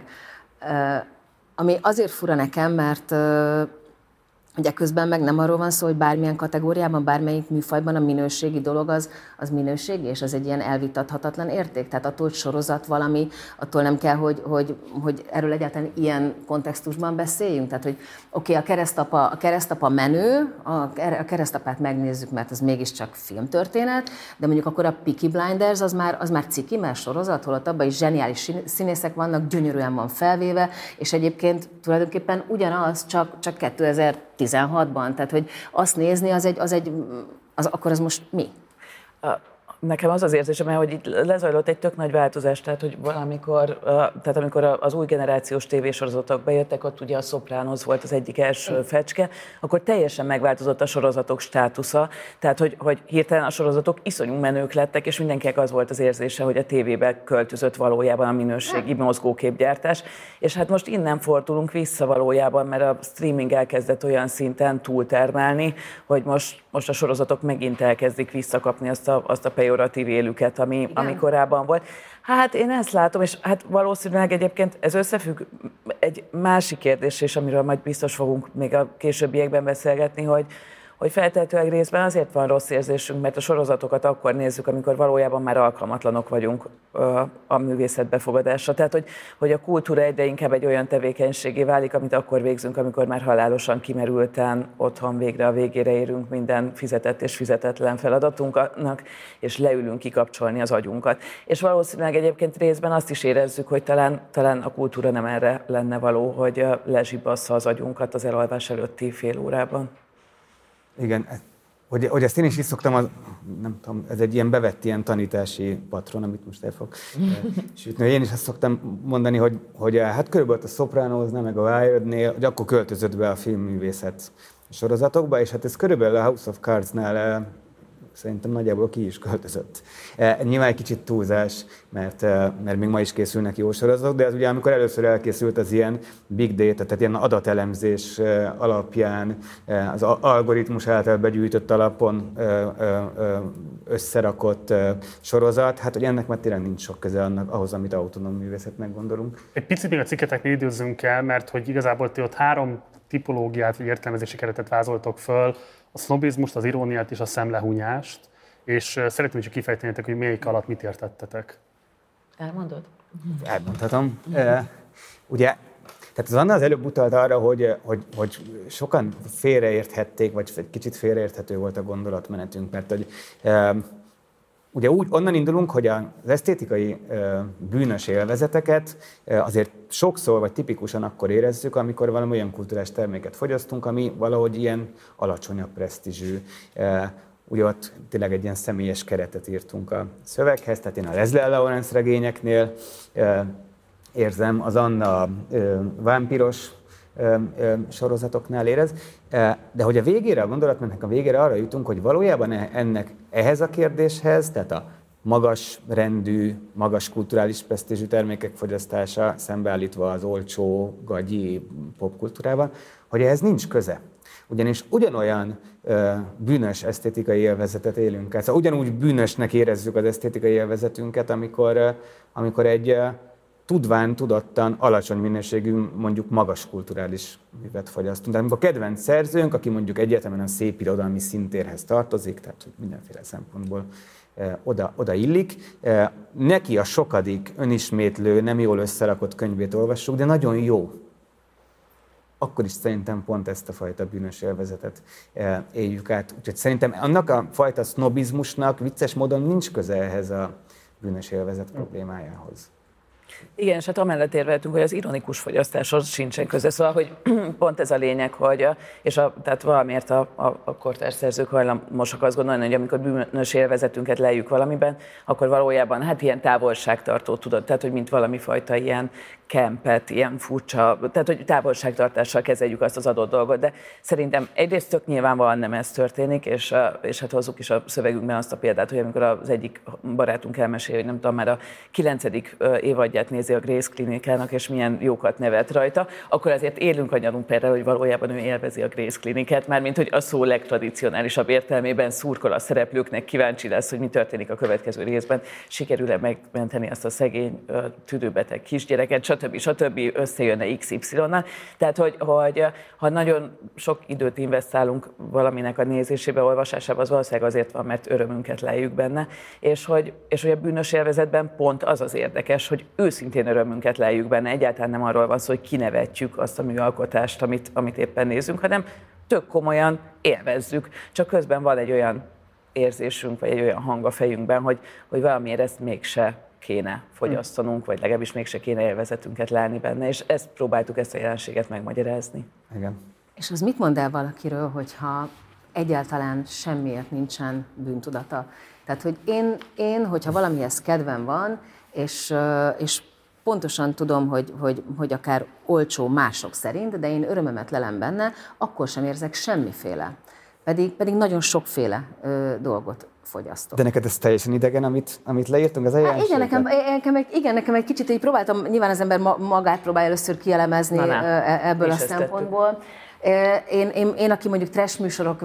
Ami azért fura nekem, mert uh, ugye közben meg nem arról van szó, hogy bármilyen kategóriában, bármelyik műfajban a minőségi dolog az, az minőségi, és az egy ilyen elvitathatatlan érték. Tehát attól, hogy sorozat valami, attól nem kell, hogy, hogy, hogy erről egyáltalán ilyen kontextusban beszéljünk. Tehát, hogy oké, okay, a keresztapa, a keresztapa menő, a, a keresztapát megnézzük, mert az mégiscsak filmtörténet, de mondjuk akkor a Peaky Blinders az már, az már ciki, mert sorozat, holott abban is zseniális színészek vannak, gyönyörűen van felvéve, és egyébként tulajdonképpen ugyanaz, csak, csak kétezer-tizenhatban. Tehát, hogy azt nézni, az egy, az egy az, akkor az most mi? Nekem az az érzésem, hogy itt lezajlott egy tök nagy változás, tehát hogy valamikor, tehát amikor az új generációs tévésorozatok bejöttek, ott ugye a Sopranos volt az egyik első fecske, akkor teljesen megváltozott a sorozatok státusza, tehát hogy, hogy hirtelen a sorozatok iszonyú menők lettek, és mindenkinek az volt az érzése, hogy a tévébe költözött valójában a minőségi mozgóképgyártás, és hát most innen fordulunk vissza valójában, mert a streaming elkezdett olyan szinten túltermelni, hogy most, most a sorozatok megint elkezdik visszakapni azt a, azt a pejoratív élüket, ami, ami korábban volt. Hát én ezt látom, és hát valószínűleg egyébként ez összefügg egy másik kérdés is, amiről majd biztos fogunk még a későbbiekben beszélgetni, hogy, hogy feltehetőleg részben azért van rossz érzésünk, mert a sorozatokat akkor nézzük, amikor valójában már alkalmatlanok vagyunk a művészet befogadásra. Tehát, hogy, hogy a kultúra egyre inkább egy olyan tevékenységé válik, amit akkor végzünk, amikor már halálosan kimerülten otthon végre a végére érünk minden fizetett és fizetetlen feladatunknak, és leülünk kikapcsolni az agyunkat. És valószínűleg egyébként részben azt is érezzük, hogy talán, talán a kultúra nem erre lenne való, hogy lezsibbassza az agyunkat az elalvás előtti fél órában. Igen, hogy, hogy ezt én is is szoktam, az, nem tudom, ez egy ilyen bevett ilyen tanítási patron, amit most el fog sütni. Én is azt szoktam mondani, hogy, hogy hát körülbelül a Sopranosnál, meg a Wirednél, hogy akkor költözött be a filmművészet sorozatokba, és hát ez körülbelül a House of Cardsnál szerintem nagyjából ki is költözött. Nyilván egy kicsit túlzás, mert, mert még ma is készülnek jó sorozatok, de az ugye amikor először elkészült az ilyen big data, tehát ilyen adatelemzés alapján, az algoritmus által begyűjtött alapon összerakott sorozat, hát hogy ennek már tényleg nincs sok köze annak, ahhoz, amit autonóm művészetnek gondolunk. Egy picit még a cikketeknél időzzünk el, mert hogy igazából ti ott három tipológiát vagy értelmezési keretet vázoltok föl, a sznobizmust, az iróniát és a szemlehúnyást, és szeretném csak kifejtenétek, hogy melyik alatt mit értettetek. Elmondod? Elmondhatom. Uh, ugye, tehát az Anna az előbb utalt arra, hogy, hogy, hogy sokan félreérthették, vagy egy kicsit félreérthető volt a gondolatmenetünk, mert hogy uh, ugye úgy onnan indulunk, hogy az esztétikai uh, bűnös élvezeteket uh, azért sokszor, vagy tipikusan akkor érezzük, amikor valami olyan kulturális terméket fogyasztunk, ami valahogy ilyen alacsonyabb presztízsű. Uh, ugye ott tényleg egy ilyen személyes keretet írtunk a szöveghez, tehát én a Leslie Lawrence regényeknél érzem, az Anna vámpiros sorozatoknál érez, de hogy a végére, a gondolatmenetnek a végére arra jutunk, hogy valójában ennek ehhez a kérdéshez, tehát a magas rendű, magas kulturális presztízsű termékek fogyasztása szembeállítva az olcsó, gagyi popkultúrával, hogy ehhez nincs köze. Ugyanis ugyanolyan uh, bűnös esztétikai élvezetet élünk el. Szóval ugyanúgy bűnösnek érezzük az esztétikai élvezetünket, amikor, uh, amikor egy uh, tudván, tudottan, alacsony minőségű, mondjuk magas kulturális művet fogyasztunk. Tehát amikor a kedvenc szerzőnk, aki mondjuk egyértelműen a szép irodalmi szintérhez tartozik, tehát mindenféle szempontból uh, oda, oda illik, uh, neki a sokadik önismétlő, nem jól összerakott könyvét olvassuk, de nagyon jó. Akkor is szerintem pont ezt a fajta bűnös élvezetet éljük át. Úgyhogy szerintem annak a fajta sznobizmusnak vicces módon nincs köze ehhez a bűnös élvezet problémájához. Igen, és hát amellett érveltünk, hogy az ironikus fogyasztáshoz sincsen köze. Szóval, hogy pont ez a lényeg, hogy és a, tehát valamiért a, a, a kortárs szerzők hajlamosak azt gondolni, hogy amikor bűnös élvezetünket lejjük valamiben, akkor valójában hát ilyen távolságtartó, tudod, tehát hogy mint valami fajta ilyen kempet, ilyen furcsa, tehát hogy távolságtartással kezeljük azt az adott dolgot, de szerintem egyrészt tök nyilvánvalóan nem ez történik, és, és hát hozzuk is a szövegünkben azt a példát, hogy amikor az egyik barátunk elmesél, hogy nem tudom, már a kilencedik évadját nézi a Grace Klinikának, és milyen jókat nevet rajta, akkor azért élünk a nyarunk perre, hogy valójában ő élvezi a Grace Klinikát, mármint hogy a szó legtradicionálisabb értelmében szurkol a szereplőknek, kíváncsi lesz, hogy mi történik a következő részben, sikerül-e megmenteni azt a szegény tüdőbeteg kisgyereket, stb. stb. Összejönne iksz ipszilonnal. Tehát, hogy, hogy ha nagyon sok időt investálunk valaminek a nézésébe, olvasásába, az valószínűleg azért van, mert örömünket lejjük benne, és hogy, és hogy a bűnös élvezetben pont az az érdekes, hogy őszintén örömünket lejjük benne. Egyáltalán nem arról van szó, hogy kinevetjük azt a műalkotást, amit, amit éppen nézünk, hanem tök komolyan élvezzük. Csak közben van egy olyan érzésünk, vagy egy olyan hang a fejünkben, hogy, hogy valamiért ezt mégse kéne fogyasztanunk, vagy legalábbis mégse kéne élvezetünket lelni benne, és ezt próbáltuk, ezt a jelenséget megmagyarázni. Igen. És az mit mond el valakiről, hogyha egyáltalán semmiért nincsen bűntudata? Tehát, hogy én, én hogyha valamihez kedvem van, és, és pontosan tudom, hogy, hogy, hogy akár olcsó mások szerint, de én örömömet lelem benne, akkor sem érzek semmiféle. Pedig, pedig nagyon sokféle ö, dolgot fogyasztok. De neked ez teljesen idegen, amit, amit leírtunk az eljelenséget? Igen, nekem, nekem, igen, nekem egy kicsit így próbáltam, nyilván az ember magát próbálja először kielemezni Na, ebből a szempontból. Én, én, én, aki mondjuk trash műsorok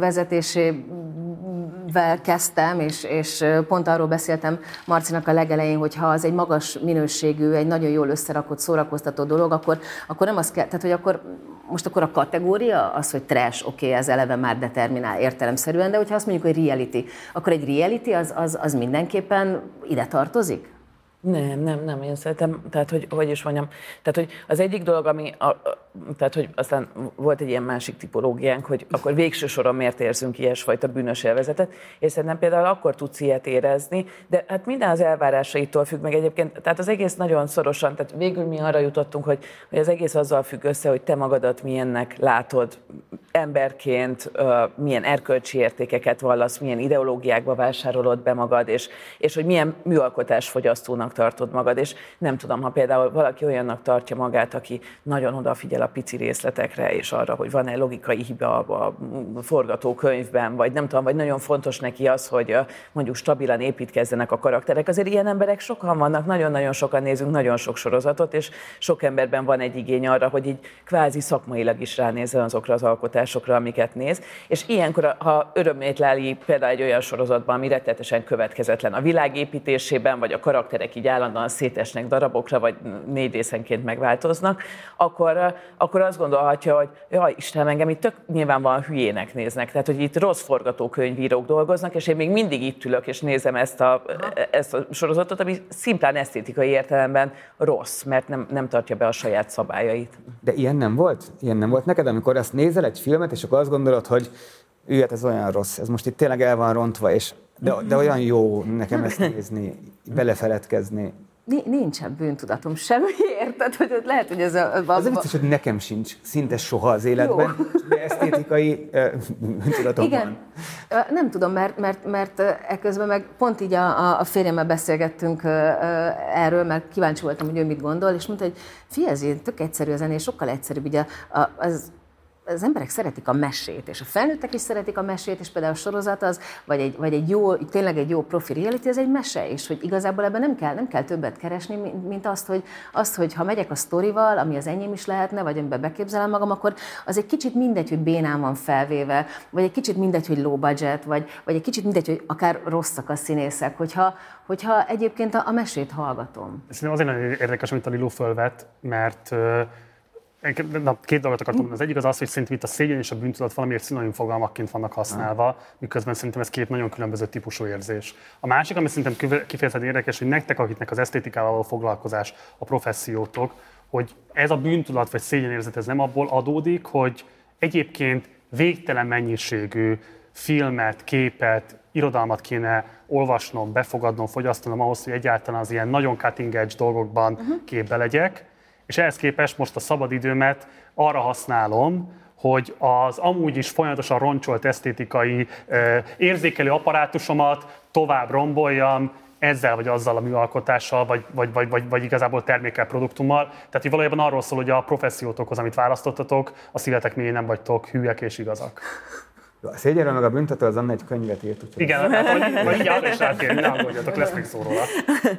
vezetésével kezdtem, és, és pont arról beszéltem Marcinak a legelején, hogy ha az egy magas minőségű, egy nagyon jól összerakott, szórakoztató dolog, akkor, akkor nem az kell, tehát hogy akkor most akkor a kategória az, hogy trash, oké, okay, ez eleve már determinál értelemszerűen, de hogyha azt mondjuk, hogy reality, akkor egy reality az, az, az mindenképpen ide tartozik? Nem, nem, nem, én szerintem, tehát hogy, hogy is mondjam, tehát hogy az egyik dolog, ami, a, a, tehát hogy aztán volt egy ilyen másik tipológiánk, hogy akkor végső soron miért érzünk ilyesfajta bűnös élvezetet, és szerintem például akkor tudsz ilyet érezni, de hát minden az elvárásaitól függ meg egyébként, tehát az egész nagyon szorosan, tehát végül mi arra jutottunk, hogy, hogy az egész azzal függ össze, hogy te magadat milyennek látod emberként, milyen erkölcsi értékeket vallasz, milyen ideológiákba vásárolod be magad, és, és hogy milyen műalkotásfogyasztónak tartod magad, és nem tudom, ha például valaki olyannak tartja magát, aki nagyon odafigyel a pici részletekre, és arra, hogy van-e logikai hiba a forgatókönyvben, vagy nem tudom, vagy nagyon fontos neki az, hogy mondjuk stabilan építkezzenek a karakterek. Azért ilyen emberek sokan vannak, nagyon-nagyon sokan nézünk nagyon sok sorozatot, és sok emberben van egy igény arra, hogy így kvázi szakmailag is ránézzen azokra az alkotásokra, amiket néz. És ilyenkor, ha örömét leli például egy olyan sorozatban, ami rettenetesen következetlen a világépítésében, vagy a karakterek így állandóan szétesnek darabokra, vagy négy részenként megváltoznak, akkor, akkor azt gondolhatja, hogy jaj, Istenem, engem itt tök nyilvánvalóan hülyének néznek. Tehát, hogy itt rossz forgatókönyvírók dolgoznak, és én még mindig itt ülök, és nézem ezt a, ezt a sorozatot, ami szimplán esztétikai értelemben rossz, mert nem, nem tartja be a saját szabályait. De ilyen nem volt? Ilyen nem volt neked, amikor azt nézel egy filmet, és akkor azt gondolod, hogy ő, hát ez olyan rossz, ez most itt tényleg el van rontva, és de, de olyan jó nekem ezt nézni, belefeledkezni. Nincsen bűntudatom semmiért, tehát hogy lehet, hogy ez a... a, a... Az biztos, hogy nekem sincs szinte soha az életben, jó. De esztétikai uh, bűntudatom igen. van. Nem tudom, mert, mert, mert ekközben meg pont így a, a férjemmel beszélgettünk erről, mert kíváncsi voltam, hogy ő mit gondol, és mondta, hogy figyelj, ez tök egyszerű a zené, sokkal egyszerűbb, ugye az, az emberek szeretik a mesét, és a felnőttek is szeretik a mesét, és például a sorozat az, vagy egy, vagy egy jó, tényleg egy jó profi reality, ez egy mese, és hogy igazából ebben nem kell, nem kell többet keresni, mint azt, hogy, azt, hogy ha megyek a sztorival, ami az enyém is lehetne, vagy amiben beképzelem magam, akkor az egy kicsit mindegy, hogy bénán van felvéve, vagy egy kicsit mindegy, hogy low budget, vagy, vagy egy kicsit mindegy, hogy akár rosszak a színészek, hogyha, hogyha egyébként a, a mesét hallgatom. Szerintem azért nagyon érdekes, amit a Lilu fölvet, mert Na, két dolgot akartam mondani. Az egyik az az, hogy szerintem itt a szégyen és a bűntudat valamiért szinonim fogalmakként vannak használva, miközben szerintem ez két nagyon különböző típusú érzés. A másik, ami szerintem kifejezetten érdekes, hogy nektek, akiknek az esztétikával való foglalkozás a professziótok, hogy ez a bűntudat vagy szégyenérzet ez nem abból adódik, hogy egyébként végtelen mennyiségű filmet, képet, irodalmat kéne olvasnom, befogadnom, fogyasztanom ahhoz, hogy egyáltalán az ilyen nagyon cutting edge dolgokban uh-huh. képbe legyek. És ehhez képest most a szabadidőmet arra használom, hogy az amúgy is folyamatosan roncsolt esztétikai érzékelő apparátusomat tovább romboljam, ezzel vagy azzal a műalkotással, vagy, vagy, vagy, vagy, vagy igazából termékkel, produktummal. Tehát, hogy valójában arról szól, hogy a professziótokhoz, amit választottatok, a szívetek mélyén nem vagytok hűek és igazak. A szégyenről meg a büntető az Anna egy könyvet írt. Úgyhogy... Igen, hát, vagy így arra is rátérni, ne aggódjatok, lesz még szó róla.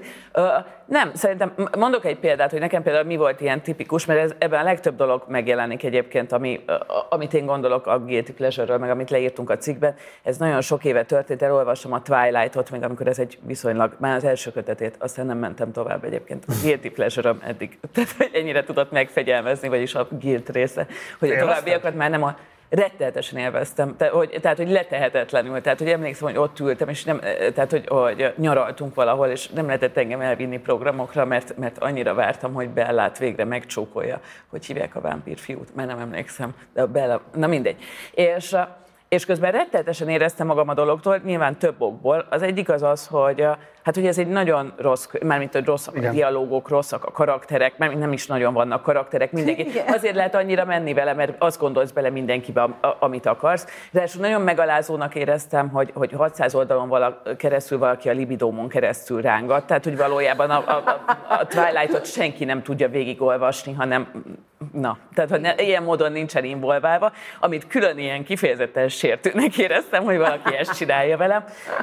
uh, nem, szerintem mondok egy példát, hogy nekem például mi volt ilyen tipikus, mert ez, ebben a legtöbb dolog megjelenik egyébként, ami, uh, amit én gondolok a Guilty Pleasure-ről, meg amit leírtunk a cikkben. Ez nagyon sok éve történt, elolvasom a Twilight-ot, még amikor ez egy viszonylag, már az első kötetét, aztán nem mentem tovább egyébként. A Guilty Pleasure-öm eddig, tehát hogy ennyire tudott megfegyelmezni, vagyis a guilt része, hogy a továbbiakat már nem a rettenetesen élveztem, Te, hogy, tehát hogy letehetetlenül, tehát hogy emlékszem, hogy ott ültem, és nem, tehát hogy, hogy nyaraltunk valahol, és nem lehetett engem elvinni programokra, mert, mert annyira vártam, hogy Bellát végre megcsókolja, hogy hívják a vámpír fiút, mert nem emlékszem, de a Bella, na mindegy. És, és közben rettenetesen éreztem magam a dologtól, nyilván több okból. Az egyik az az, hogy hát ugye ez egy nagyon rossz, mármint hogy rosszak a dialógok, rosszak a karakterek, mert nem is nagyon vannak karakterek, mindenki. Azért lehet annyira menni vele, mert azt gondolsz bele mindenkibe, amit akarsz. De és nagyon megalázónak éreztem, hogy, hogy hatszáz oldalon vala, keresztül valaki a libidómon keresztül rángat, tehát hogy valójában a, a, a Twilight-ot senki nem tudja végigolvasni, hanem na, tehát hogy ne, ilyen módon nincsen involválva, amit külön ilyen kifejezetten sértőnek éreztem, hogy valaki ezt csinálja velem.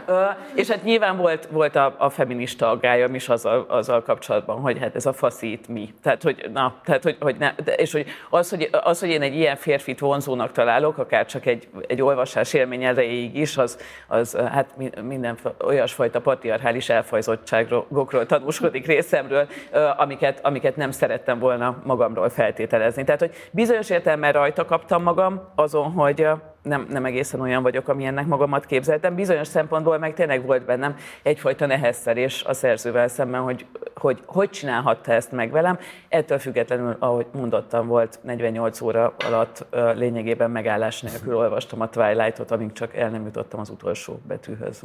És hát nyilván volt, volt a, a feminista aggályom is azzal, azzal kapcsolatban, hogy hát ez a faszít mi. Tehát, hogy na, tehát, hogy, hogy ne, és hogy az, hogy az, hogy én egy ilyen férfit vonzónak találok, akár csak egy, egy olvasás élmény erejéig is, az, az hát minden olyasfajta patriarchális elfajzottságokról tanúskodik részemről, amiket, amiket nem szerettem volna magamról feltételezni. Tehát, hogy bizonyos értelemben rajta kaptam magam azon, hogy nem, nem egészen olyan vagyok, amilyennek magamat képzeltem. Bizonyos szempontból meg tényleg volt bennem egyfajta nehezszerés a szerzővel szemben, hogy hogy, hogy csinálhatta ezt meg velem. Ettől függetlenül, ahogy mondottam, volt negyvennyolc óra alatt lényegében megállás nélkül olvastam a Twilight-ot, amíg csak el nem jutottam az utolsó betűhöz.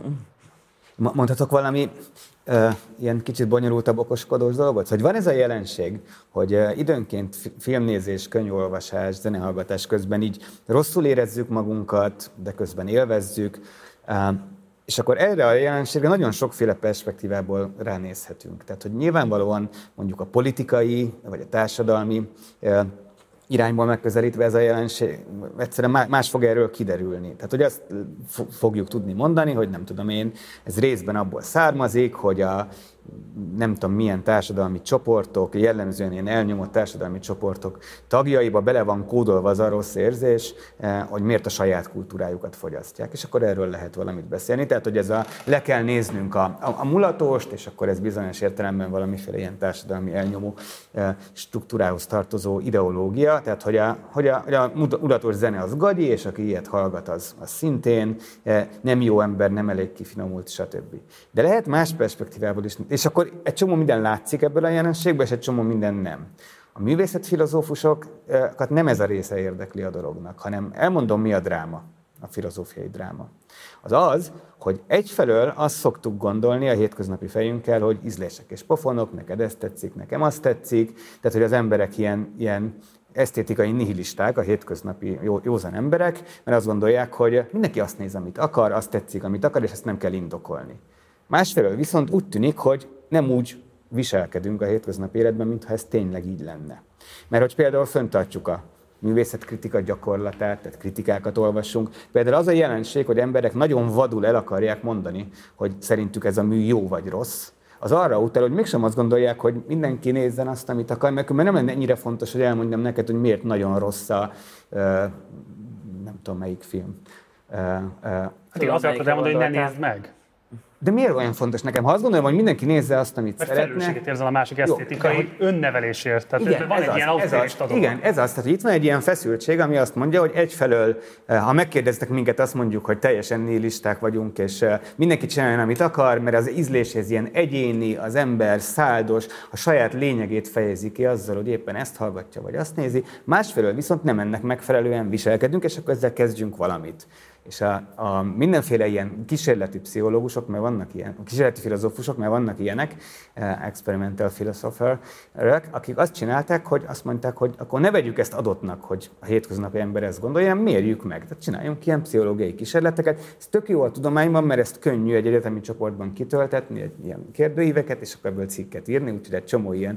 Mondhatok valami uh, ilyen kicsit bonyolultabb, okoskodós dolgot? Hogy van ez a jelenség, hogy uh, időnként filmnézés, könyvolvasás, zenehallgatás közben így rosszul érezzük magunkat, de közben élvezzük, uh, és akkor erre a jelenségre nagyon sokféle perspektívából ránézhetünk. Tehát, hogy nyilvánvalóan mondjuk a politikai, vagy a társadalmi uh, irányból megközelítve ez a jelenség, egyszerűen más fog erről kiderülni. Tehát, hogy azt fogjuk tudni mondani, hogy nem tudom én, ez részben abból származik, hogy a nem tudom milyen társadalmi csoportok, jellemzően ilyen elnyomott társadalmi csoportok tagjaiba bele van kódolva az a rossz érzés, hogy miért a saját kultúrájukat fogyasztják. És akkor erről lehet valamit beszélni. Tehát, hogy ez a, le kell néznünk a, a, a mulatóst, és akkor ez bizonyos értelemben valamiféle ilyen társadalmi elnyomó struktúrához tartozó ideológia. Tehát, hogy a, hogy a, hogy a mulatós zene az gagyi, és aki ilyet hallgat, az, az szintén nem jó ember, nem elég kifinomult, stb. De lehet más perspektívából is. És akkor egy csomó minden látszik ebből a jelenségből, és egy csomó minden nem. A művészetfilozófusokat nem ez a része érdekli a dolognak, hanem elmondom, mi a dráma. a filozófiai dráma. Az az, hogy egyfelől azt szoktuk gondolni a hétköznapi fejünkkel, hogy ízlések és pofonok, neked ezt tetszik, nekem azt tetszik, tehát hogy az emberek ilyen, ilyen esztétikai nihilisták, a hétköznapi jó, józan emberek, mert azt gondolják, hogy mindenki azt néz, amit akar, azt tetszik, amit akar, és ezt nem kell indokolni. Másfelől viszont úgy tűnik, hogy nem úgy viselkedünk a hétköznapi életben, mintha ez tényleg így lenne. Mert hogy például fenntartjuk a művészetkritika gyakorlatát, tehát kritikákat olvassunk. Például az a jelenség, hogy emberek nagyon vadul el akarják mondani, hogy szerintük ez a mű jó vagy rossz, az arra utal, hogy mégsem azt gondolják, hogy mindenki nézzen azt, amit akar, mert nem lenne ennyire fontos, hogy elmondjam neked, hogy miért nagyon rossz a, nem tudom melyik film. Hát azt akarod elmondani, hogy ne nézd meg. De miért olyan fontos nekem? Ha azt gondolom, hogy mindenki nézze azt, amit mert szeretne... Mert felelősséget érzel a másik esztétikai hogy... önnevelésért. Tehát igen, van egy az, ilyen autorista dolog. Igen, ez az. Tehát itt van egy ilyen feszültség, ami azt mondja, hogy egyfelől, ha megkérdeztek minket, azt mondjuk, hogy teljesen nihilisták vagyunk, és mindenki csinálja, amit akar, mert az ízléshez ilyen egyéni, az ember száldos, a saját lényegét fejezi ki azzal, hogy éppen ezt hallgatja, vagy azt nézi. Másfelől viszont nem ennek megfelelően viselkedünk, és akkor ezzel kezdjünk valamit. És a, a mindenféle ilyen kísérleti pszichológusok, mert vannak ilyen, kísérleti filozófusok, mert vannak ilyenek, experimental philosopherök, akik azt csinálták, hogy azt mondták, hogy akkor ne vegyük ezt adottnak, hogy a hétköznapi ember ezt gondolja, hanem mérjük meg. Tehát csináljunk ilyen pszichológiai kísérleteket. Ez tök jó a tudományban, mert ezt könnyű egy egyetemi csoportban kitöltetni, egy ilyen kérdőíveket, és akkor ebből cikket írni, úgyhogy egy csomó ilyen.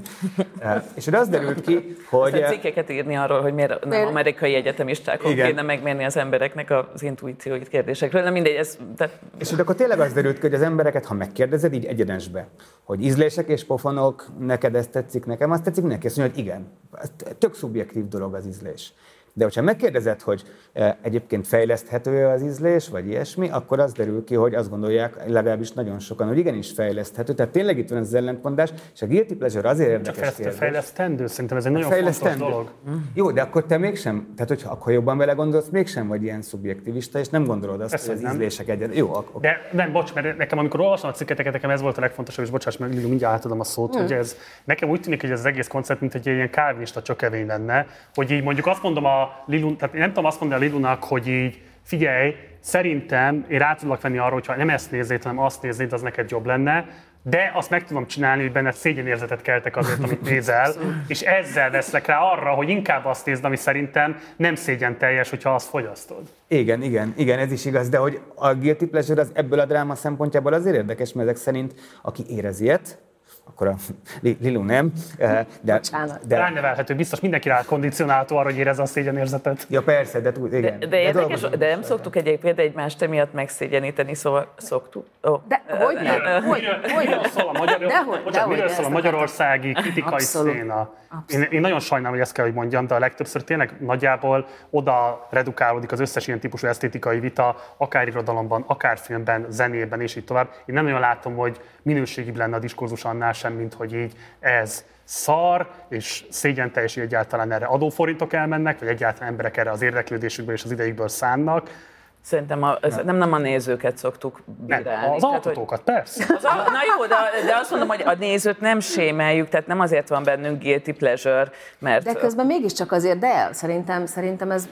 És az derült ki, hogy... Aztán cikkeket írni arról, hogy miért nem amerikai egyetemistákon kéne megmérni az embereknek az intuícióit kérdésekről, nem mindegy, ez... Tehát... És akkor tényleg az derült ki, hogy az embereket, ha megkérdezed, így egyenesbe, hogy ízlések és pofonok, neked ezt tetszik, nekem azt tetszik, neki azt mondja, hogy igen. Tök szubjektív dolog az ízlés. De hogyha megkérdezed, hogy egyébként fejleszthető az ízlés, vagy ilyesmi, akkor az derül ki, hogy azt gondolják, legalábbis nagyon sokan, hogy igenis fejleszthető. Tehát tényleg itt van ez az ellentmondás, és a guilty pleasure azért érdekes kérdés. Csak fejlesztendő, szerintem ez egy nagyon fontos dolog. Jó, de akkor te mégsem, tehát hogyha akkor jobban vele gondolsz, mégsem vagy ilyen szubjektivista, és nem gondolod azt, Persze, hogy az nem. ízlések egyen. Jó, akkor. De nem, bocs, mert nekem amikor olvasom a cikketeket, nekem ez volt a legfontosabb, és bocsáss meg, mindjárt átadom a szót, hmm. hogy ez nekem úgy tűnik, hogy ez az egész koncept, mint egy ilyen kálvinista csökevény lenne, hogy így mondjuk azt mondom a Lilun, tehát én nem tudom azt mondani a Lilunak, hogy így figyelj, szerintem én rá tudlak venni arra, hogyha nem ezt nézzéd, hanem azt nézzéd, az neked jobb lenne, de azt meg tudom csinálni, hogy benned szégyenérzetet keltek azért, amit nézel, és ezzel veszlek rá arra, hogy inkább azt nézd, ami szerintem nem szégyen teljes, hogyha azt fogyasztod. Igen, igen, igen, ez is igaz, de hogy a guilty pleasure az ebből a dráma szempontjából azért érdekes, mert ezek szerint, aki érez ilyet, akkor a Lilu nem, de... de ránevelhető, biztos mindenki rá kondicionálható arra, hogy érezze a szégyenérzetet. Ja persze, de tud, igen. De, de, érdekes, de, de nem szoktuk egyébként egymást emiatt megszégyeníteni, szóval szoktuk. Oh. De hogy nem? Miről szól a, magyar, bocsánat, miről szól a magyarországi kritikai Abszolút. széna? Én, én nagyon sajnálom, hogy ezt kell, hogy mondjam, de a legtöbbször tényleg nagyjából oda redukálódik az összes ilyen típusú esztétikai vita, akár irodalomban, akár filmben, zenében, és így tovább. Én nem nagyon látom, hogy minőségibb lenne a diskurzus annál sem, mint hogy így ez szar, és szégyenteljes, hogy egyáltalán erre adóforintok elmennek, vagy egyáltalán emberek erre az érdeklődésükből és az idejükből szánnak. Szerintem a, nem. nem, nem a nézőket szoktuk bírálni. Nem, az alkotókat, persze. Az a, na jó, de, de azt mondom, hogy a nézőt nem sémeljük, tehát nem azért van bennünk guilty pleasure, mert... De közben mégiscsak azért, de szerintem, szerintem ez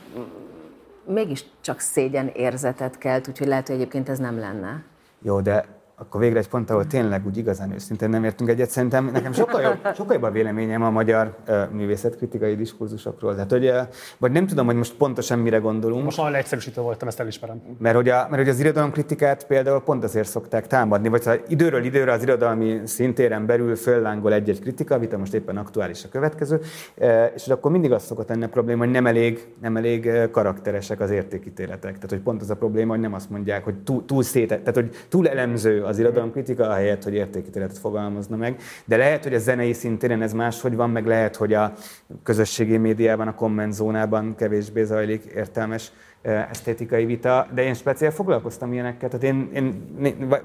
mégiscsak szégyen érzetet kelt, úgyhogy lehet, hogy egyébként ez nem lenne. Jó, de akkor végre egy pont, ahol tényleg úgy igazán őszintén nem értünk egyet. Szerintem nekem sokkal jobb, sokkal jobb a véleményem a magyar uh, művészetkritikai diskurzusokról. Tehát, hogy, uh, vagy nem tudom, hogy most pontosan mire gondolunk. Most nagyon leegyszerűsítő voltam, ezt elismerem. Mert hogy, a, mert hogy az irodalomkritikát például pont azért szokták támadni, vagy ha időről időre az irodalmi szintéren belül föllángol egy-egy kritika, vita most éppen aktuális a következő, uh, és akkor mindig az szokott lenni a probléma, hogy nem elég, nem elég karakteresek az értékítéletek. Tehát, hogy pont az a probléma, hogy nem azt mondják, hogy túl, túl szét, tehát, hogy túl elemző az irodalomkritika, ahelyett, hogy értékítéletet fogalmazna meg. De lehet, hogy a zenei szintéren ez máshogy van, meg lehet, hogy a közösségi médiában, a kommentzónában kevésbé zajlik értelmes esztétikai vita, de én speciál foglalkoztam ilyenekkel, tehát én, én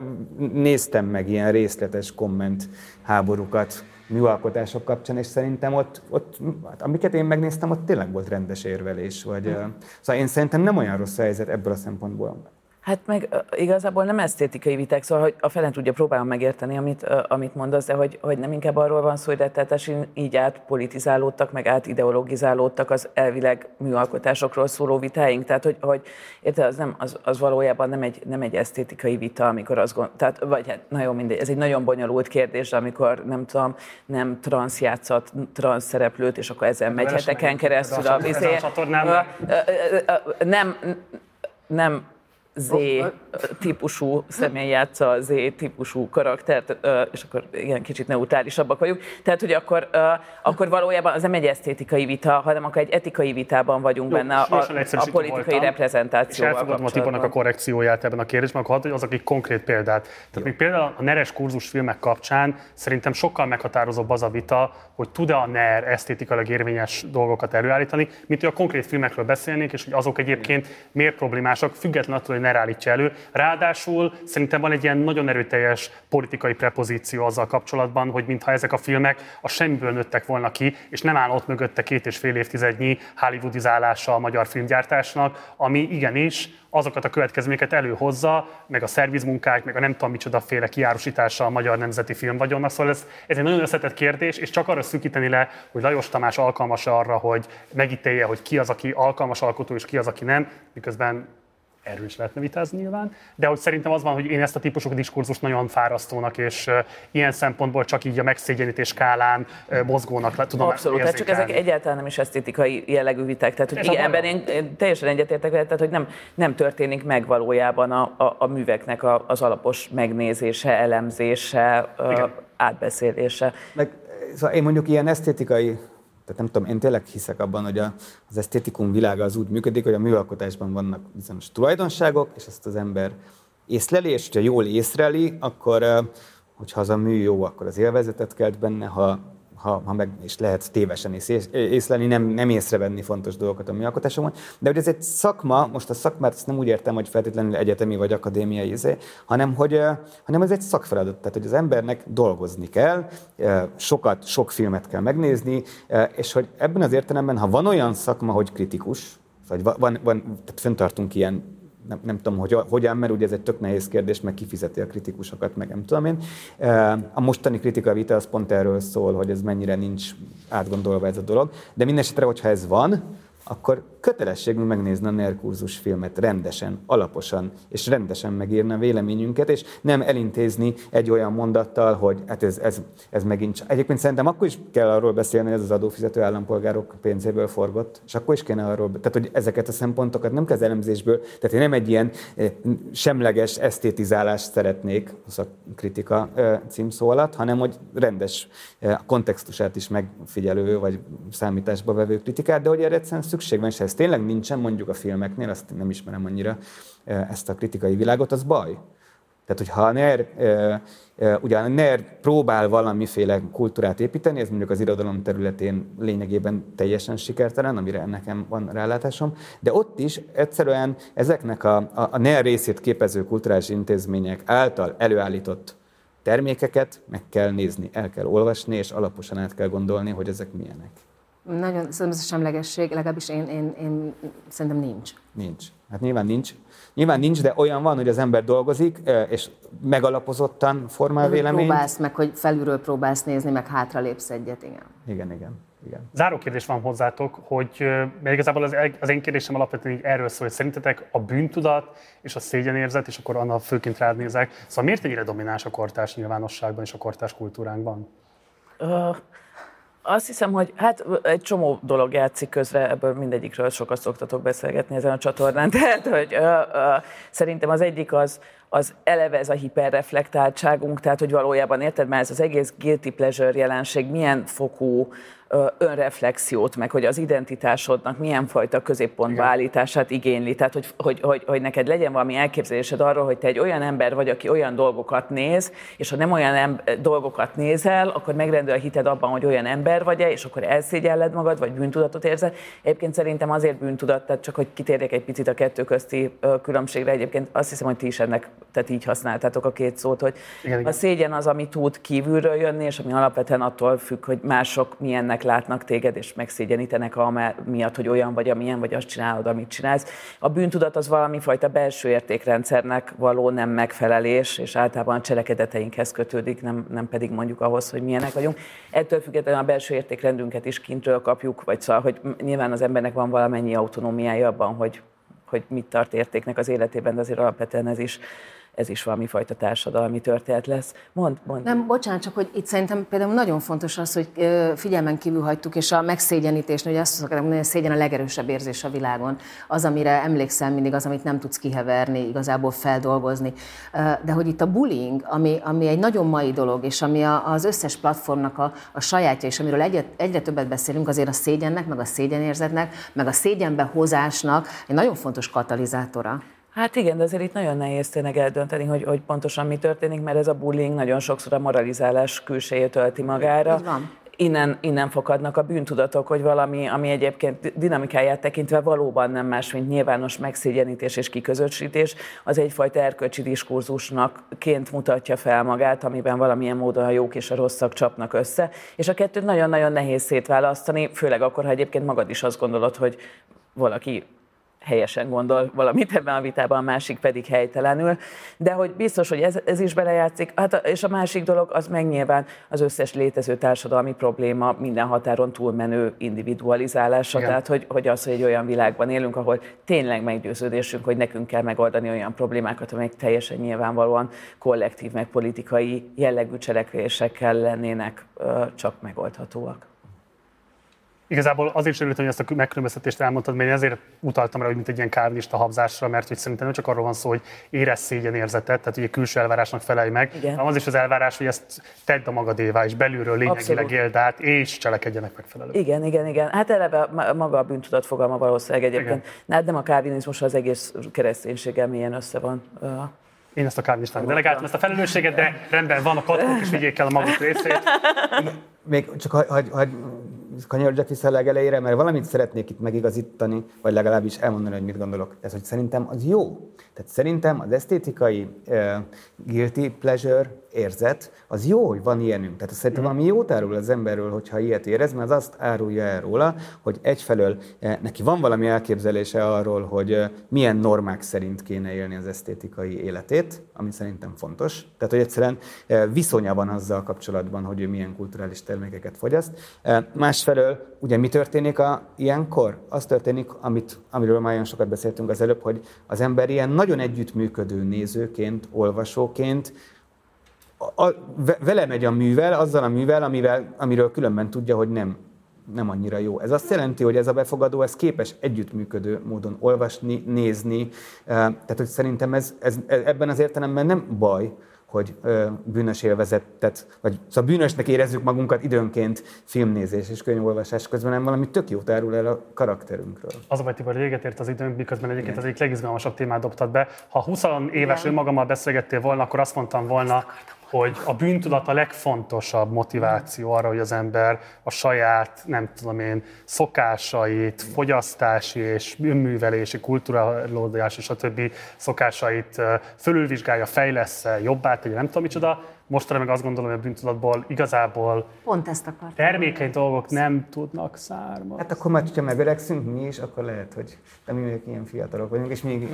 néztem meg ilyen részletes komment háborúkat műalkotások kapcsán, és szerintem ott, ott, amiket én megnéztem, ott tényleg volt rendes érvelés. Vagy, hmm. Szóval én szerintem nem olyan rossz a helyzet ebből a szempontból. Hát meg igazából nem esztétikai viták, szóval hogy a felen tudja, próbálom megérteni, amit, amit mondasz, de hogy, hogy nem inkább arról van szó, hogy rettenetesen így átpolitizálódtak, meg átideologizálódtak az elvileg műalkotásokról szóló vitáink. Tehát, hogy, hogy érted, az, nem, az, az valójában nem egy, nem egy esztétikai vita, amikor azt gond, tehát, vagy hát nagyon mindegy, ez egy nagyon bonyolult kérdés, amikor nem tudom, nem transz játszat, transz szereplőt, és akkor ezen megy heteken keresztül a vizé. Nem, nem Z-típusú személy játsza a Z-típusú karaktert, és akkor igen, kicsit neutrálisabbak vagyunk. Tehát, hogy akkor, akkor valójában az nem egy esztétikai vita, hanem akkor egy etikai vitában vagyunk. Jó, benne a, a, a politikai voltam, reprezentációval és elfogadom a Tibonak a korrekcióját ebben a kérdésben, akkor hadd hozzak egy konkrét példát. Tehát még például a neres kurzus filmek kapcsán szerintem sokkal meghatározóbb az a vita, hogy tud-e a NER esztétikailag érvényes dolgokat előállítani, mint hogy a konkrét filmekről beszélnénk, és hogy azok egyébként miért problémásak, függetlenül attól, hogy NER állítja elő. Ráadásul szerintem van egy ilyen nagyon erőteljes politikai prepozíció azzal kapcsolatban, hogy mintha ezek a filmek a semmiből nőttek volna ki, és nem áll ott mögötte két és fél évtizednyi hollywoodizálása a magyar filmgyártásnak, ami igenis azokat a következményeket előhozza, meg a szervizmunkák, meg a nem tudom micsoda féle kiárusítása a magyar nemzeti filmvagyonnak. Szóval ez, ez egy nagyon összetett kérdés, és csak arra szűkíteni le, hogy Lajos Tamás alkalmas arra, hogy megítélje, hogy ki az, aki alkalmas alkotó, és ki az, aki nem, miközben erről is lehetne vitázni nyilván, de hogy szerintem az van, hogy én ezt a típusú diskurzust nagyon fárasztónak, és uh, ilyen szempontból csak így a megszégyenítés skálán uh, mozgónak tudom Abszolút, tehát csak ezek egyáltalán nem is esztétikai jellegű viták, tehát hogy igen, ebben én, én teljesen egyetértek vele, tehát hogy nem, nem történik meg valójában a, a, a műveknek a, az alapos megnézése, elemzése, uh, átbeszélése. Meg, szóval én mondjuk ilyen esztétikai, tehát nem tudom, én tényleg hiszek abban, hogy a, az esztétikum világa az úgy működik, hogy a műalkotásban vannak bizonyos tulajdonságok, és ezt az ember észleli, és ha jól észreli, akkor, hogyha az a mű jó, akkor az élvezetet kelt benne, ha, ha, ha meg is lehet tévesen is észlelni, nem, nem észrevenni fontos dolgokat a műalkotásokon. De hogy ez egy szakma, most a szakmát ezt nem úgy értem, hogy feltétlenül egyetemi vagy akadémiai izé, hanem hogy hanem ez egy szakfeladat. Tehát, hogy az embernek dolgozni kell, sokat, sok filmet kell megnézni, és hogy ebben az értelemben, ha van olyan szakma, hogy kritikus, vagy van, van tehát fenntartunk ilyen, Nem, nem tudom, hogy hogyan, mert ugye ez egy tök nehéz kérdés, meg kifizeti a kritikusokat, meg nem tudom én. A mostani kritika vita az pont erről szól, hogy ez mennyire nincs átgondolva ez a dolog. De mindesetre, hogyha ez van, akkor kötelességünk megnézni a NER kurzus filmet rendesen, alaposan, és rendesen megírni a véleményünket, és nem elintézni egy olyan mondattal, hogy hát ez, ez, ez megint... Egyébként szerintem akkor is kell arról beszélni, hogy ez az adófizető állampolgárok pénzéből forgott, és akkor is kéne arról... Tehát, hogy ezeket a szempontokat nem kell az elemzésből, tehát én nem egy ilyen semleges esztétizálást szeretnék a kritika címszó alatt, hanem hogy rendes kontextusát is megfigyelő, vagy számításba vevő kritikát, de hogy erre egyszerűen szükség van, és ha ez tényleg nincsen, mondjuk a filmeknél, azt nem ismerem annyira ezt a kritikai világot, az baj. Tehát, hogyha a NER, ugye a NER próbál valamiféle kultúrát építeni, ez mondjuk az irodalom területén lényegében teljesen sikertelen, amire nekem van rálátásom, de ott is egyszerűen ezeknek a, a, a NER részét képező kulturális intézmények által előállított termékeket meg kell nézni, el kell olvasni, és alaposan át kell gondolni, hogy ezek milyenek. Nagyon, szerintem ez a semlegesség, legalábbis én, én, én szerintem nincs. Nincs. Hát nyilván nincs. Nyilván nincs, de olyan van, hogy az ember dolgozik, és megalapozottan formál véleményt. Próbálsz meg, hogy felülről próbálsz nézni, meg hátralépsz egyet, igen. Igen, igen. igen. Záró kérdés van hozzátok, hogy mert igazából az, az én kérdésem alapvetően így erről szól, hogy szerintetek a bűntudat és a szégyenérzet, és akkor annak főként rád nézek, szóval miért ennyire domináns a kortárs nyilvánosságban és a kortárs kultúránkban? Uh... Azt hiszem, hogy hát egy csomó dolog játszik közre, ebből mindegyikről sokat szoktatok beszélgetni ezen a csatornán. Tehát, hogy ö, ö, szerintem az egyik az, az eleve ez a hiperreflektáltságunk, tehát, hogy valójában érted, már ez az egész guilty pleasure jelenség milyen fokú önreflexiót, meg hogy az identitásodnak milyen fajta középpontba állítását igényli. Tehát, hogy, hogy, hogy, hogy neked legyen valami elképzelésed arról, hogy te egy olyan ember vagy, aki olyan dolgokat néz, és ha nem olyan ember, dolgokat nézel, akkor megrendül a hited abban, hogy olyan ember vagy-e, és akkor elszégyelled magad, vagy bűntudatot érzel. Egyébként szerintem azért bűntudat, tehát csak hogy kitérjek egy picit a kettő közti különbségre, egyébként azt hiszem, hogy ti is ennek, tehát így használtátok a két szót, hogy igen, a szégyen az, ami tud kívülről jönni, és ami alapvetően attól függ, hogy mások milyennek emberek látnak téged, és megszégyenítenek miatt, hogy olyan vagy, amilyen, vagy azt csinálod, amit csinálsz. A bűntudat az valami fajta belső értékrendszernek való nem megfelelés, és általában a cselekedeteinkhez kötődik, nem, nem pedig mondjuk ahhoz, hogy milyenek vagyunk. Ettől függetlenül a belső értékrendünket is kintről kapjuk, vagy szóval, hogy nyilván az embernek van valamennyi autonómiája abban, hogy, hogy mit tart értéknek az életében, de azért alapvetően ez is ez is valami fajta társadalmi történet lesz. Mond, mond. Nem, bocsánat, csak hogy itt szerintem például nagyon fontos az, hogy figyelmen kívül hagytuk, és a megszégyenítés, hogy azt szoktam mondani, hogy a szégyen a legerősebb érzés a világon. Az, amire emlékszel mindig, az, amit nem tudsz kiheverni, igazából feldolgozni. De hogy itt a bullying, ami, ami egy nagyon mai dolog, és ami az összes platformnak a, a sajátja, és amiről egyre, egyre többet beszélünk, azért a szégyennek, meg a szégyenérzetnek, meg a szégyenbe hozásnak egy nagyon fontos katalizátora. Hát igen, de azért itt nagyon nehéz tényleg eldönteni, hogy, hogy pontosan mi történik, mert ez a bullying nagyon sokszor a moralizálás külsejét ölti magára. Innen, innen fakadnak a bűntudatok, hogy valami, ami egyébként dinamikáját tekintve valóban nem más, mint nyilvános megszégyenítés és kiközösítés, az egyfajta erkölcsi diskurzusnak ként mutatja fel magát, amiben valamilyen módon a jók és a rosszak csapnak össze, és a kettőt nagyon-nagyon nehéz szétválasztani, főleg akkor, ha egyébként magad is azt gondolod, hogy valaki helyesen gondol valamit ebben a vitában, a másik pedig helytelenül, de hogy biztos, hogy ez, ez is belejátszik. Hát, és a másik dolog az meg nyilván az összes létező társadalmi probléma minden határon túlmenő individualizálása, igen. Tehát hogy, hogy az, hogy egy olyan világban élünk, ahol tényleg meggyőződésünk, hogy nekünk kell megoldani olyan problémákat, amelyek teljesen nyilvánvalóan kollektív, meg politikai jellegű cselekvésekkel lennének csak megoldhatóak. Igazából azért is örültem, hogy ezt a megkülönböztetést elmondtad, mert én ezért utaltam rá, hogy mint egy ilyen kálvinista habzásra, mert hogy szerintem nem csak arról van szó, hogy érezz szégyenérzetet, tehát ugye külső elvárásnak felelj meg, hanem az is az elvárás, hogy ezt tedd a magadévá, és belülről lényegileg éld át, és cselekedjenek megfelelően. Igen, igen, igen. Hát eleve maga a bűntudat fogalma valószínűleg egyébként. Hát nem a kálvinizmus, az egész kereszténységgel milyen össze van. Én ezt a kálvinistának delegáltam, ezt a felelősséget, de rendben van, a katolók is vigyék el a maguk részét. Még csak hagy, hagy, hagy kanyarodjak vissza a legelejére, mert valamit szeretnék itt megigazítani, vagy legalábbis elmondani, hogy mit gondolok. Ez, hogy szerintem az jó. Tehát szerintem az esztétikai uh, guilty pleasure érzet, az jó, hogy van ilyenünk. Tehát szerintem valami jót árul az emberről, hogyha ilyet érez, mert az azt árulja el róla, hogy egyfelől eh, neki van valami elképzelése arról, hogy eh, milyen normák szerint kéne élni az esztétikai életét, ami szerintem fontos. Tehát, hogy egyszerűen eh, viszonya van azzal kapcsolatban, hogy ő milyen kulturális termékeket fogyaszt. Eh, másfelől, ugye mi történik a, ilyenkor? Az történik, amit, amiről már olyan sokat beszéltünk az előbb, hogy az ember ilyen nagyon együttműködő nézőként, olvasóként, A, vele megy a művel, azzal a művel, amivel, amiről különben tudja, hogy nem, nem annyira jó. Ez azt jelenti, hogy ez a befogadó, ez képes együttműködő módon olvasni, nézni. Tehát, hogy szerintem ez, ez ebben az értelemben nem baj, hogy bűnös élvezetet, vagy szóval bűnösnek érezzük magunkat időnként filmnézés és könyvolvasás közben, nem valami tök jót árul el a karakterünkről. Az a baj, Tibor, véget ért az időnk, miközben egyébként az egyik legizgalmasabb témát dobtad be. Ha húsz éves önmagammal beszélgettél volna, akkor azt mondtam volna, hogy a bűntudat a legfontosabb motiváció arra, hogy az ember a saját, nem tudom én, szokásait, fogyasztási és önművelési, kulturálódás és a többi szokásait fölülvizsgálja, fejlessze, jobbá tegye, nem tudom micsoda. Mostanra meg azt gondolom, hogy a bűntudatból igazából pont ezt akartam. Termékeny dolgok nem tudnak származni. Hát akkor már, hogyha megöregszünk mi is, akkor lehet, hogy de mi még ilyen fiatalok vagyunk, és még...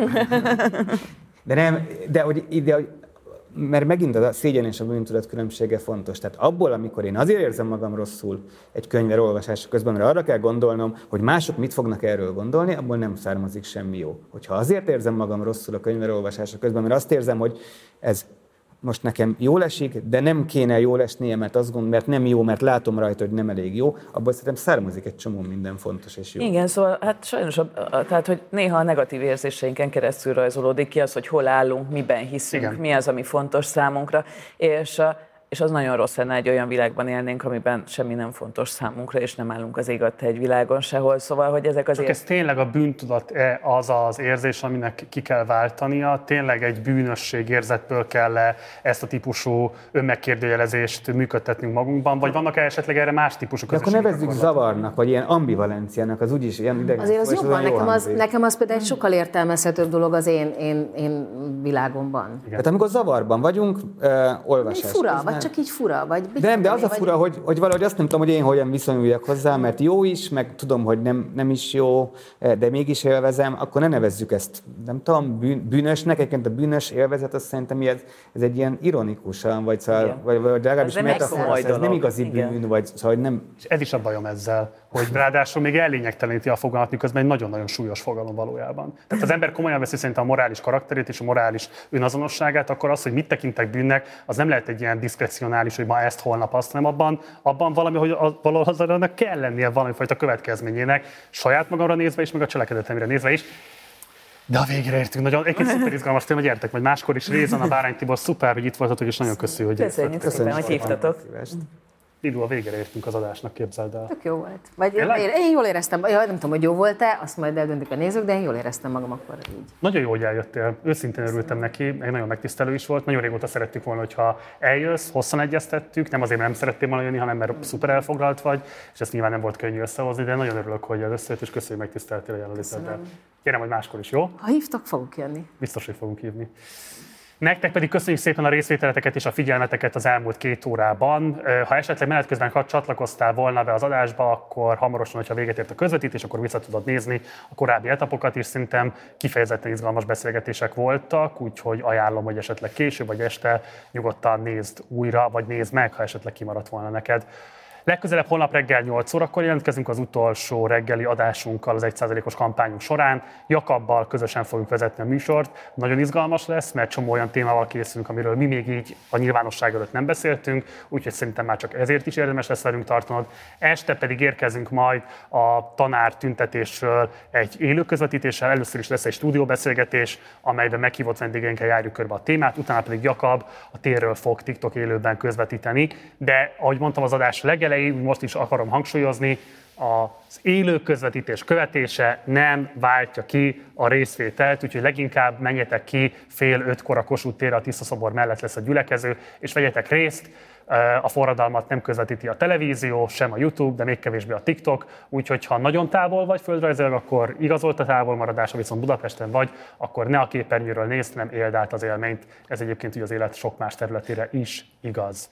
De nem, de hogy ide, hogy mert megint a szégyen és a bűntudat különbsége fontos. Tehát abból, amikor én azért érzem magam rosszul egy könyv olvasása közben, mert arra kell gondolnom, hogy mások mit fognak erről gondolni, abból nem származik semmi jó. Hogyha azért érzem magam rosszul a könyv olvasása közben, mert azt érzem, hogy ez most nekem jól esik, de nem kéne jól esnie, mert azt gondolom, mert nem jó, mert látom rajta, hogy nem elég jó, abból szerintem származik egy csomó minden fontos és jó. Igen, szóval hát sajnos, a, a, tehát, hogy néha a negatív érzéseinken keresztül rajzolódik ki az, hogy hol állunk, miben hiszünk, igen. Mi az, ami fontos számunkra, és és az nagyon rossz lenne, egy olyan világban élnénk, amiben semmi nem fontos számunkra, és nem állunk az ég adta egy világon sehol. Szóval, hogy ezek az... Csak ér... ez tényleg a bűntudat az az érzés, aminek ki kell váltania? Tényleg egy bűnösség érzetből kell ezt a típusú önmegkérdőjelezést működtetnünk magunkban, vagy vannak-e esetleg erre más típusú közösségi akkor nevezzük zavarnak, vagy ilyen ambivalenciának, az úgyis ilyen idegen. Azért az jobban, nekem az, nekem az például egy sokkal értelmezhetőbb dolog az én, én, én világomban. Igen. Tehát amikor zavarban vagyunk, uh, olvasás. Fura, vagy vagy csak így fura, vagy... De nem, de az a fura, vagy... hogy, hogy valahogy azt nem tudom, hogy én hogyan viszonyuljak hozzá, mert jó is, meg tudom, hogy nem, nem is jó, de mégis élvezem, akkor ne nevezzük ezt, nem tudom, bűn, bűnösnek. Egyébként a bűnös élvezet, azt szerintem ez, ez egy ilyen ironikusan, vagy, szóval, vagy, vagy legalábbis metafora, ez nem igazi igen. bűn, vagy szóval nem... És ez is a bajom ezzel, hogy ráadásul még ellényegteleníti a fogalmat, miközben egy nagyon-nagyon súlyos fogalom valójában. Tehát az ember komolyan veszi szerintem a morális karakterét és a morális önazonosságát, akkor az, hogy mit tekintek bűnnek, az nem lehet egy ilyen diszkrecionális, hogy ma ezt, holnap azt, hanem abban, abban valami, hogy valahol annak kell lennie valamifajta következményének, saját magamra nézve is, meg a cselekedetemre nézve is. De a végére értünk, nagyon, egy kicsit szuper izgalmas téma, gyertek, majd máskor is Rézan, a Bárány Tibor, szuper, hogy itt voltatok, és nagyon köszönjük, hogy Köszönjük szépen, hogy hívtatok. Lidu, a végére értünk az adásnak, képzeld el. Tök jó volt. Vagy én, én, én jól éreztem, ja, nem tudom, hogy jó volt-e, azt majd eldöntik a nézők, de én jól éreztem magam akkor így. Nagyon jó, hogy eljöttél. Őszintén örültem neki, egy nagyon megtisztelő is volt. Nagyon régóta szerettük volna, hogyha eljössz, hosszan egyeztettük, nem azért, mert nem szerettél volna jönni, hanem mert szuper elfoglalt vagy, és ezt nyilván nem volt könnyű összehozni, de nagyon örülök, hogy összejött, és köszönjük, megtiszteltél a jelenléteddel. Kérem, hogy máskor is, jó? Ha hívtok, fogok jönni. Biztos, hogy fogunk hívni. Nektek pedig köszönjük szépen a részvételeteket és a figyelmeteket az elmúlt két órában. Ha esetleg menet közben csatlakoztál volna be az adásba, akkor hamarosan, hogyha véget ért a közvetítés, akkor vissza tudod nézni a korábbi etapokat, és szerintem kifejezetten izgalmas beszélgetések voltak, úgyhogy ajánlom, hogy esetleg később vagy este nyugodtan nézd újra, vagy nézd meg, ha esetleg kimaradt volna neked. Legközelebb holnap reggel nyolc órakor jelentkezünk az utolsó reggeli adásunkkal az egy százalékos kampányunk során. Jakabbal közösen fogjuk vezetni a műsort. Nagyon izgalmas lesz, mert csomó olyan témával készülünk, amiről mi még így a nyilvánosság előtt nem beszéltünk, úgyhogy szerintem már csak ezért is érdemes lesz velünk tartanod. Este pedig érkezünk majd a tanár tüntetésről egy élő közvetítéssel. Először is lesz egy stúdióbeszélgetés, amelyben meghívott vendégeinkkel járjuk körbe a témát, utána pedig Jakab a térről fog TikTok élőben közvetíteni. De ahogy mondtam az adás legelején, most is akarom hangsúlyozni, az élő közvetítés követése nem váltja ki a részvételt, úgyhogy leginkább menjetek ki fél ötkor a Kossuth térre, a Tiszta szobor mellett lesz a gyülekező, és vegyetek részt. A forradalmat nem közvetíti a televízió, sem a YouTube, de még kevésbé a TikTok, úgyhogy ha nagyon távol vagy földrajzilag, akkor igazolt a távolmaradása, viszont Budapesten vagy, akkor ne a képernyőről nézd, hanem éld át az élményt. Ez egyébként ugye az élet sok más területére is igaz.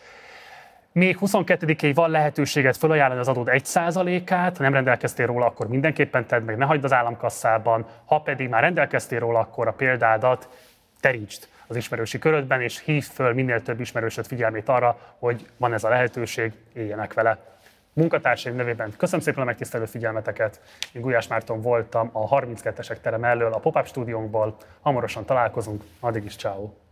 Még huszonkettedikéig van lehetőséget felajánlani az adód egy százalékát, ha nem rendelkeztél róla, akkor mindenképpen tedd meg, ne hagyd az államkasszában, ha pedig már rendelkeztél róla, akkor a példádat terítsd az ismerősi körödben, és hívd föl minél több ismerősöd figyelmét arra, hogy van ez a lehetőség, éljenek vele. Munkatársaim nevében köszönöm szépen a megtisztelő figyelmeteket. Én Gulyás Márton voltam a harminckettesek tere mellől a Pop-up stúdiónkból. Hamarosan találkozunk, addig is ciao.